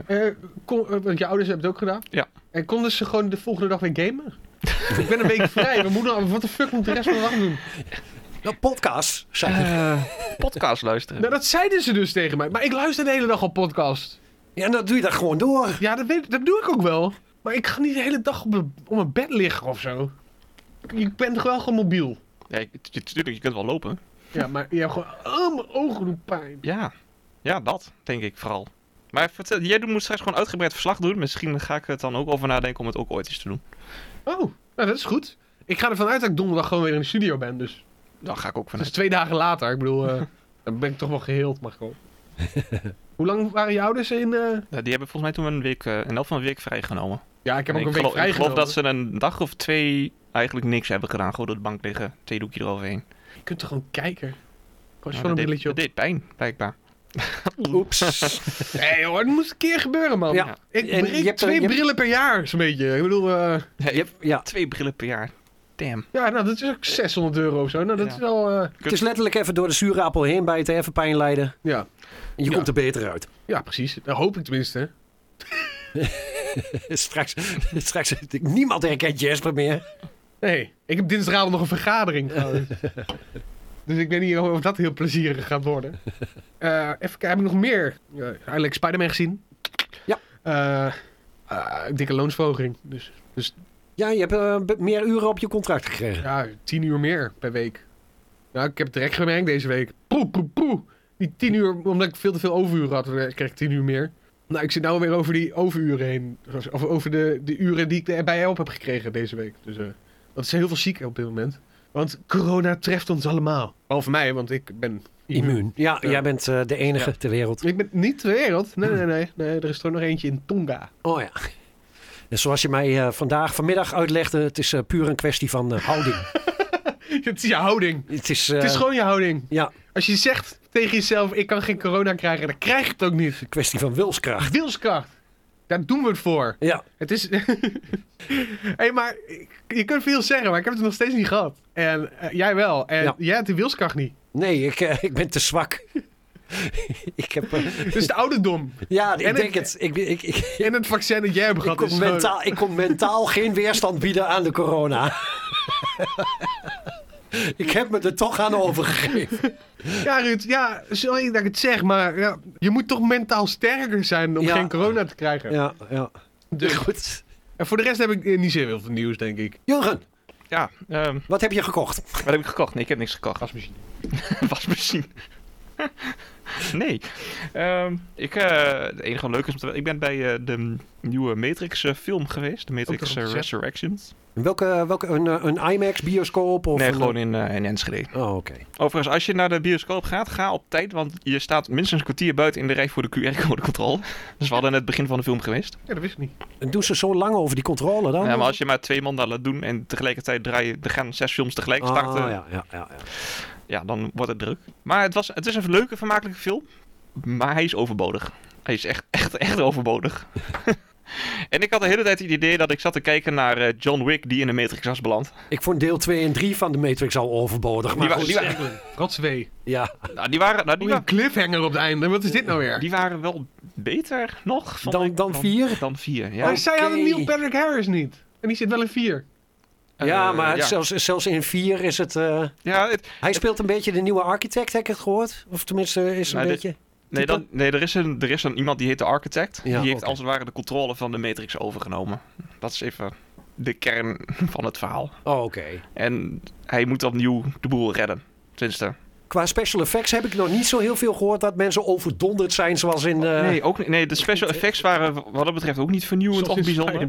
S4: Want je ouders hebben het ook gedaan.
S3: Ja.
S4: En konden ze gewoon de volgende dag weer gamen? Ik ben een week vrij. Wat de fuck moet de rest van de dag doen?
S5: Nou, podcast, zei
S3: Podcast luisteren.
S4: Nou, dat zeiden ze dus tegen mij. Maar ik luister de hele dag op podcast.
S5: Ja, en dan doe je dat gewoon door.
S4: Ja, dat doe ik ook wel. Maar ik ga niet de hele dag op mijn bed liggen of zo. Je bent toch wel gewoon mobiel?
S3: Ja, je kunt wel lopen.
S4: Ja, maar je hebt gewoon... mijn ogen doen pijn.
S3: Ja, dat denk ik vooral. Maar vertel, jij moet straks gewoon uitgebreid verslag doen. Misschien ga ik het dan ook over nadenken om het ook ooit eens te doen.
S4: Oh, nou dat is goed. Ik ga ervan uit dat ik donderdag gewoon weer in de studio ben, dus...
S3: Dan ga ik ook
S4: Dat
S3: vanuit.
S4: is 2 dagen later. Ik bedoel, dan ben ik toch wel geheeld, mag ik wel. Hoe lang waren je ouders in...
S3: Die hebben volgens mij toen een helft van een week vrijgenomen.
S4: Ja, ik heb ook
S3: En
S4: een week
S3: Ik
S4: vrijgenomen.
S3: geloof dat ze een dag of 2 eigenlijk niks hebben gedaan. Gewoon op de bank liggen, theedoekje eroverheen.
S4: Je kunt toch gewoon kijken? Gewoon
S3: Dat
S4: brilletje op.
S3: deed pijn, blijkbaar.
S5: Oeps.
S4: Nee hoor, het moest een keer gebeuren, man.
S5: Ja.
S4: Ik
S5: En
S4: breek
S5: je hebt-
S4: 2
S5: je hebt-
S4: brillen per jaar, zo'n beetje. Ik bedoel,
S5: Ja,
S3: 2 brillen per jaar. Damn.
S4: ja, nou, dat is ook €600 of zo. Nou, dat
S3: Ja.
S4: is wel...
S5: het is letterlijk even door de zure appel heen bijten, even pijn lijden.
S4: ja.
S5: En je
S4: Ja.
S5: komt er beter uit.
S4: Ja, precies. Dat hoop ik tenminste.
S5: Straks niemand herkent Jesper meer.
S4: Nee, ik heb dinsdagavond nog een vergadering trouwens. Dus ik weet niet of dat heel plezierig gaat worden. Even kijken, heb ik nog meer? Eindelijk Spider-Man gezien.
S5: Ja.
S4: Dikke loonsverhoging. Dus
S5: Ja, je hebt meer uren op je contract gekregen.
S4: ja, 10 uur meer per week. Nou, ik heb het direct gemerkt deze week. Poe. Die 10 uur, omdat ik veel te veel overuren had, kreeg ik 10 uur meer. Nou, ik zit nou weer over die overuren heen. Of over de uren die ik erbij op heb gekregen deze week. Dus dat is heel veel ziek op dit moment. Want corona treft ons allemaal. Behalve mij, want ik ben
S5: Immuun. Ja,
S4: Ja.
S5: jij bent de enige ter wereld.
S4: Ik ben niet ter wereld. Nee. Er is er nog eentje in Tonga.
S5: Oh ja. En zoals je mij vanmiddag uitlegde, het is puur een kwestie van houding.
S4: Het is je houding.
S5: Het is
S4: gewoon je houding.
S5: ja,
S4: Als je zegt tegen jezelf, ik kan geen corona krijgen, dan krijg je het ook niet.
S5: een kwestie van wilskracht.
S4: Wilskracht. Daar doen we het voor.
S5: Ja,
S4: Het is... Hey, maar je kunt veel zeggen, maar ik heb het nog steeds niet gehad. En jij wel. En
S5: Ja.
S4: jij hebt die wilskracht niet.
S5: nee, ik ben te zwak. Ik heb...
S4: Dus de ouderdom.
S5: ja, ik
S4: En
S5: denk
S4: het-
S5: het. Ik
S4: En het vaccin dat jij hebt gehad is gewoon...
S5: ik kon mentaal geen weerstand bieden aan de corona. Ik heb me er toch aan overgegeven.
S4: Ja, Ruud, ja, sorry dat ik het zeg, maar ja, je moet toch mentaal sterker zijn om
S5: Ja.
S4: geen corona te krijgen.
S5: Ja.
S4: Dus,
S5: Goed.
S4: en voor de rest heb ik niet zo heel veel nieuws, denk ik.
S5: Jurgen,
S3: Ja,
S5: wat heb je gekocht?
S3: wat heb ik gekocht? Nee, ik heb niks gekocht.
S4: Wasmachine.
S3: Wasmachine. Nee. Het enige leuke is om te weten, ik ben bij de nieuwe Matrix film geweest. De Matrix Resurrections.
S5: Welke een IMAX bioscoop? Of
S3: nee, gewoon in Enschede.
S5: Oh, oké.
S3: Overigens, als je naar de bioscoop gaat, ga op tijd. Want je staat minstens een kwartier buiten in de rij voor de QR-code controle. Dus we hadden net het begin van de film geweest.
S4: Ja, dat wist ik niet.
S5: En doen ze zo lang over die controle dan?
S3: Ja, maar als je maar 2 man dat laat doen en tegelijkertijd draaien, er gaan 6 films tegelijk starten. Ja, dan wordt het druk. Maar het is een leuke, vermakelijke film. Maar hij is overbodig. Hij is echt overbodig. En ik had de hele tijd het idee dat ik zat te kijken naar John Wick die in de Matrix was beland.
S5: Ik vond deel 2 en 3 van de Matrix al overbodig. Maar
S4: Rotzwee.
S5: Ja.
S3: Nou, die waren
S4: een cliffhanger op het einde. Wat is dit nou weer?
S3: Die waren wel beter nog.
S5: Dan 4?
S3: Dan 4, ja.
S4: Maar zij hadden Neil Patrick Harris niet. En die zit wel in 4.
S5: Ja, maar zelfs in 4 is het... hij speelt een beetje de nieuwe architect, heb ik het gehoord? Of tenminste is een beetje...
S3: Nee, er is dan iemand die heet de Architect.
S5: Ja,
S3: die heeft als het ware de controle van de Matrix overgenomen. Dat is even de kern van het verhaal.
S5: Oh, oké.
S3: En hij moet opnieuw de boel redden. Tenminste.
S5: Qua special effects heb ik nog niet zo heel veel gehoord dat mensen overdonderd zijn zoals in...
S3: Nee, de special effects waren wat dat betreft ook niet vernieuwend of bijzonder.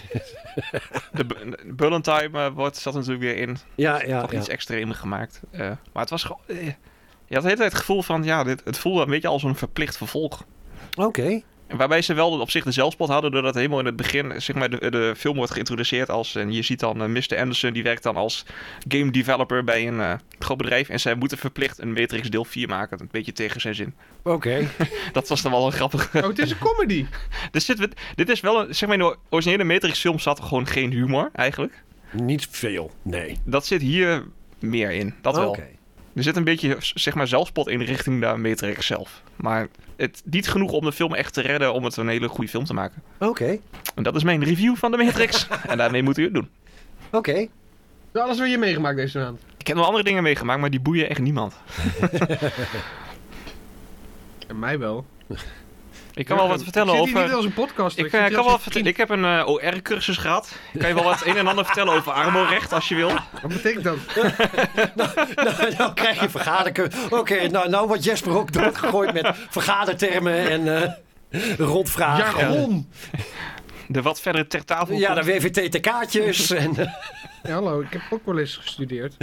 S3: De bullet time zat natuurlijk weer in. Toch iets extreem gemaakt. Maar het was gewoon... Je had de hele tijd het gevoel van, het voelde een beetje als een verplicht vervolg.
S5: Oké.
S3: Waarbij ze wel op zich de zelfspot hadden, doordat helemaal in het begin, zeg maar, de film wordt geïntroduceerd als... En je ziet dan Mr. Anderson, die werkt dan als game developer bij een groot bedrijf. En zij moeten verplicht een Matrix deel 4 maken, een beetje tegen zijn zin.
S5: Oké.
S3: Dat was dan wel een grappig...
S4: Oh, het is een comedy.
S3: Dus dit is wel zeg maar, in de originele Matrix film zat er gewoon geen humor, eigenlijk.
S5: Niet veel, nee.
S3: Dat zit hier meer in, dat wel.
S5: Oké.
S3: Er zit een beetje, zeg maar, zelfspot in richting de Matrix zelf. Maar het niet genoeg om de film echt te redden om het een hele goede film te maken.
S5: Oké.
S3: En dat is mijn review van de Matrix. En daarmee moet u het doen.
S5: Oké.
S4: Alles wat je meegemaakt deze maand.
S3: Ik heb nog andere dingen meegemaakt, maar die boeien echt niemand.
S4: En mij wel.
S3: Ik kan wel wat vertellen over...
S4: Ik zit niet als een podcast.
S3: Ik heb een OR-cursus gehad. Kan je wel wat een en ander vertellen over armorecht, als je wil?
S4: Wat betekent dat?
S5: nou krijg je vergadercursus. Oké, nou wordt Jesper ook doodgegooid met vergadertermen en rondvragen.
S4: Jargon!
S3: De wat verder ter tafel.
S5: Ja, de WVT-kaartjes. En...
S4: Ja, hallo, ik heb ook wel eens gestudeerd.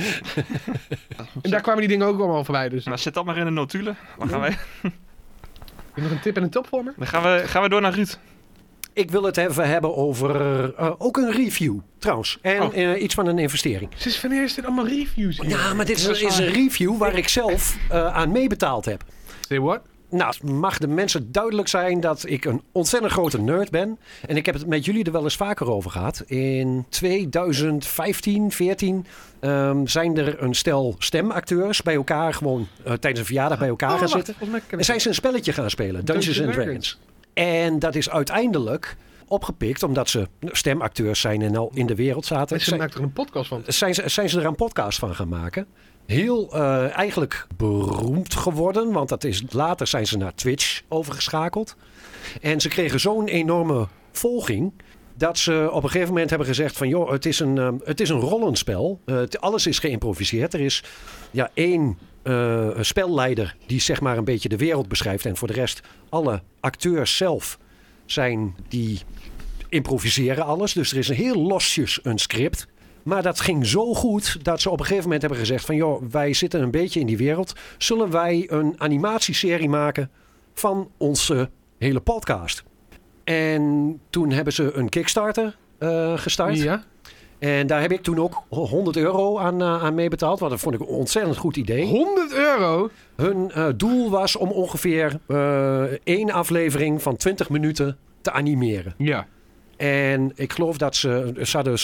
S4: En daar kwamen die dingen ook allemaal voorbij. Dus.
S3: Nou, zet dat maar in de notulen. Dan gaan wij...
S4: Heb je nog een tip en een top voor me?
S3: Dan gaan we door naar Ruud.
S5: Ik wil het even hebben over ook een review, trouwens. En iets van een investering.
S4: Sinds wanneer is dit allemaal reviews hier?
S5: Ja, maar dit is een review waar ik zelf aan meebetaald heb.
S4: Say what?
S5: Nou, het mag de mensen duidelijk zijn dat ik een ontzettend grote nerd ben. En ik heb het met jullie er wel eens vaker over gehad. In 2015, 14 zijn er een stel stemacteurs bij elkaar gewoon tijdens een verjaardag bij elkaar gaan zitten. En zijn ze een spelletje gaan spelen, Dungeons and Dragons. En dat is uiteindelijk opgepikt omdat ze stemacteurs zijn en al in de wereld zaten.
S4: En ze maakt er een podcast van.
S5: Zijn ze er een podcast van gaan maken. Heel eigenlijk beroemd geworden, want later zijn ze naar Twitch overgeschakeld. En ze kregen zo'n enorme volging dat ze op een gegeven moment hebben gezegd van... joh, het is een rollenspel. Alles is geïmproviseerd. Er is één spelleider die zeg maar een beetje de wereld beschrijft. En voor de rest alle acteurs zelf die improviseren alles. Dus er is heel losjes een script. Maar dat ging zo goed dat ze op een gegeven moment hebben gezegd van... joh, wij zitten een beetje in die wereld. Zullen wij een animatieserie maken van onze hele podcast? En toen hebben ze een Kickstarter gestart.
S4: Ja.
S5: En daar heb ik toen ook €100 aan meebetaald. Want dat vond ik een ontzettend goed idee.
S4: €100?
S5: Hun doel was om ongeveer 1 aflevering van 20 minuten te animeren.
S4: Ja.
S5: En ik geloof dat ze hadden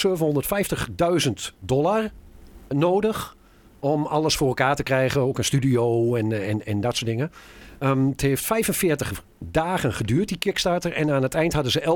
S5: $750.000 nodig om alles voor elkaar te krijgen. Ook een studio en dat soort dingen. Het heeft 45 dagen geduurd, die Kickstarter. En aan het eind hadden ze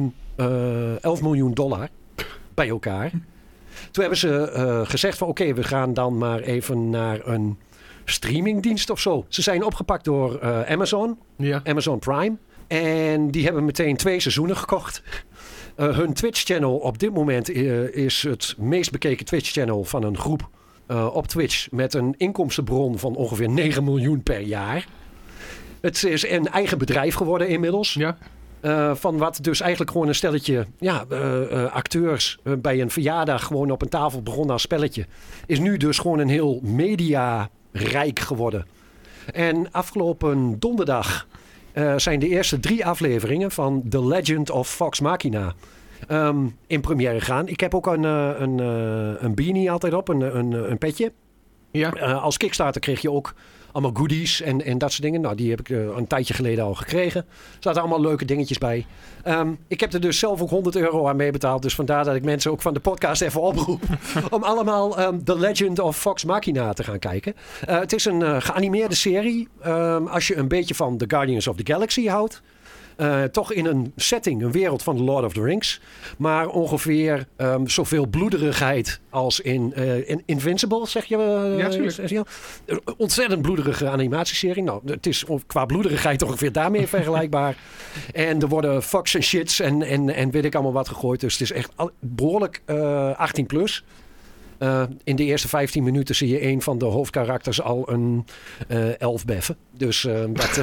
S5: $11 miljoen bij elkaar. Toen hebben ze gezegd van oké, we gaan dan maar even naar een streamingdienst of zo. Ze zijn opgepakt door Amazon, Amazon Prime. En die hebben meteen 2 seizoenen gekocht. Hun Twitch-channel op dit moment is het meest bekeken Twitch-channel van een groep op Twitch. Met een inkomstenbron van ongeveer 9 miljoen per jaar. Het is een eigen bedrijf geworden inmiddels.
S4: Ja.
S5: Van wat dus eigenlijk gewoon een stelletje acteurs bij een verjaardag gewoon op een tafel begonnen als spelletje. Is nu dus gewoon een heel mediarijk geworden. En afgelopen donderdag zijn de eerste 3 afleveringen van The Legend of Vox Machina in première gegaan. Ik heb ook een beanie altijd op, een petje.
S4: Ja.
S5: Als Kickstarter kreeg je ook allemaal goodies en dat soort dingen. Nou, die heb ik een tijdje geleden al gekregen. Er zaten allemaal leuke dingetjes bij. Ik heb er dus zelf ook €100 aan meebetaald. Dus vandaar dat ik mensen ook van de podcast even oproep. Om allemaal The Legend of Vox Machina te gaan kijken. Het is een geanimeerde serie. Als je een beetje van The Guardians of the Galaxy houdt. Toch in een setting, een wereld van The Lord of the Rings. Maar ongeveer zoveel bloederigheid als in Invincible, zeg je?
S4: Ja, tuurlijk.
S5: Ontzettend bloederige animatieserie. Nou, het is qua bloederigheid ongeveer daarmee vergelijkbaar. En er worden fucks en shits en weet ik allemaal wat gegooid. Dus het is echt behoorlijk 18+. In de eerste 15 minuten zie je een van de hoofdkarakters al een elf beffen. Dus dat...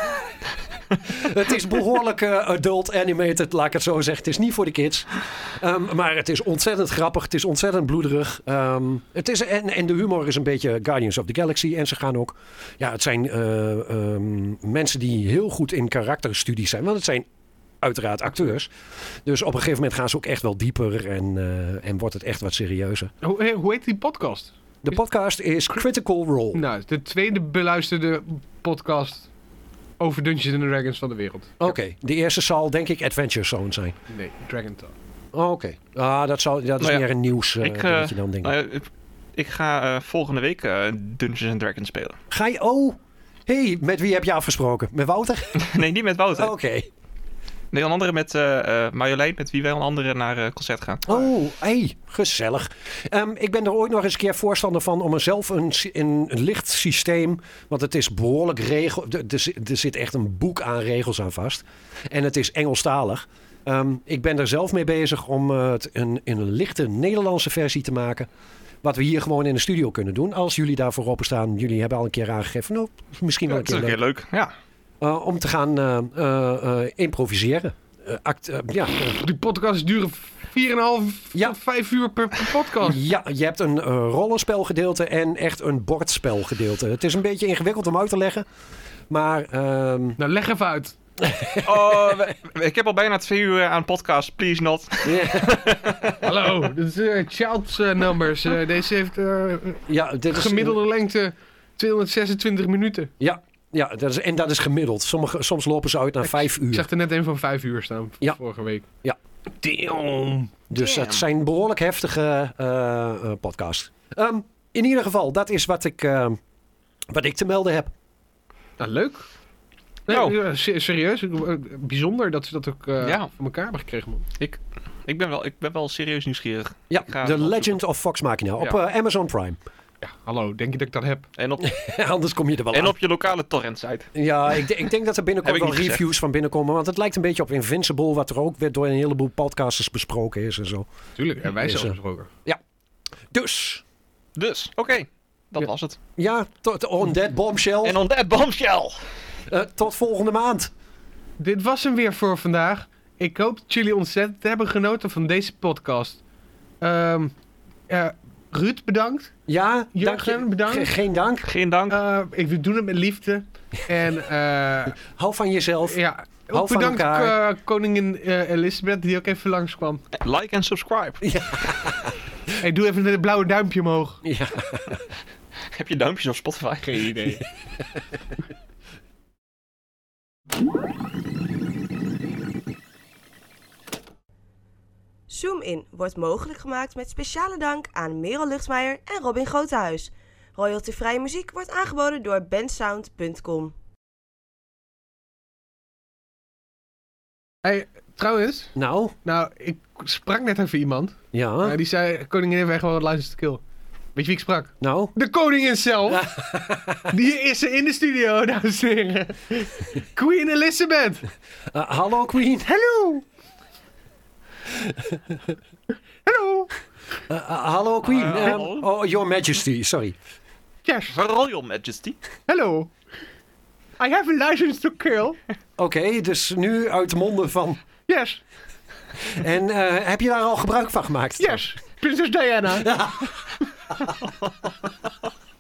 S5: Het is behoorlijk adult animated, laat ik het zo zeggen. Het is niet voor de kids. Maar het is ontzettend grappig. Het is ontzettend bloederig. En de humor is een beetje Guardians of the Galaxy. En ze gaan ook... Ja, het zijn mensen die heel goed in karakterstudies zijn. Want het zijn uiteraard acteurs. Dus op een gegeven moment gaan ze ook echt wel dieper. En wordt het echt wat serieuzer.
S4: Hoe heet die podcast?
S5: De podcast is Critical Role.
S4: Nou, de tweede beluisterde podcast over Dungeons & Dragons van de wereld.
S5: Oké, de eerste zal denk ik Adventure Zone zijn.
S4: Nee, Dragon Talk.
S5: Oké. Dat is meer een nieuws dingetje dan, denk ik.
S3: Ik ga volgende week Dungeons & Dragons spelen.
S5: Ga je... Oh, hey, met wie heb je afgesproken? Met Wouter?
S3: Nee, niet met Wouter.
S5: Oké.
S3: Nee, onder andere met Marjolein, met wie wij onder andere naar concert gaan.
S5: Oh, hey, gezellig. Ik ben er ooit nog eens een keer voorstander van om er zelf een lichtsysteem... Want het is behoorlijk regel... Er zit echt een boek aan regels aan vast. En het is Engelstalig. Ik ben er zelf mee bezig om het een lichte Nederlandse versie te maken. Wat we hier gewoon in de studio kunnen doen. Als jullie daarvoor openstaan. Jullie hebben al een keer aangegeven. Nou, misschien wel een keer
S3: leuk. Dat is een keer leuk, ja.
S5: Om te gaan improviseren.
S4: Die podcasts duren 4,5 tot 5 uur per podcast.
S5: Ja, je hebt een rollenspelgedeelte en echt een bordspelgedeelte. Het is een beetje ingewikkeld om uit te leggen. Maar...
S4: Nou, leg even uit.
S3: Ik heb al bijna 2 uur aan podcast. Please not.
S4: Hallo, dit is Child's Numbers. Deze heeft dit is gemiddelde lengte 226 minuten.
S5: Ja, dat is gemiddeld. Soms lopen ze uit naar 5 uur.
S4: Ik zag er net een van 5 uur staan vorige week.
S5: Ja.
S4: Damn.
S5: Dus het zijn behoorlijk heftige podcasts. In ieder geval, dat is wat ik te melden heb.
S4: Nou, leuk. Nee, serieus. Bijzonder dat ze dat ook voor elkaar hebben gekregen, man.
S3: Ik ben wel serieus nieuwsgierig.
S5: Ja, The Legend of Vox Machina op Amazon Prime.
S4: Ja, hallo, denk je dat ik dat heb?
S5: Anders kom je er wel aan.
S3: En op je lokale torrent-site.
S5: Ja, ik denk dat er binnenkort wel reviews van binnenkomen. Want het lijkt een beetje op Invincible, wat er ook weer door een heleboel podcasters besproken is en zo.
S4: Tuurlijk, en wij zelf besproken.
S5: Ja. Dus,
S3: oké. Dat was het.
S5: Ja, on that bombshell.
S3: En on that bombshell.
S5: Tot volgende maand.
S4: Dit was hem weer voor vandaag. Ik hoop dat jullie ontzettend hebben genoten van deze podcast. Ruud, bedankt.
S5: Ja,
S4: Jurgen, bedankt.
S5: Geen dank.
S3: Geen dank.
S4: Ik doe het met liefde. En
S5: hou van jezelf.
S4: Ja.
S5: Hou van
S4: bedankt
S5: elkaar.
S4: koningin Elizabeth die ook even langskwam.
S3: Like en subscribe.
S4: Ja. Hey, doe even een blauwe duimpje omhoog.
S5: Ja.
S3: Heb je duimpjes op Spotify?
S4: Geen idee.
S2: Zoom In wordt mogelijk gemaakt met speciale dank aan Merel Luchtmeijer en Robin Grotehuis. Royaltyvrije muziek wordt aangeboden door bandsound.com.
S4: Hey, trouwens.
S5: Nou,
S4: ik sprak net even iemand.
S5: Ja.
S4: Die zei, koningin heeft echt wel wat luisters te kill. Weet je wie ik sprak?
S5: Nou?
S4: De koningin zelf. Die is er in de studio, dames en heren. Queen Elizabeth.
S5: Hallo, Queen.
S4: Hallo. Hallo.
S5: Hallo, Queen. Your Majesty, sorry.
S4: Yes.
S3: Royal Majesty.
S4: Hallo. I have a license to kill.
S5: Oké, dus nu uit de monden van...
S4: Yes.
S5: En heb je daar al gebruik van gemaakt?
S4: Yes. Prinses Diana.